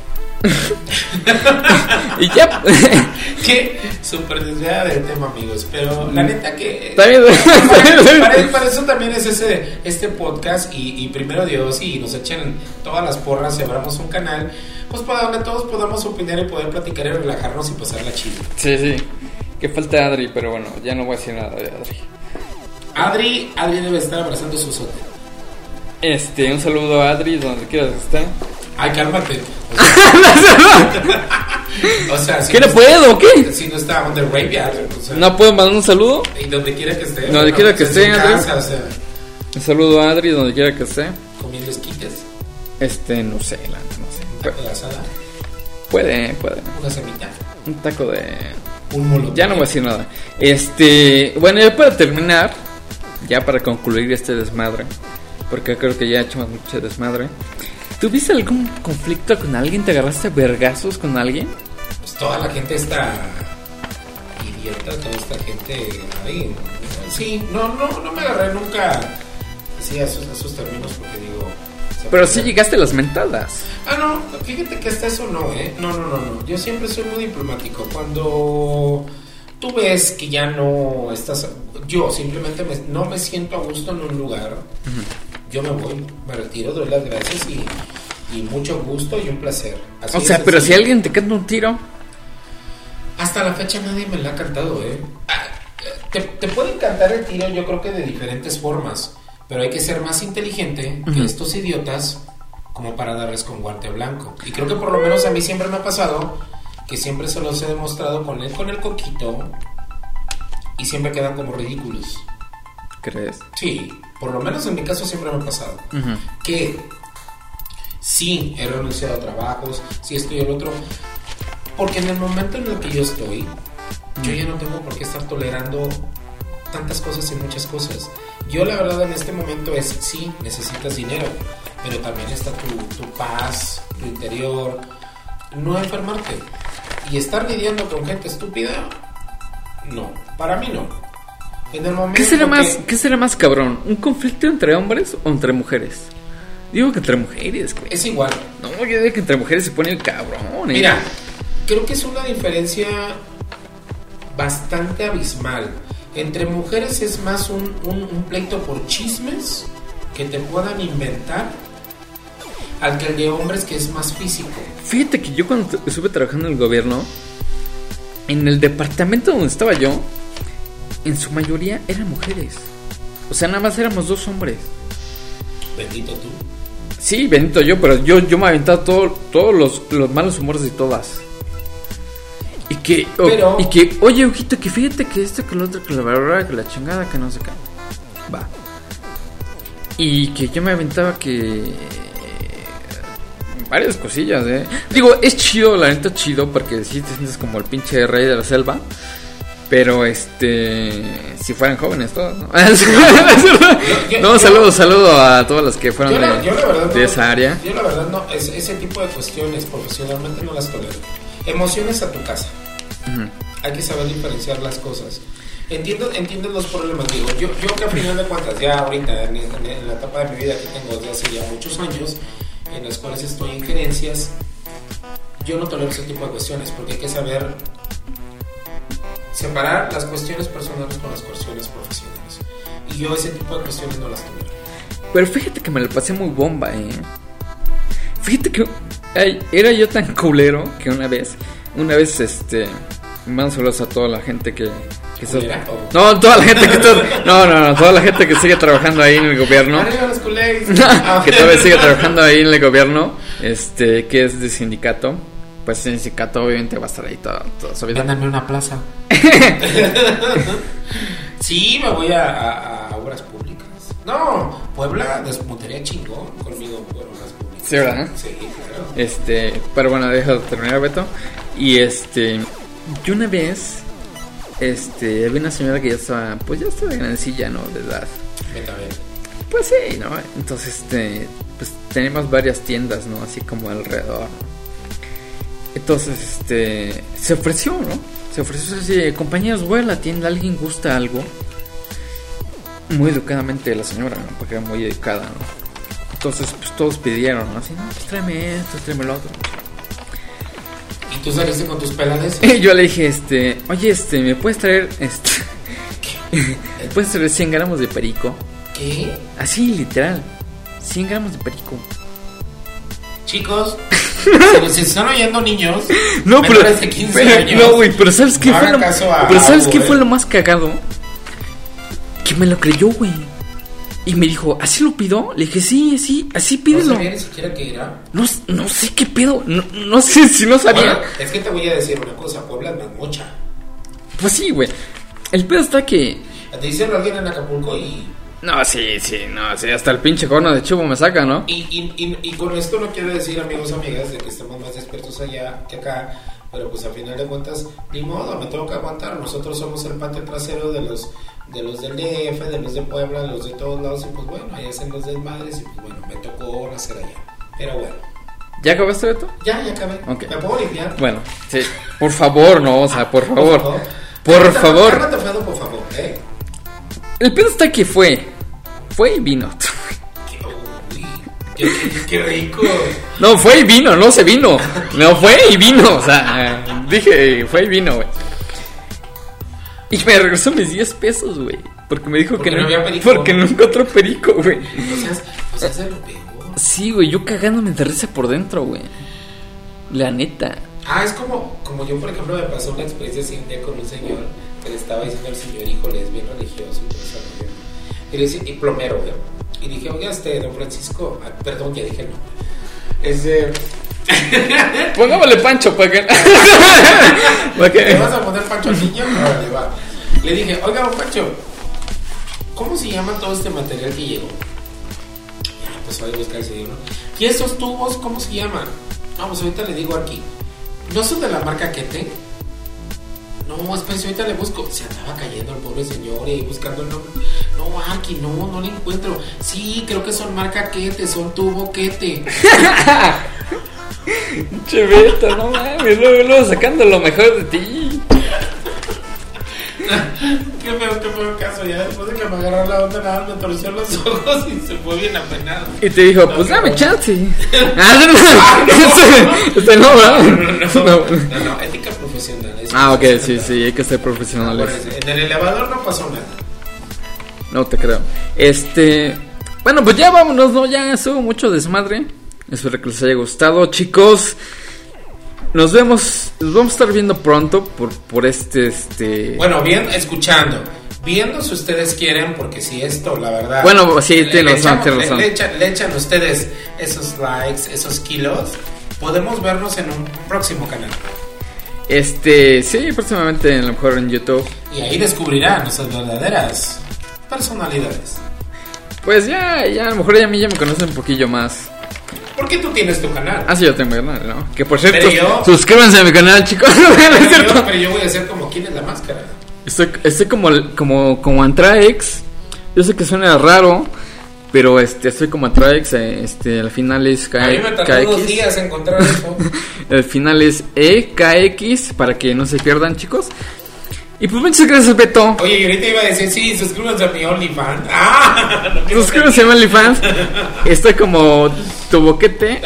[SPEAKER 1] Y ya.
[SPEAKER 2] Qué súper desviada del tema, amigos. Pero la neta que.
[SPEAKER 1] También.
[SPEAKER 2] Para, para, para eso también es ese este podcast. Y, y primero Dios, y nos echen todas las porras y abramos un canal. Pues para donde todos podamos opinar y poder platicar y relajarnos y pasarla chido.
[SPEAKER 1] Sí, sí. Que falta Adri, pero bueno, ya no voy a decir nada de Adri.
[SPEAKER 2] Adri, Adri debe estar abrazando su sote.
[SPEAKER 1] Este, un saludo a Adri, donde quiera que esté.
[SPEAKER 2] Ay, cálmate. O sea, o sea si
[SPEAKER 1] ¿qué no
[SPEAKER 2] no
[SPEAKER 1] puedo o qué?
[SPEAKER 2] Si no está on the graveyard, o sea,
[SPEAKER 1] ¿No puedo mandar un saludo?
[SPEAKER 2] Y donde quiera que esté.
[SPEAKER 1] Donde quiera que
[SPEAKER 2] en
[SPEAKER 1] esté,
[SPEAKER 2] su
[SPEAKER 1] Adri.
[SPEAKER 2] casa, o sea,
[SPEAKER 1] Un saludo a Adri, donde quiera que esté.
[SPEAKER 2] comiendo esquites,
[SPEAKER 1] Este, no sé, la, no sé.
[SPEAKER 2] un taco de asada,
[SPEAKER 1] Puede, puede.
[SPEAKER 2] una semita,
[SPEAKER 1] Un taco de.
[SPEAKER 2] un molotov.
[SPEAKER 1] Ya no voy a decir nada. Este, bueno, ya para terminar, ya para concluir este desmadre, porque creo que ya he hecho mucho desmadre. ¿Tuviste algún conflicto con alguien? ¿Te agarraste a vergazos con alguien?
[SPEAKER 2] Pues toda la gente está idiota, toda esta gente. Ay, sí, no, no, no me agarré nunca así a esos, a esos términos porque digo.
[SPEAKER 1] Pero sí llegaste a las mentadas.
[SPEAKER 2] Ah, no, fíjate que hasta eso no, ¿eh? No, no, no, no. Yo siempre soy muy diplomático. Cuando tú ves que ya no estás. Yo simplemente me, no me siento a gusto en un lugar. Uh-huh. Yo me voy, me retiro, doy las gracias y, y mucho gusto y un placer. Así
[SPEAKER 1] o sea,
[SPEAKER 2] es,
[SPEAKER 1] pero
[SPEAKER 2] así.
[SPEAKER 1] si alguien te canta un tiro.
[SPEAKER 2] Hasta la fecha nadie me la ha cantado, ¿eh? Te, te pueden cantar el tiro, yo creo que de diferentes formas. Pero hay que ser más inteligente que uh-huh. estos idiotas como para darles con guante blanco. Y creo que por lo menos a mí siempre me ha pasado que siempre se los he demostrado con el, con el coquito y siempre quedan como ridículos.
[SPEAKER 1] ¿Crees?
[SPEAKER 2] Sí, por lo menos en mi caso siempre me ha pasado.
[SPEAKER 1] Uh-huh.
[SPEAKER 2] Que sí, he renunciado a trabajos, sí esto y el otro. Porque en el momento en el que yo estoy, uh-huh. yo ya no tengo por qué estar tolerando tantas cosas y muchas cosas. Yo la verdad en este momento es, sí, necesitas dinero, pero también está tu, tu paz, tu interior, no enfermarte. Y estar lidiando con gente estúpida, no, para mí no. En el momento
[SPEAKER 1] ¿Qué será,
[SPEAKER 2] que...
[SPEAKER 1] más, ¿Qué será más cabrón? ¿Un conflicto entre hombres o entre mujeres? Digo que entre mujeres, güey.
[SPEAKER 2] Es igual.
[SPEAKER 1] No, yo digo que entre mujeres se pone el cabrón, ¿eh?
[SPEAKER 2] Mira, creo que es una diferencia bastante abismal. Entre mujeres es más un, un, un pleito por chismes que te puedan inventar al que el de hombres que es más físico.
[SPEAKER 1] Fíjate que yo cuando estuve trabajando en el gobierno, en el departamento donde estaba yo, en su mayoría eran mujeres. O sea, nada más éramos dos hombres.
[SPEAKER 2] Bendito tú.
[SPEAKER 1] Sí, bendito yo, pero yo, yo me aventaba todo, todos los, los malos humores de todas. Y que,
[SPEAKER 2] Pero...
[SPEAKER 1] oh, y que, oye, ojito, que fíjate que esto, que lo otro, que la verdad, que la chingada, que no sé qué. Va. Y que yo me aventaba que... varias cosillas, eh. Digo, es chido, la neta chido, porque sí te sientes como el pinche rey de la selva. Pero, este... si fueran jóvenes todos, ¿no? No, saludo, saludo a todas las que fueron
[SPEAKER 2] la,
[SPEAKER 1] de,
[SPEAKER 2] verdad,
[SPEAKER 1] de
[SPEAKER 2] no,
[SPEAKER 1] esa área.
[SPEAKER 2] Yo la verdad no, es, ese tipo de cuestiones profesionalmente no las tolero. Emociones a tu casa. Uh-huh. Hay que saber diferenciar las cosas. Entiendo, entiendo los problemas, digo. Yo, yo que a final de cuentas, ya ahorita, en, en, en la etapa de mi vida que tengo desde hace ya muchos años, en las cuales estoy en gerencias, yo no tolero ese tipo de cuestiones, porque hay que saber separar las cuestiones personales con las cuestiones profesionales. Y yo ese tipo de cuestiones no las tolero.
[SPEAKER 1] Pero fíjate que me la pasé muy bomba, eh. Fíjate que ay, era yo tan culero que una vez, una vez, este, mando saludos a toda la gente que, que está, no, toda la gente que está, no, no, no, toda la gente que sigue trabajando ahí en el gobierno, que todavía sigue trabajando ahí en el gobierno, este, que es de sindicato. Pues el sindicato obviamente va a estar ahí toda, toda su vida.
[SPEAKER 2] Véndame una plaza. Sí, me voy a, a, a obras públicas. No, Puebla despuntaría chingón conmigo por las públicas.
[SPEAKER 1] Sí, ¿verdad?
[SPEAKER 2] Sí, claro.
[SPEAKER 1] Este, pero bueno, deja de terminar, Beto. Y este, yo una vez, este, había una señora que ya estaba, pues ya estaba grandecilla, ¿no? De edad.
[SPEAKER 2] Vete a ver.
[SPEAKER 1] Pues sí, ¿no? Entonces, este, pues tenemos varias tiendas, ¿no? Así como alrededor, ¿no? Entonces, este, se ofreció, ¿no? Se ofreció así, compañeros, voy a la tienda, ¿alguien gusta algo? Muy educadamente la señora, ¿no? Porque era muy educada, ¿no? Entonces, pues todos pidieron, ¿no? Así, no, pues tráeme esto, tráeme lo otro.
[SPEAKER 2] ¿Y tú saliste con tus pelades?
[SPEAKER 1] Y yo le dije, este, oye, este, ¿me puedes traer, este, ¿me puedes traer cien gramos de perico?
[SPEAKER 2] ¿Qué?
[SPEAKER 1] Así, literal, cien gramos de perico.
[SPEAKER 2] Chicos, si, si están oyendo niños,
[SPEAKER 1] no, pero,
[SPEAKER 2] de quince
[SPEAKER 1] pero,
[SPEAKER 2] años,
[SPEAKER 1] no, güey, pero ¿sabes qué
[SPEAKER 2] no
[SPEAKER 1] fue lo,
[SPEAKER 2] a,
[SPEAKER 1] pero ¿sabes
[SPEAKER 2] a
[SPEAKER 1] qué
[SPEAKER 2] Hugo,
[SPEAKER 1] fue
[SPEAKER 2] eh?
[SPEAKER 1] lo más cagado? Que me lo creyó, güey. Y me dijo, ¿así lo pido? Le dije, sí, sí, así pídelo.
[SPEAKER 2] No sabía ni siquiera qué era.
[SPEAKER 1] No, no sé qué pedo, no, no sé si no sabía.
[SPEAKER 2] Bueno, es que te voy a decir una cosa, Puebla es más mocha.
[SPEAKER 1] Pues sí, güey. El pedo está que...
[SPEAKER 2] Te hicieron alguien en Acapulco y...
[SPEAKER 1] No, sí, sí, no, sí, hasta el pinche corno de chivo me saca, ¿no?
[SPEAKER 2] Y, y, y, y con esto no quiero decir, amigos, amigas, de que estemos más expertos allá que acá, pero pues a final de cuentas, ni modo, me tengo que aguantar. Nosotros somos el patio trasero de los de los del D F, de los de Puebla, de los de todos lados, y pues bueno, ahí hacen los desmadres, y pues bueno, me tocó nacer allá. Pero bueno.
[SPEAKER 1] ¿Ya acabaste, Beto?
[SPEAKER 2] Ya, ya acabé.
[SPEAKER 1] Okay.
[SPEAKER 2] ¿Me puedo limpiar?
[SPEAKER 1] Bueno, sí, por favor, no, o sea, por favor.
[SPEAKER 2] Por favor.
[SPEAKER 1] Por
[SPEAKER 2] Cálmate,
[SPEAKER 1] favor.
[SPEAKER 2] cálmate, Fado, por favor, ¿eh?
[SPEAKER 1] El pedo está que fue. Fue y vino.
[SPEAKER 2] Qué, qué, qué, qué rico.
[SPEAKER 1] No, fue y vino, no se vino. No, fue y vino. O sea, dije, fue y vino, güey. Y me regresó mis diez pesos, güey. Porque me dijo
[SPEAKER 2] porque
[SPEAKER 1] que
[SPEAKER 2] no,
[SPEAKER 1] no.
[SPEAKER 2] Había perico.
[SPEAKER 1] Porque no encontró perico, güey.
[SPEAKER 2] O sea, o sea, se lo pegó.
[SPEAKER 1] Sí, güey, yo cagándome de risa por dentro, güey. La neta.
[SPEAKER 2] Ah, es como, como yo, por ejemplo, me pasó una experiencia así un día con un señor que le estaba diciendo al señor, híjole, es bien religioso y todo eso. Y le decía, y plomero, güey. Y dije, oiga, este, don Francisco, ah, perdón, ya dije el nombre. Este.
[SPEAKER 1] Pongámosle Pancho para que. ¿Para qué?
[SPEAKER 2] ¿Le vas a poner Pancho al niño? Órale, va. Le dije, oiga, don Pancho, ¿cómo se llama todo este material que llegó? Ya, pues voy a buscar el señor, ¿no? ¿Y estos tubos, cómo se llaman? Vamos, ahorita le digo aquí. ¿No son de la marca Kete? No, espérate, ahorita le busco. Se andaba cayendo el pobre señor y buscando el nombre. No, aquí no, no le encuentro. Sí, creo que son marca Kete, son tubo Kete.
[SPEAKER 1] Cheveto, no mames, luego, luego sacando lo mejor de ti.
[SPEAKER 2] Qué feo, qué feo caso. Ya después de que me agarró la onda, nada, me torció los ojos y se fue bien apenado.
[SPEAKER 1] Y te dijo,
[SPEAKER 2] no,
[SPEAKER 1] pues
[SPEAKER 2] no,
[SPEAKER 1] dame
[SPEAKER 2] no.
[SPEAKER 1] chance. Ah, no, este no, ¿verdad?
[SPEAKER 2] No, no, no, no, no, ética profesional.
[SPEAKER 1] Ah, ok, sí, sí, hay que ser profesionales.
[SPEAKER 2] En el elevador no pasó nada.
[SPEAKER 1] No te creo. Este, bueno, pues ya vámonos, ¿no? Ya estuvo mucho desmadre. Espero que les haya gustado, chicos. Nos vemos, nos vamos a estar viendo pronto por, por este, este...
[SPEAKER 2] Bueno, bien, escuchando. Viendo si ustedes quieren, porque si esto, la verdad...
[SPEAKER 1] Bueno, sí,
[SPEAKER 2] le,
[SPEAKER 1] tiene
[SPEAKER 2] le
[SPEAKER 1] razón,
[SPEAKER 2] echamos-
[SPEAKER 1] tiene
[SPEAKER 2] le-
[SPEAKER 1] razón.
[SPEAKER 2] Le, echan, le echan ustedes esos likes, esos kilos. Podemos vernos en un próximo canal.
[SPEAKER 1] Este, sí, próximamente a lo mejor en YouTube.
[SPEAKER 2] Y ahí descubrirán nuestras verdaderas personalidades.
[SPEAKER 1] Pues ya, ya, a lo mejor ya a mí ya me conocen un poquillo más.
[SPEAKER 2] Porque tú tienes tu canal.
[SPEAKER 1] Ah, sí, yo tengo mi canal, ¿no? Que por cierto,
[SPEAKER 2] Pero yo-
[SPEAKER 1] suscríbanse a mi canal, chicos. No es
[SPEAKER 2] Pero
[SPEAKER 1] cierto.
[SPEAKER 2] yo, pero yo voy a hacer como quién es la máscara.
[SPEAKER 1] Estoy, estoy como, como, como Antraex. Yo sé que suena raro, pero este, estoy como Antraex. eh, Este, al final es K-
[SPEAKER 2] A mí me tardó
[SPEAKER 1] K X.
[SPEAKER 2] dos días encontrar eso.
[SPEAKER 1] El final es E K X para que no se pierdan, chicos. Y pues muchas gracias, Beto.
[SPEAKER 2] Oye, y ahorita iba a decir, sí, suscríbanse a mi OnlyFans. Ah, no quiero
[SPEAKER 1] Suscríbanse a mi OnlyFans. Estoy como tu boquete.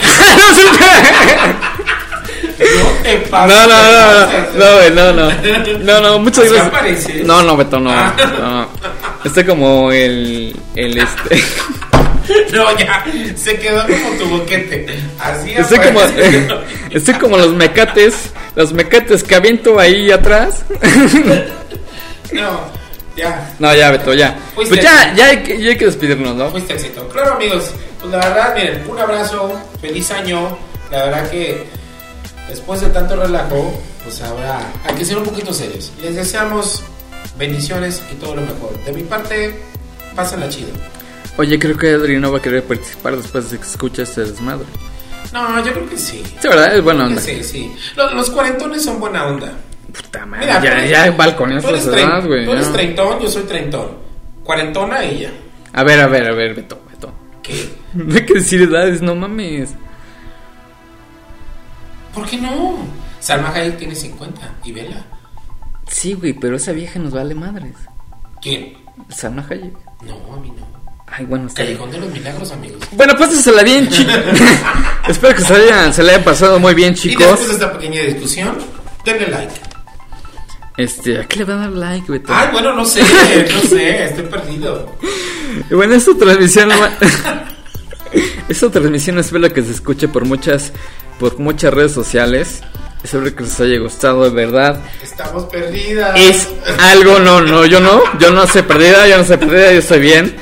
[SPEAKER 2] No te
[SPEAKER 1] No, no,
[SPEAKER 2] pases.
[SPEAKER 1] no, no, güey, no, no, no, no, muchas
[SPEAKER 2] ¿Así
[SPEAKER 1] gracias.
[SPEAKER 2] apareces?
[SPEAKER 1] No, no, Beto, no,
[SPEAKER 2] Ah.
[SPEAKER 1] no. Estoy como el, el este.
[SPEAKER 2] No, ya, se quedó como tu boquete. Así
[SPEAKER 1] Estoy como,
[SPEAKER 2] aparece.
[SPEAKER 1] estoy como los mecates, los mecates que aviento ahí atrás.
[SPEAKER 2] No, ya,
[SPEAKER 1] No, ya, Beto, ya.
[SPEAKER 2] Fuiste.
[SPEAKER 1] Pues ya, ya hay que, ya hay que despedirnos, ¿no?
[SPEAKER 2] fuiste éxito. Claro, amigos, pues la verdad, miren, un abrazo, feliz año. La verdad que después de tanto relajo, pues ahora hay que ser un poquito serios. Les deseamos bendiciones y todo lo mejor. De mi parte, pásenla chido.
[SPEAKER 1] Oye, creo que Adri no va a querer participar después de que escuche este desmadre.
[SPEAKER 2] No, yo creo que sí.
[SPEAKER 1] Sí, ¿verdad? Es buena onda.
[SPEAKER 2] Sí, sí. Los, los cuarentones son buena onda.
[SPEAKER 1] Puta madre. Mira, ya, ya balconeas
[SPEAKER 2] esa
[SPEAKER 1] edad, güey.
[SPEAKER 2] Tú eres treintón, yo soy treintón. Cuarentona, ella.
[SPEAKER 1] A ver, a ver, a ver, Beto, Beto.
[SPEAKER 2] ¿Qué?
[SPEAKER 1] No hay que decir edades, no mames.
[SPEAKER 2] ¿Por qué no? Salma Hayek tiene cincuenta y vela.
[SPEAKER 1] Sí, güey, pero esa vieja nos vale madres.
[SPEAKER 2] ¿Quién?
[SPEAKER 1] Salma Hayek.
[SPEAKER 2] No, a mí no.
[SPEAKER 1] Ay, bueno, está
[SPEAKER 2] Callejón de los Milagros, amigos.
[SPEAKER 1] Bueno, pásensela bien, chicos. Espero que se, hayan, se le haya pasado muy bien, chicos.
[SPEAKER 2] Y después de esta pequeña discusión, denle like.
[SPEAKER 1] Este, ¿a qué le va a dar like, Beto?
[SPEAKER 2] Ay, bueno, no sé, no sé, estoy perdido.
[SPEAKER 1] Y bueno, esta transmisión esta transmisión espero que se escuche por muchas por muchas redes sociales. Espero que les haya gustado, de verdad.
[SPEAKER 2] Estamos perdidas.
[SPEAKER 1] Es algo, no, no, yo no, yo no estoy perdida, yo no estoy perdida, yo estoy bien.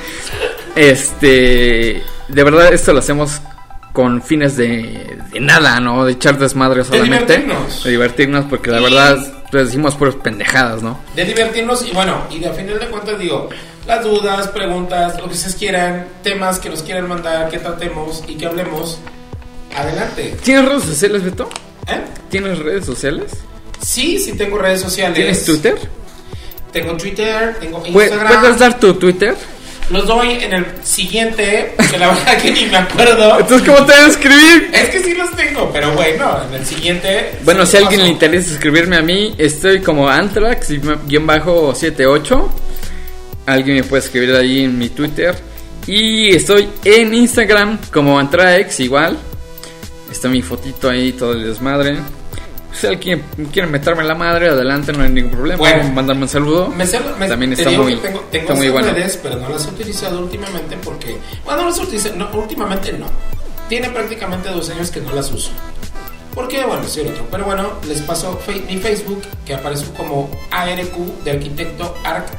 [SPEAKER 1] Este, de verdad esto lo hacemos con fines de, de nada, ¿no? De echar desmadre solamente.
[SPEAKER 2] De divertirnos.
[SPEAKER 1] De divertirnos, porque la
[SPEAKER 2] y...
[SPEAKER 1] verdad les decimos puras pendejadas, ¿no?
[SPEAKER 2] De divertirnos y bueno, y de a final de cuentas digo, las dudas, preguntas, lo que ustedes quieran, temas que nos quieran mandar, que tratemos y que hablemos, adelante.
[SPEAKER 1] ¿Tienes redes sociales, Beto?
[SPEAKER 2] ¿Eh?
[SPEAKER 1] ¿Tienes redes sociales?
[SPEAKER 2] Sí, sí tengo redes sociales.
[SPEAKER 1] ¿Tienes Twitter?
[SPEAKER 2] Tengo Twitter, tengo Instagram.
[SPEAKER 1] ¿Puedes dar tu Twitter?
[SPEAKER 2] Los doy en el siguiente, que la verdad que ni me acuerdo.
[SPEAKER 1] Entonces, ¿cómo te voy a escribir?
[SPEAKER 2] Es que sí los tengo, pero bueno, en el siguiente.
[SPEAKER 1] Bueno, si a alguien le interesa escribirme a mí, estoy como Antrax setenta y ocho. Alguien me puede escribir ahí en mi Twitter. Y estoy en Instagram como Antrax igual. Está mi fotito ahí, todo el desmadre. Si alguien quiere meterme la madre, adelante, no hay ningún problema.
[SPEAKER 2] Bueno,
[SPEAKER 1] mandarme un saludo.
[SPEAKER 2] Me sé, me,
[SPEAKER 1] También está muy,
[SPEAKER 2] tengo, tengo
[SPEAKER 1] está muy bueno.
[SPEAKER 2] redes, pero no las he utilizado últimamente porque, bueno, no las utilizo, no, últimamente no. Tiene prácticamente dos años que no las uso. Porque, bueno, sí, otro. Pero bueno, les paso fe, mi Facebook, que aparece como A R Q de arquitecto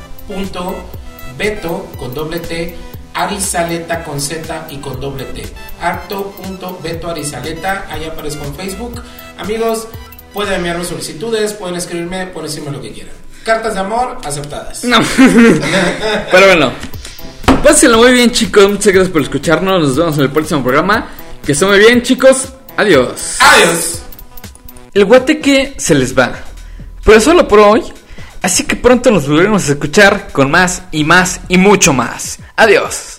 [SPEAKER 2] arc.beto con doble T. Arizaleta con Z y con doble T. Arto.beto Arizaleta. Ahí aparezco en Facebook. Amigos, pueden enviarme solicitudes, pueden escribirme, pueden decirme lo que quieran. Cartas de amor aceptadas.
[SPEAKER 1] No. Pero bueno, pásenlo muy bien, chicos. Muchas gracias por escucharnos. Nos vemos en el próximo programa. Que estén muy bien, chicos. Adiós.
[SPEAKER 2] Adiós.
[SPEAKER 1] El guateque se les va, pero solo por hoy. Así que pronto nos volveremos a escuchar con más y más y mucho más. Adiós.